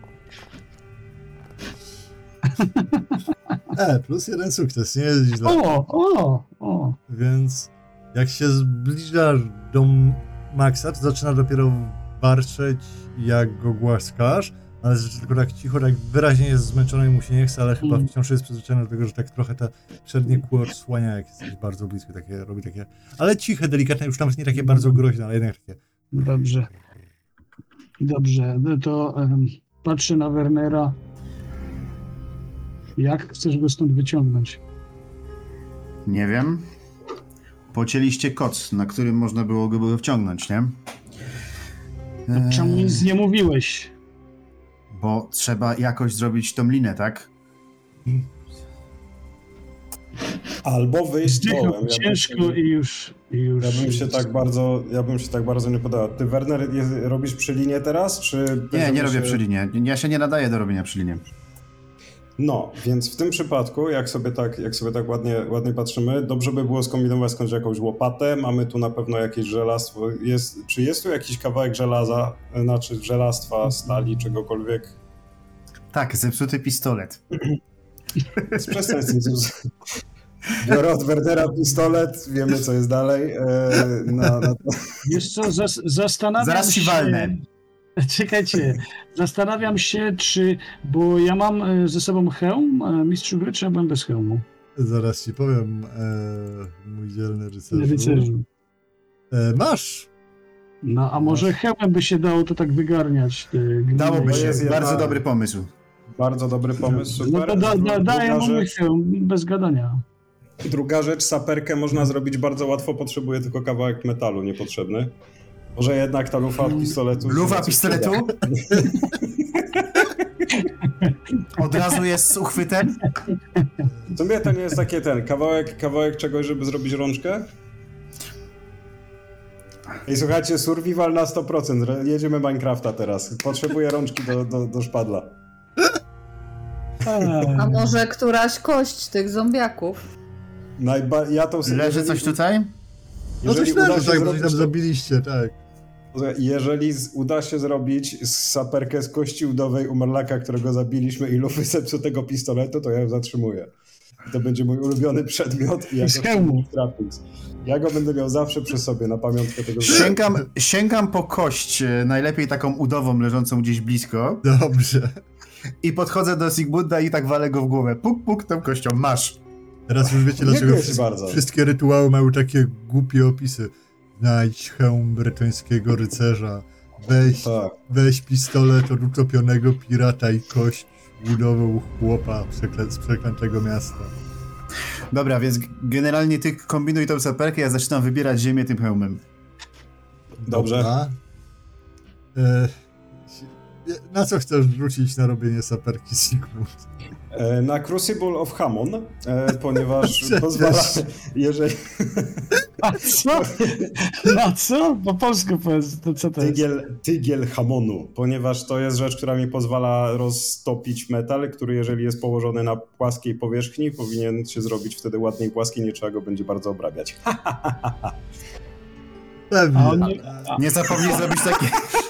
E, plus jeden sukces, nie jest źle. O, o, o. Więc jak się zbliżasz do Maxa, to zaczyna dopiero warczeć, jak go głaskasz, ale rzeczy tylko tak cicho, tak wyraźnie jest zmęczony i mu się nie chce, ale chyba Mm. wciąż jest przyzwyczajony do tego, że tak trochę te przednie kół odsłania, jak jesteś bardzo blisko, takie, robi takie, ale ciche, delikatne, już nawet nie takie bardzo groźne, ale jednak takie. Dobrze. Dobrze, no to em, patrzę na Wernera. Jak chcesz go stąd wyciągnąć? Nie wiem. Pocięliście koc, na którym można było go było wciągnąć, nie? Eee, Czemu nic nie mówiłeś? Bo trzeba jakoś zrobić tą linę, tak? Albo wyjść dołem. Zdychał Ja bym ciężko się- i już, i już. Ja bym się tak bardzo, ja bym się tak bardzo nie podał. Ty, Werner, je, robisz przy linie teraz, czy... Nie, będziemy nie robię się... przy linie. Ja się nie nadaję do robienia przy linie. No, więc w tym przypadku, jak sobie tak, jak sobie tak ładnie, ładnie patrzymy, dobrze by było skombinować skądś jakąś łopatę, mamy tu na pewno jakieś żelastwo. Jest, czy jest tu jakiś kawałek żelaza, znaczy żelastwa, stali, czegokolwiek? Tak, zepsuty pistolet. Więc przestań z tym zepsu- Biorę od Wernera pistolet, wiemy co jest dalej. E, na, na to. Wiesz co, zas, zastanawiam Zaraz ci się... walnę. Czekajcie, zastanawiam się, czy, bo ja mam e, ze sobą hełm, e, mistrzu gry, czy ja byłem bez hełmu? Zaraz ci powiem, e, mój dzielny rycerzu. Rycerzu. E, masz! No, a może hełmem by się dało to tak wygarniać? te gnile? Dałoby To się. jest jedna- Bardzo dobry pomysł. Bardzo dobry pomysł, No super. to da, da, Druga daję mu mój rzecz- hełm, bez gadania. Druga rzecz, saperkę można zrobić bardzo łatwo, potrzebuje tylko kawałek metalu niepotrzebny. Może jednak ta lufa od pistoletu... Lufa coś pistoletu? Od razu jest z uchwytem? W sumie to nie jest takie ten, kawałek, kawałek czegoś, żeby zrobić rączkę? I słuchajcie, survival na sto procent, jedziemy Minecrafta teraz. Potrzebuję rączki do, do, do szpadla. A może któraś kość tych zombiaków? Najba- ja to Leży jeżeli- coś tutaj? No coś jeżeli uda leży, się tak, bo coś zrobić tam to- zabiliście, tak. Jeżeli z, uda się zrobić saperkę z kości udowej umarlaka, którego zabiliśmy i lufy zepsutego pistoletu, to ja ją zatrzymuję. I to będzie mój ulubiony przedmiot i ja Z go hełmu. chcę trafić. Ja go będę miał zawsze przy sobie na pamiątkę tego Sięgam, sięgam po kość, e, najlepiej taką udową leżącą gdzieś blisko Dobrze. i podchodzę do Sigmunda i tak walę go w głowę. Puk, puk, tą kością, masz. Teraz już wiecie, dlaczego Dziękuję ci wszystkie, bardzo. wszystkie rytuały mają takie głupie opisy. Znajdź hełm bretońskiego rycerza, weź, Tak. weź pistolet od utopionego pirata i kość łudową chłopa przeklę- z przeklętego miasta. Dobra, więc generalnie ty kombinuj tą saperkę, ja zaczynam wybierać ziemię tym hełmem. Dobrze. Dobra. E, na co chcesz rzucić na robienie saperki, Sigmund? E, Na Crucible of Hammon, e, ponieważ Przecież. pozwala, jeżeli A co? Na co? Po polsku powiedz, to co to jest? tygiel, tygiel Hammonu, ponieważ to jest rzecz, która mi pozwala roztopić metal, który jeżeli jest położony na płaskiej powierzchni, powinien się zrobić wtedy ładniej płaski, nie trzeba go będzie bardzo obrabiać. Pewnie. A on nie, a, Nie zapomnij zrobić takie...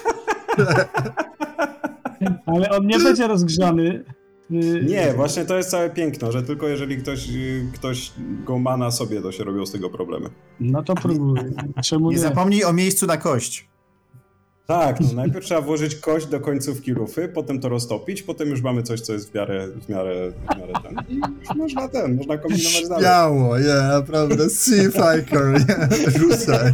ale on nie będzie rozgrzany. y, Nie, właśnie to jest całe piękno, że tylko jeżeli ktoś, y, ktoś go ma na sobie, to się robią z tego problemy. No to próbuj. Czemu Nie nie? zapomnij o miejscu na kość. Tak, no najpierw trzeba włożyć kość do końcówki lufy, potem to roztopić, potem już mamy coś, co jest w miarę, w miarę, w miarę ten. I już można ten, można kombinować dalej. Śmiało, nie, naprawdę. Sea Fighter, nie, rzucaj.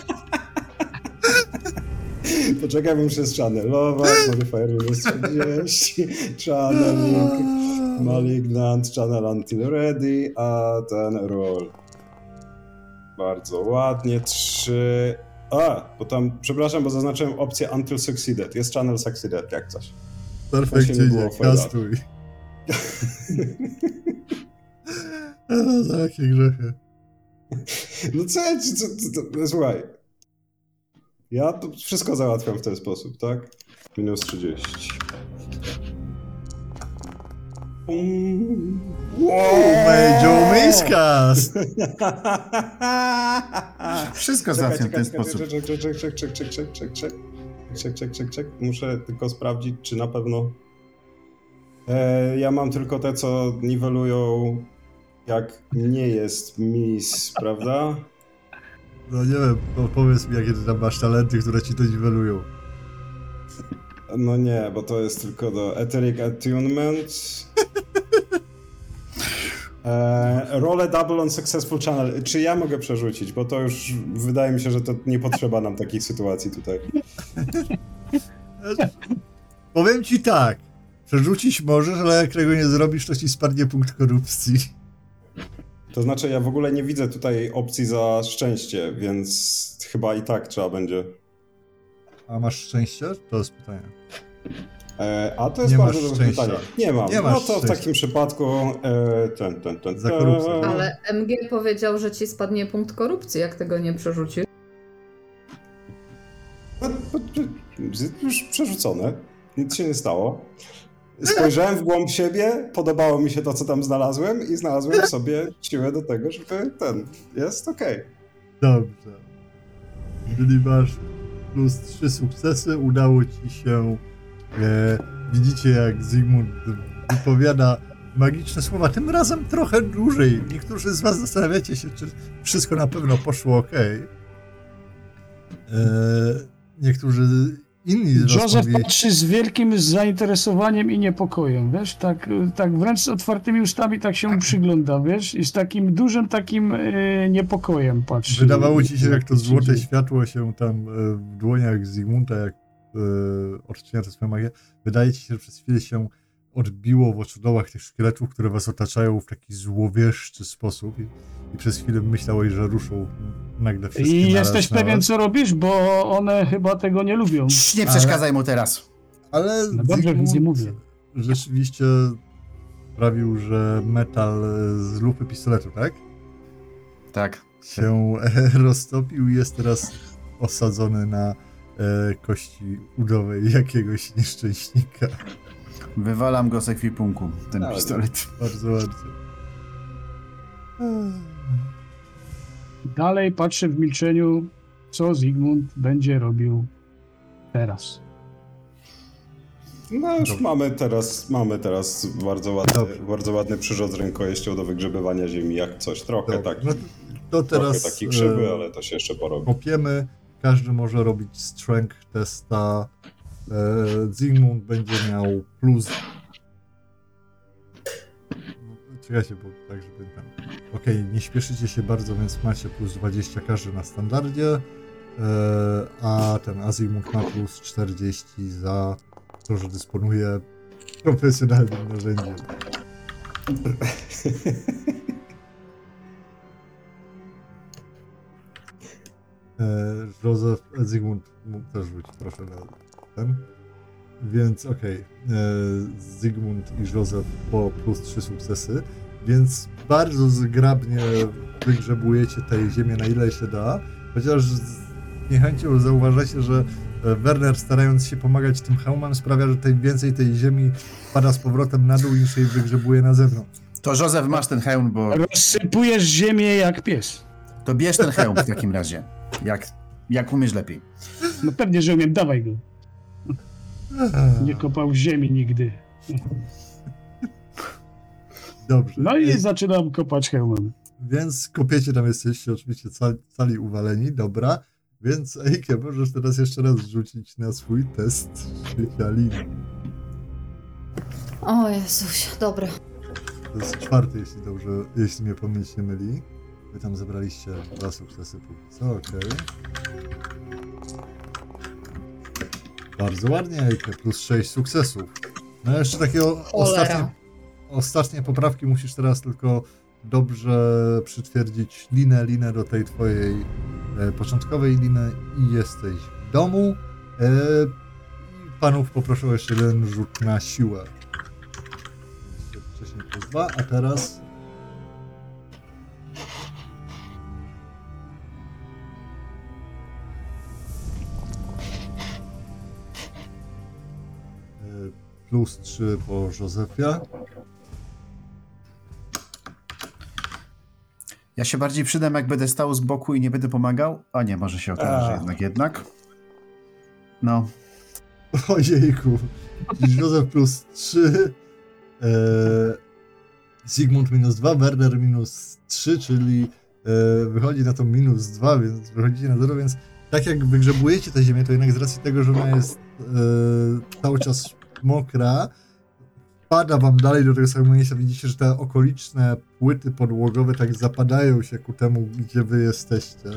Poczekaj, muszę zchannelować, modifier minus trzydzieści, channeling, malignant, channel until ready, a ten roll. Bardzo ładnie, trzy... A, bo tam, przepraszam, bo zaznaczyłem opcję until succeeded, jest channel succeeded, jak coś. Perfekcie, nie było nie, fajna. kastuj. No, za jakie grzechy. No co, co, co, co, słuchaj, ja to wszystko załatwiam w ten sposób, tak? Minus trzydzieści. Um. Wow, Major Miskas! Wszystko Czekaj, załatwiam w ten czekaj, sposób. czekaj, czekaj, czekaj, czekaj, czekaj, czekaj, czekaj, czekaj, czekaj, czekaj, czekaj, czekaj. Muszę tylko sprawdzić, czy na pewno... E, ja mam tylko te, co niwelują, jak nie jest mis, prawda? No nie wiem, no powiedz mi, jakie ty tam masz talenty, które ci to niwelują. No nie, bo to jest tylko do Etheric Attunement. E, Roll double on successful channel. Czy ja mogę przerzucić? Bo to już wydaje mi się, że to nie potrzeba nam takich sytuacji tutaj. Powiem ci tak, przerzucić możesz, ale jak tego nie zrobisz, to ci spadnie punkt korupcji. To znaczy, ja w ogóle nie widzę tutaj opcji za szczęście, więc chyba i tak trzeba będzie. A masz szczęście? To jest pytanie. E, a to jest Nie bardzo masz dobre szczęścia. pytanie. Nie mam. Nie no masz to w szczęścia. takim przypadku e, ten, ten, ten. Za korupcję. ten. Ale M G powiedział, że ci spadnie punkt korupcji, jak tego nie przerzucisz. No, no, już przerzucone. Nic się nie stało. Spojrzałem w głąb siebie, podobało mi się to, co tam znalazłem i znalazłem sobie siłę do tego, żeby ten, jest okej. Dobrze. Jeżeli masz plus trzy sukcesy, udało ci się... E, widzicie, jak Zygmunt wypowiada magiczne słowa, tym razem trochę dłużej. Niektórzy z was zastanawiacie się, czy wszystko na pewno poszło ok. E, niektórzy inni z was Józef mogli... patrzy z wielkim zainteresowaniem i niepokojem, wiesz, tak, tak wręcz z otwartymi ustami tak się mu przygląda, wiesz, i z takim dużym takim e, niepokojem patrzy. Wydawało ci się, jak to się złote dzieje. światło się tam e, w dłoniach Zygmunta, jak e, odczynia tę swoją magię, wydaje ci się, że przez chwilę się odbiło w oczodołach tych szkieletów, które was otaczają w taki złowieszczy sposób i, i przez chwilę myślałeś, że ruszą nagle wszystkie I naraz jesteś na pewien, was. co robisz, bo one chyba tego nie lubią. Cii, nie Ale- przeszkadzaj mu teraz. Ale No dobrze, nic nie Zygmunt mówię. rzeczywiście sprawił, że metal z lupy pistoletu, tak? Tak. Się e, roztopił i jest teraz osadzony na e, kości udowej jakiegoś nieszczęśnika. Wywalam go z ekwipunku, ten Ale- pistolet. Bardzo ładnie. Dalej patrzę w milczeniu, co Zygmunt będzie robił teraz. No już Dobrze. mamy teraz, mamy teraz bardzo ładny, Dobrze. bardzo ładny przyrząd z rękojeścią do wygrzebywania ziemi, jak coś. Trochę Dobra, tak, no to trochę teraz taki krzywy, e, ale to się jeszcze porobi. kopiemy. Każdy może robić strength testa. E, Zygmunt będzie miał plus... Czekajcie, bo tak, żeby tam... Okej, nie śpieszycie się bardzo, więc macie plus dwadzieścia każdy na standardzie, e, a ten Azimut ma plus czterdzieści za to, że dysponuje profesjonalnym narzędziem. E, Józef, Zygmunt mógł też rzucić proszę na ten. Więc okej, okay. Zygmunt i Józef po plus trzy sukcesy, więc bardzo zgrabnie wygrzebujecie tej ziemię na ile się da, chociaż z niechęcią zauważacie, że Werner, starając się pomagać tym hełmom, sprawia, że tej, więcej tej ziemi pada z powrotem na dół niż jej wygrzebuje na zewnątrz. To Józef, masz ten hełm, bo... Rozsypujesz ziemię jak pies. To bierz ten hełm w takim razie. Jak, jak umiesz lepiej. No pewnie, że umiem, dawaj go. Nie kopał ziemi nigdy. Dobrze. No i zaczynam kopać hełmem. Więc kopiecie tam jesteście, oczywiście cali, cali uwaleni, dobra. Więc Eike, możesz teraz jeszcze raz rzucić na swój test świecialiny. O Jezusie, dobra. To jest czwarty, jeśli dobrze, jeśli mnie pamięć nie myli. Wy tam zebraliście dwa sukcesy póki co, okej. Bardzo ładnie, Eike, plus sześć sukcesów. No jeszcze takie o, ostatnie, ostatnie poprawki musisz teraz tylko dobrze przytwierdzić linę, linę do tej twojej e, początkowej liny i jesteś w domu. E, panów poproszę o jeszcze jeden rzut na siłę. Jeszcze wcześniej plus dwa, a teraz... E, plus trzy po Józefie. Ja się bardziej przydam, jak będę stał z boku i nie będę pomagał. O nie, może się okaże, że A. jednak, jednak. No, Ojejku. Józef plus trzy. E, Zygmunt minus dwa, Werner minus trzy, czyli e, wychodzi na to minus dwa, więc wychodzicie na zero, więc tak jak wygrzebujecie tę ziemię, to jednak z racji tego, że ona jest e, cały czas mokra, pada wam dalej do tego samego miejsca. Widzicie, że te okoliczne płyty podłogowe tak zapadają się ku temu, gdzie wy jesteście.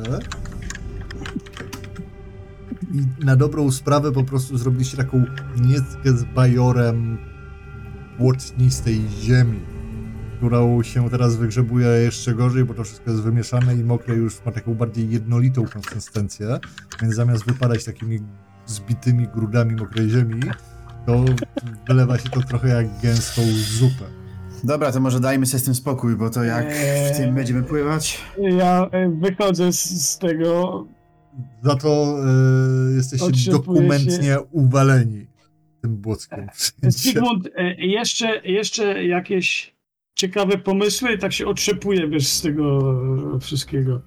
I na dobrą sprawę po prostu zrobiliście taką nieckę z bajorem błotnistej ziemi, którą się teraz wygrzebuje jeszcze gorzej, bo to wszystko jest wymieszane i mokre już ma taką bardziej jednolitą konsystencję, więc zamiast wypadać takimi zbitymi grudami mokrej ziemi, to wylewa się to trochę jak gęstą zupę. dobra, to może dajmy sobie z tym spokój, bo to jak w tym Eee. będziemy pływać... Ja e, wychodzę z, z tego. Za to e, jesteście Otrzepuję dokumentnie się. uwaleni tym błockiem. Zygmunt, e, jeszcze, jeszcze jakieś ciekawe pomysły? Tak się otrzepuję bez z tego e, wszystkiego.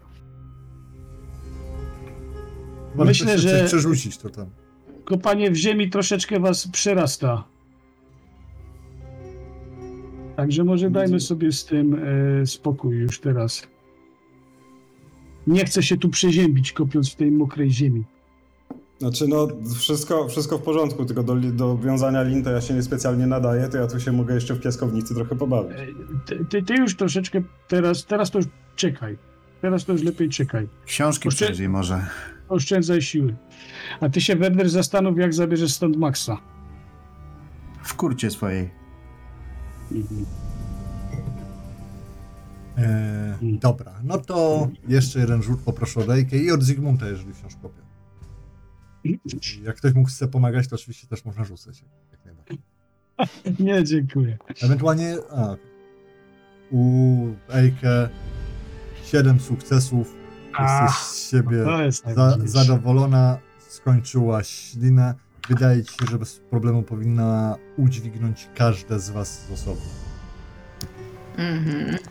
Możecie myślę, się że- przerzucić to tam. Kopanie w ziemi troszeczkę was przerasta. Także może dajmy sobie z tym e, spokój już teraz. Nie chcę się tu przeziębić, kopiąc w tej mokrej ziemi. Znaczy no, wszystko, wszystko w porządku, tylko do, do wiązania lin to ja się niespecjalnie nadaję, to ja tu się mogę jeszcze w piaskownicy trochę pobawić. Ty, ty, ty już troszeczkę teraz, teraz to już czekaj. Teraz to już lepiej czekaj. Książki Oszczę- przejrzyj może. Oszczędzaj siły. A ty się, Werner, zastanów, jak zabierzesz stąd Maxa. W kurcie swojej. Mhm. E, dobra, no to jeszcze jeden rzut poproszę o Dejkę i od Zygmunta, jeżeli wciąż kopię. Jak ktoś mógł chce pomagać, to oczywiście też można rzucać. Jak najbardziej. Nie, dziękuję. Ewentualnie a, u Ejke siedem sukcesów. Ach, Jesteś z siebie To jest za, najważniejsze. zadowolona, skończyłaś ślinę. Wydaje ci się, że bez problemu powinna udźwignąć każde z was z osobna. Mhm.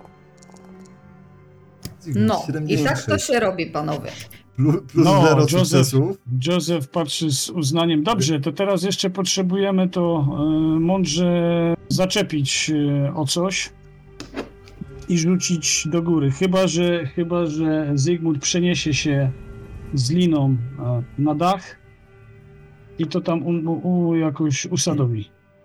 Zygmunt, No, i siedemdziesiąt tak to sześć. się robi, panowie. Plus, plus No, zero Józef- sukcesów. Józef patrzy z uznaniem. Dobrze, to teraz jeszcze potrzebujemy to e, mądrze zaczepić e, o coś i rzucić do góry. Chyba, że chyba, że Zygmunt przeniesie się z liną e, na dach i to tam u, u, u jakoś usadowi.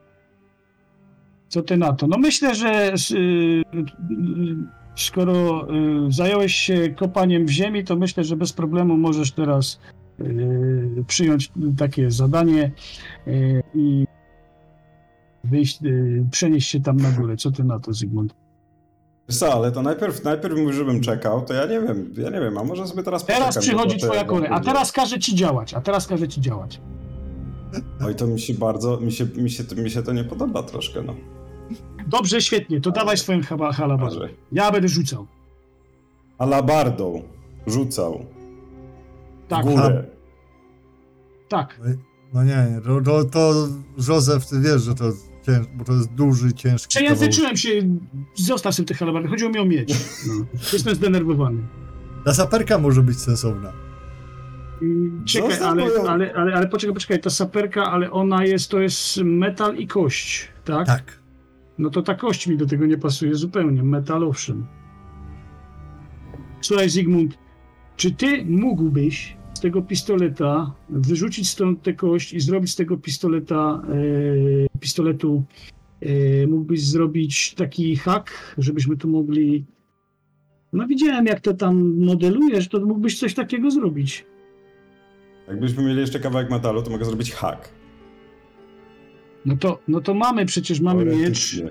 Co ty na to? No myślę, że s- y, y, skoro y, zająłeś się kopaniem w ziemi, to myślę, że bez problemu możesz teraz y, przyjąć takie zadanie y, i wyjść, y, przenieść się tam na górę. Co ty na to, Zygmunt? Wiesz co, ale to najpierw, najpierw mówisz, żebym czekał, to ja nie wiem, ja nie wiem, a może sobie teraz Teraz poczekam, przychodzi zobaczę, twoja jak kolej, a będzie. teraz każe ci działać, a teraz każe ci działać. Oj, to mi się bardzo, mi się, mi się, mi się to nie podoba troszkę, no. Dobrze, świetnie, to dawaj swoją haba- halabardę. Może. Ja będę rzucał. Alabardą rzucał Tak, w górę. tak. No nie, nie, to, to, to Józef, ty wiesz, że to cięż, bo to jest duży, ciężki Przejęzyczyłem się, zostaw sobie tę halabardę, chodziło mi o mieć. No. Jestem zdenerwowany. kawał. Ta saperka może być sensowna. Mm, Czekaj, Zostaw ale, moją- ale, ale, ale poczekaj, poczekaj, ta saperka, ale ona jest, to jest metal i kość, tak? Tak. No to ta kość mi do tego nie pasuje zupełnie, metal owszem. Słuchaj, Zygmunt, czy ty mógłbyś z tego pistoleta wyrzucić stąd tę kość i zrobić z tego pistoleta, e, pistoletu, e, mógłbyś zrobić taki hak, żebyśmy tu mogli... No widziałem, jak to tam modelujesz, to mógłbyś coś takiego zrobić. Jakbyśmy mieli jeszcze kawałek metalu, to mogę zrobić hak. No to, no to mamy, przecież mamy miecz, Teoretycznie.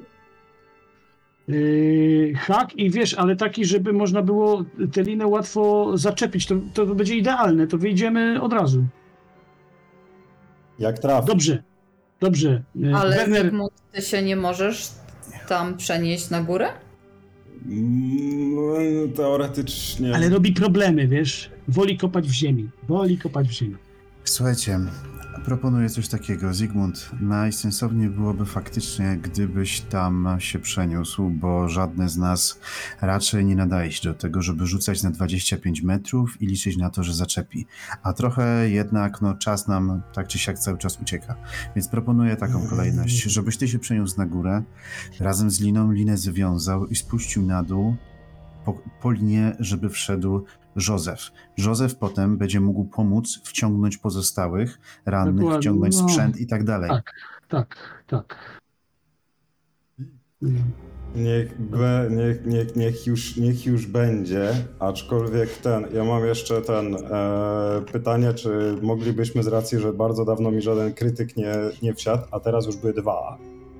yy, hak i wiesz, ale taki, żeby można było tę linę łatwo zaczepić, to, to będzie idealne, to wyjdziemy od razu. Jak trafi. Dobrze, dobrze. Yy, Ale Werner, Zygmunt, ty się nie możesz tam przenieść na górę? Mm, teoretycznie. ale robi problemy, wiesz, woli kopać w ziemi, woli kopać w ziemi. Słuchajcie, proponuję coś takiego. Zygmunt, najsensowniej byłoby faktycznie, gdybyś tam się przeniósł, bo żadne z nas raczej nie nadaje się do tego, żeby rzucać na dwadzieścia pięć metrów i liczyć na to, że zaczepi. A trochę jednak, no czas nam tak czy siak cały czas ucieka. Więc proponuję taką kolejność, żebyś ty się przeniósł na górę, razem z liną linę związał i spuścił na dół po, po linie, żeby wszedł Józef. Józef potem będzie mógł pomóc wciągnąć pozostałych rannych, Dokładnie, wciągnąć no. sprzęt i tak dalej. Tak, tak, tak. Niech, be, niech, niech, niech, już, niech już będzie, aczkolwiek ten, ja mam jeszcze ten e, pytanie, czy moglibyśmy z racji, że bardzo dawno mi żaden krytyk nie, nie wsiadł, a teraz już były dwa,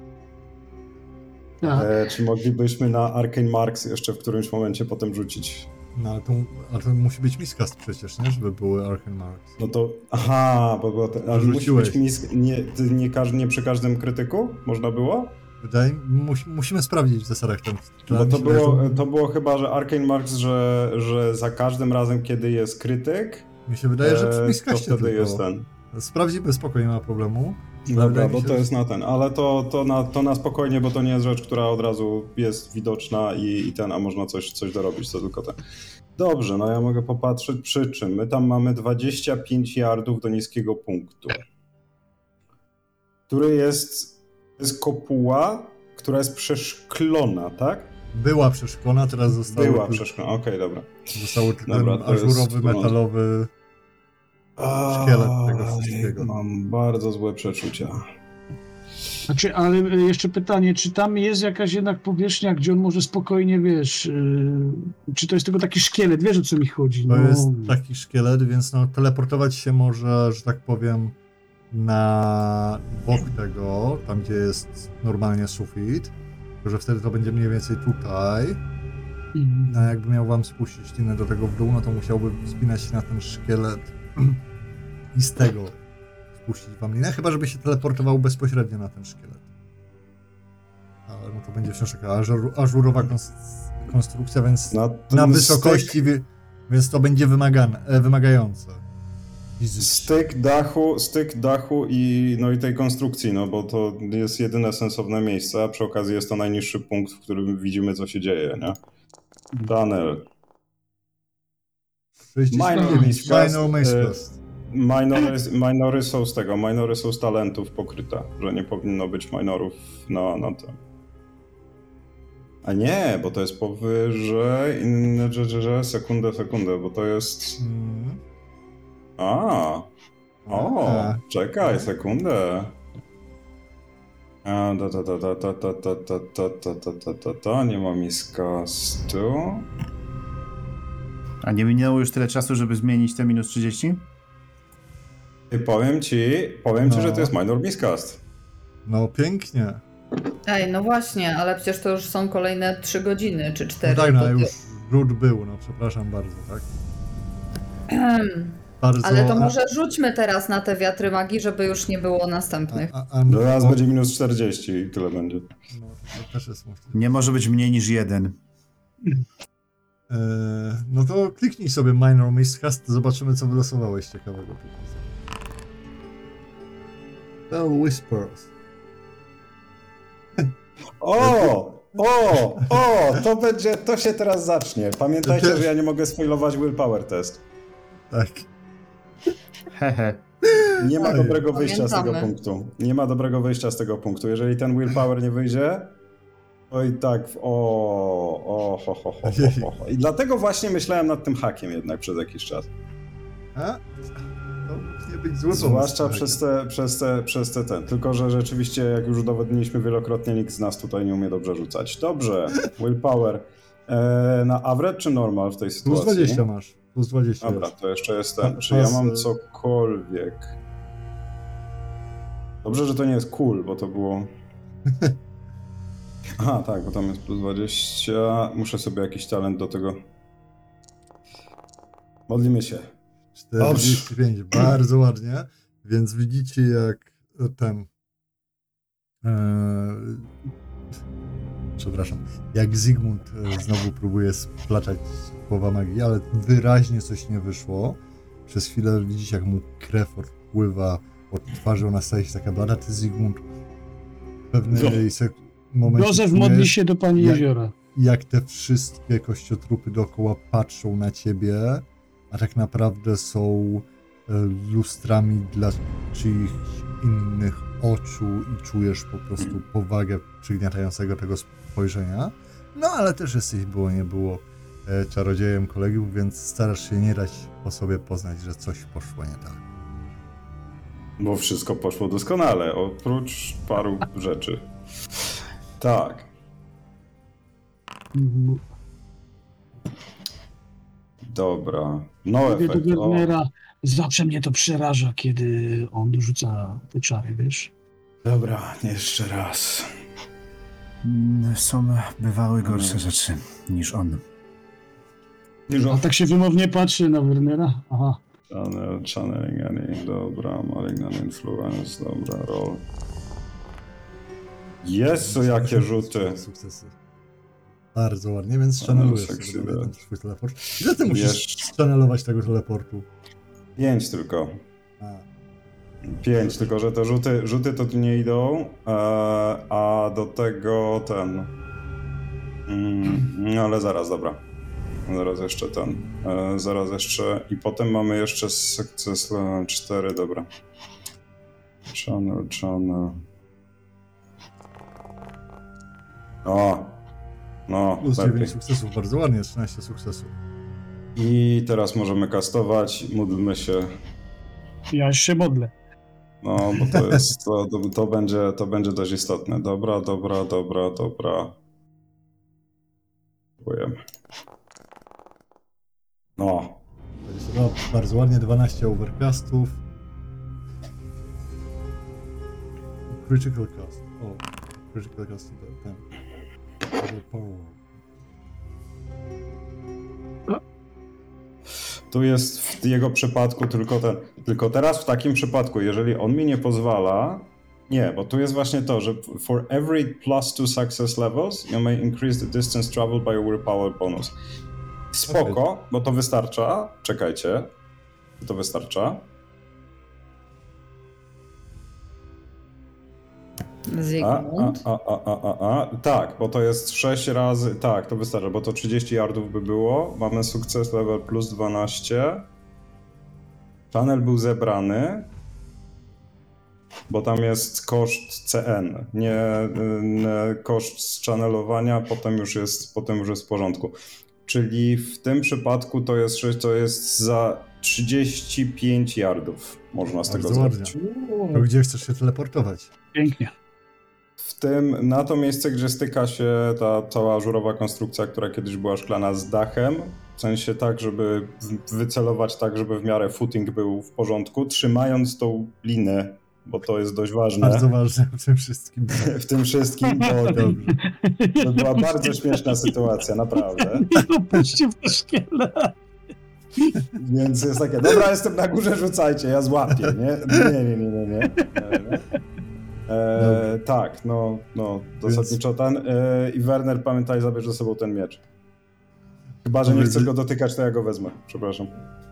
tak. e, czy moglibyśmy na Arcane Marks jeszcze w którymś momencie potem rzucić? No ale to, ale to musi być miskast przecież, nie? Żeby były Arcane Marks. No to, aha, bo było te, ale musi Rzuciłeś. być mis, nie, ty- nie, każdy, nie przy każdym krytyku można było? Wydaje mus, musimy sprawdzić w zasadach ten. Bo to mi się wydaje, było, że- to było chyba, że Arcane Marks, że, że za każdym razem, kiedy jest krytyk, Mi się wydaje, że e, w to miskaście wtedy tylko. jest ten. Sprawdzimy spokojnie, nie ma problemu. Ale Dobra, wydaje mi bo się, to że- jest na ten, ale to, to, na, to na spokojnie, bo to nie jest rzecz, która od razu jest widoczna i, i ten, a można coś, coś dorobić, to tylko ten. Dobrze, no ja mogę popatrzeć przy czym. My tam mamy dwadzieścia pięć yardów do niskiego punktu, który jest, to jest kopuła, która jest przeszklona, tak? Była przeszklona, teraz zostały, Była tylko- przeszklona, okej, dobra. zostały tylko Dobra, ten to jest ażurowy, w porządku. metalowy. A, Szkielet. Oj, wszystkiego. mam bardzo złe przeczucia. Znaczy, ale jeszcze pytanie, czy tam jest jakaś jednak powierzchnia, gdzie on może spokojnie, wiesz, yy, czy to jest tylko taki szkielet, wiesz o co mi chodzi? To No, jest taki szkielet, więc no, teleportować się może, że tak powiem, na bok tego, tam gdzie jest normalnie sufit, tylko że wtedy to będzie mniej więcej tutaj. Mhm. No jakby miał wam spuścić linę do tego w dół, no to musiałby wspinać się na ten szkielet i z tego spuścić wam linę, chyba żeby się teleportował bezpośrednio na ten szkielet. Ale no to będzie wciąż taka ażur, ażurowa kons- konstrukcja, więc Na, na ten wysokości, wi- więc to będzie wymagane, e, wymagające. Fizycznie. Styk dachu, styk dachu i, no i tej konstrukcji, no bo to jest jedyne sensowne miejsce, a przy okazji jest to najniższy punkt, w którym widzimy, co się dzieje, nie? Tunnel. Minor sześćdziesiąt dziewięć, miscast, Minor e, miscast. Minory, minory są z tego, minory są z talentów pokryte, że nie powinno być minorów na, na tym. A nie, bo to jest powyżej, inne, że, że, że, sekundę, sekundę, bo to jest... Mm. A, o, A. czekaj, sekundę. A, ta, ta, ta, ta, ta, ta, ta, ta, ta, ta, ta, ta, ta, nie ma miscastu. A nie minęło już tyle czasu, żeby zmienić te minus trzydzieści? I powiem ci, powiem ci, No. że to jest minor miscast. No pięknie. Ej, no właśnie, ale przecież to już są kolejne trzy godziny czy No cztery. tak, no to- już rzut był, no przepraszam bardzo, tak? Bardzo, Ale to może rzućmy teraz na te wiatry magii, żeby już nie było następnych. A, a, a, Teraz o, będzie minus czterdzieści i tyle będzie. No, to też jest możliwe. Nie może być mniej niż jeden. E, no to kliknij sobie Minor Miscast, zobaczymy co wylosowałeś ciekawego. Spell Whispers. O! O! O! To będzie, to się teraz zacznie. Pamiętajcie, że ja nie mogę spoilować willpower test. Tak. Hehe. Nie ma Oj. dobrego wyjścia z tego Pamiętamy. punktu. Nie ma dobrego wyjścia z tego punktu. Jeżeli ten willpower nie wyjdzie, to i tak w- o, o, ho, ho, ho, ho, ho. I dlatego właśnie myślałem nad tym hakiem jednak przez jakiś czas. A? To mógł nie być zły pomysł. Zwłaszcza tak. przez te, przez te, przez te ten. Tylko, że rzeczywiście, jak już udowodniliśmy wielokrotnie, nikt z nas tutaj nie umie dobrze rzucać. Dobrze, willpower. E, na average czy normal w tej Plus sytuacji? dwadzieścia masz. Plus dwadzieścia Dobra, jest. to jeszcze jest ten. Pa- Czy ja pas, mam y- cokolwiek? Dobrze, że to nie jest cool, bo to było... Aha, tak, bo tam jest plus dwadzieścia. Muszę sobie jakiś talent do tego... Modlimy się. czterdzieści pięć, bardzo ładnie. Więc widzicie jak ten... E, przepraszam. Jak Zygmunt e, znowu próbuje splaczać słowa magii, ale wyraźnie coś nie wyszło. Przez chwilę widzicie jak mu krew odpływa od twarzy, ona staje się taka blada. Ty Zygmunt w pewnym sek- momencie Józef czujesz, modli się do Pani jak- Jeziora. jak te wszystkie kościotrupy dookoła patrzą na ciebie, a tak naprawdę są e, lustrami dla czyichś innych oczu i czujesz po prostu powagę przygniatającego tego spojrzenia. No ale też jesteś było nie było e, czarodziejem kolegium, więc starasz się nie dać po sobie poznać, że coś poszło nie tak. Bo wszystko poszło doskonale, oprócz paru rzeczy. Tak. Mhm. Dobra. No Mówię do efekt. O. Wernera, zawsze mnie to przeraża, kiedy on rzuca te czary, wiesz? Dobra, jeszcze raz. Mm, Są bywały gorsze rzeczy niż on. A tak się wymownie patrzy na Wernera. Aha. Channel, channeling, any, dobra, malignant influence, dobra, roll. Jezu, jakie rzuty. Sukcesy. Bardzo ładnie, więc channelujesz sexy sobie bad. ten swój teleport. Ile ty musisz Jeszcze- channelować tego teleportu? Pięć tylko. A. Pięć, tylko że te rzuty, rzuty to tu nie idą, e, a do tego ten... Mm, no ale zaraz, dobra. Zaraz jeszcze ten. E, zaraz jeszcze... I potem mamy jeszcze sukces level cztery, dobra. Channel, channel... O! No, Plus lepiej. dziewięć sukcesów, bardzo ładnie, trzynaście sukcesów. I teraz możemy kastować, módlmy się. Ja już się modlę. No, bo to jest, to, to, to, będzie, to będzie dość istotne. Dobra, dobra, dobra, dobra. Próbujemy. No, No, bardzo ładnie, dwanaście overcastów. Critical cast. O, critical cast to ten. Double power. tu jest w jego przypadku tylko ten. Tylko teraz w takim przypadku, jeżeli on mi nie pozwala. Nie, bo tu jest właśnie to, że for every plus two success levels, you may increase the distance traveled by your willpower bonus. Spoko, bo to wystarcza. Czekajcie. To wystarcza. A, Zygmunt. a, a, a, a, a. Tak, bo to jest sześć razy. Tak, to wystarczy, bo to trzydzieści yardów by było. Mamy sukces level plus dwanaście. Channel był zebrany, bo tam jest koszt C N, nie, nie koszt zchannelowania, potem już jest, potem już jest w porządku. Czyli w tym przypadku to jest, to jest za trzydzieści pięć yardów można z tego Bardzo ładnie. zrobić. To gdzie chcesz się teleportować? Pięknie. W tym, na to miejsce, gdzie styka się ta cała żurowa konstrukcja, która kiedyś była szklana z dachem, w sensie tak, żeby wycelować tak, żeby w miarę footing był w porządku, trzymając tą linę, bo to jest dość ważne. Bardzo ważne w tym wszystkim. W tym wszystkim, bo to była bardzo śmieszna sytuacja, naprawdę. No puśćcie w to szkielet. Więc jest takie, dobra, jestem na górze, rzucajcie, ja złapię, nie? Nie, nie, nie, nie, nie. nie. E, tak, no, no, zasadniczo ten. E, I Werner, pamiętaj, zabierz ze sobą ten miecz. Chyba, że nie chcesz go dotykać, to ja go wezmę, przepraszam.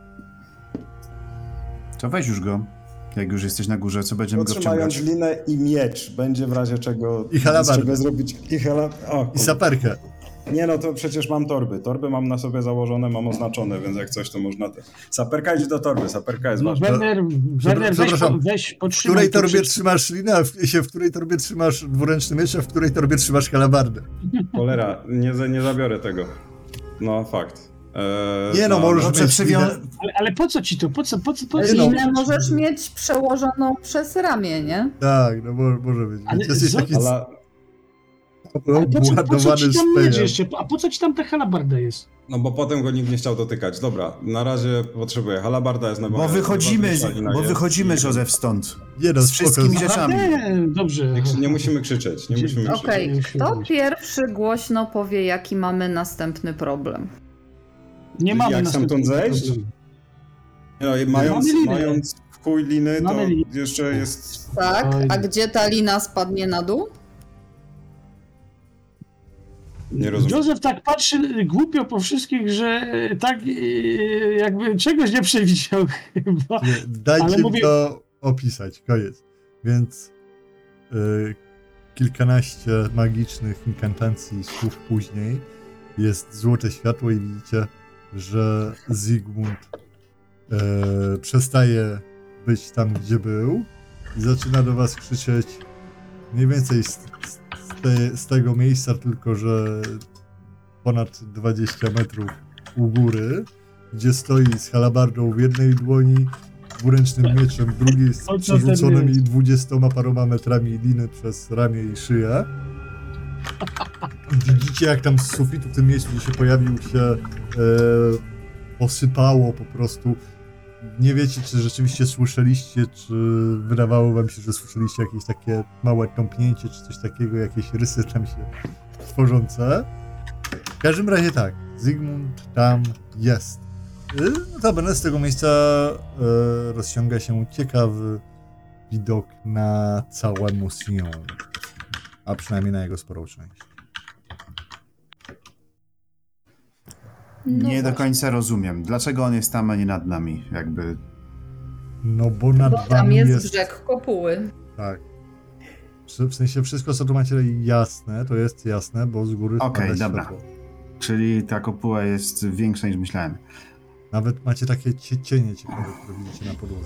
To weź już go. Jak już jesteś na górze, co będziemy go Trzymając wciągać? linę i miecz, będzie w razie czego... I halabardę. z czego zrobić. I hala... O, I saperkę. nie no, to przecież mam torby. Torby mam na sobie założone, mam oznaczone, więc jak coś, to można... Te... Saperka idzie do torby, saperka jest No, ważna. Werner, Werner weź, przepraszam. weź W podtrzymaj. której to torbie przez- trzymasz linę, a w, się, w której torbie trzymasz dwuręczny miecz, a w której torbie trzymasz halabardę? Cholera, nie, za- nie zabiorę tego. No, fakt. Eee, Nie no, możesz Dobrze, mieć przywią... linę. Ale, ale po co ci to? Po co? Po co? Po co? Nie no. Linę możesz mieć przełożoną przez ramię, nie? Tak, no mo- może być. Ale Więc jesteś za- taki Ale Ale po co, po co obładowany ci tam miecz spejem. jeszcze? A po co ci tam ta halabarda jest? no bo potem go nikt nie chciał dotykać. Dobra, na razie potrzebuję. Halabarda jest Bo najbardziej... wychodzimy, najważniejsza lina bo jest. wychodzimy, Józef, stąd. Nie no, Z spoko. wszystkimi Aha, rzeczami. nie, dobrze. Nie, krzy- nie musimy krzyczeć, nie musimy krzyczeć. Okej, Już się kto robisz. pierwszy głośno powie, jaki mamy następny problem? Nie mamy Jak następnego stamtąd zejść? problemu. No i mając, Mamy linę. mając w chuj liny, to Mamy linę. jeszcze jest... Tak, Oj. a gdzie ta lina spadnie na dół? Nie rozumiem. Józef tak patrzy głupio po wszystkich, że tak e, jakby czegoś nie przewidział chyba. Nie, dajcie Ale mi mówię- to opisać, koniec. Więc y, kilkanaście magicznych inkantacji słów później jest złote światło i widzicie, że Zygmunt y, przestaje być tam, gdzie był i zaczyna do was krzyczeć mniej więcej z, z, z, te, z tego miejsca, tylko że ponad dwadzieścia metrów u góry, gdzie stoi z halabardą w jednej dłoni, dwuręcznym mieczem, w drugiej z O co przerzuconymi ten miecz? dwudziestoma paroma metrami liny przez ramię i szyję. I widzicie, jak tam z sufitu w tym miejscu, gdzie się pojawił, się e, posypało po prostu. Nie wiecie, czy rzeczywiście słyszeliście, czy wydawało wam się, że słyszeliście jakieś takie małe tąpnięcie, czy coś takiego, jakieś rysy tam się tworzące. W każdym razie tak, Zygmunt tam jest. Notabene z tego miejsca e, rozciąga się ciekawy widok na całe museum, a przynajmniej na jego sporą część. No Nie do właśnie. końca rozumiem. Dlaczego on jest tam, a nie nad nami? Jakby... No bo nad Bo tam wami jest, jest... brzeg kopuły. Tak. W w sensie wszystko, co tu macie jasne, to jest jasne, bo z góry Okej, spada dobra. światło. Czyli ta kopuła jest większa niż myślałem. Nawet macie takie cie cienie ciekawe, które widzicie na podłodze.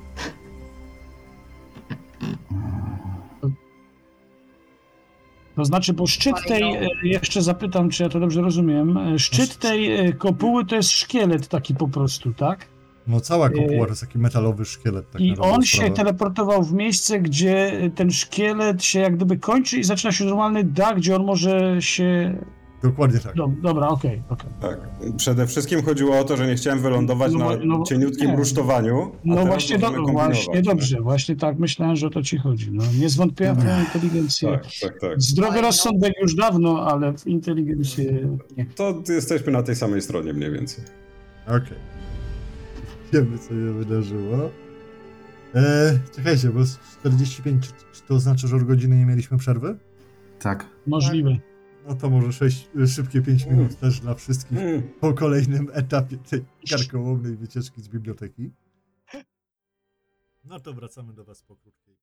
To znaczy, bo szczyt tej, Fajną. e, jeszcze zapytam, czy ja to dobrze rozumiem, e, szczyt tej e, kopuły to jest szkielet taki po prostu, tak? No cała kopuła to jest taki metalowy szkielet. Tak I na dobrą on się sprawę. teleportował w miejsce, gdzie ten szkielet się jak gdyby kończy i zaczyna się normalny dach, gdzie on może się... Dokładnie tak. No, dobra, okej, okej. Tak. Przede wszystkim chodziło o to, że nie chciałem wylądować No bo- na no bo- cieniutkim nie. rusztowaniu. a No teraz właśnie, do, możemy kombinować, właśnie nie? dobrze, właśnie tak myślałem, że o to ci chodzi. No, nie zwątpiłem w twoją inteligencję. Tak, tak, tak. Zdrowy Fajno. rozsądek już dawno, ale w inteligencję nie. To jesteśmy na tej samej stronie mniej więcej. Okej. Wiemy, co się wydarzyło. E, czekajcie, bo jest czterdzieści pięć, czy, czy to znaczy, że od godziny nie mieliśmy przerwy? Tak. Możliwe. No to może sześć, szybkie pięć minut też dla wszystkich Mm. po kolejnym etapie tej karkołomnej wycieczki z biblioteki. No to wracamy do was po krótkiej.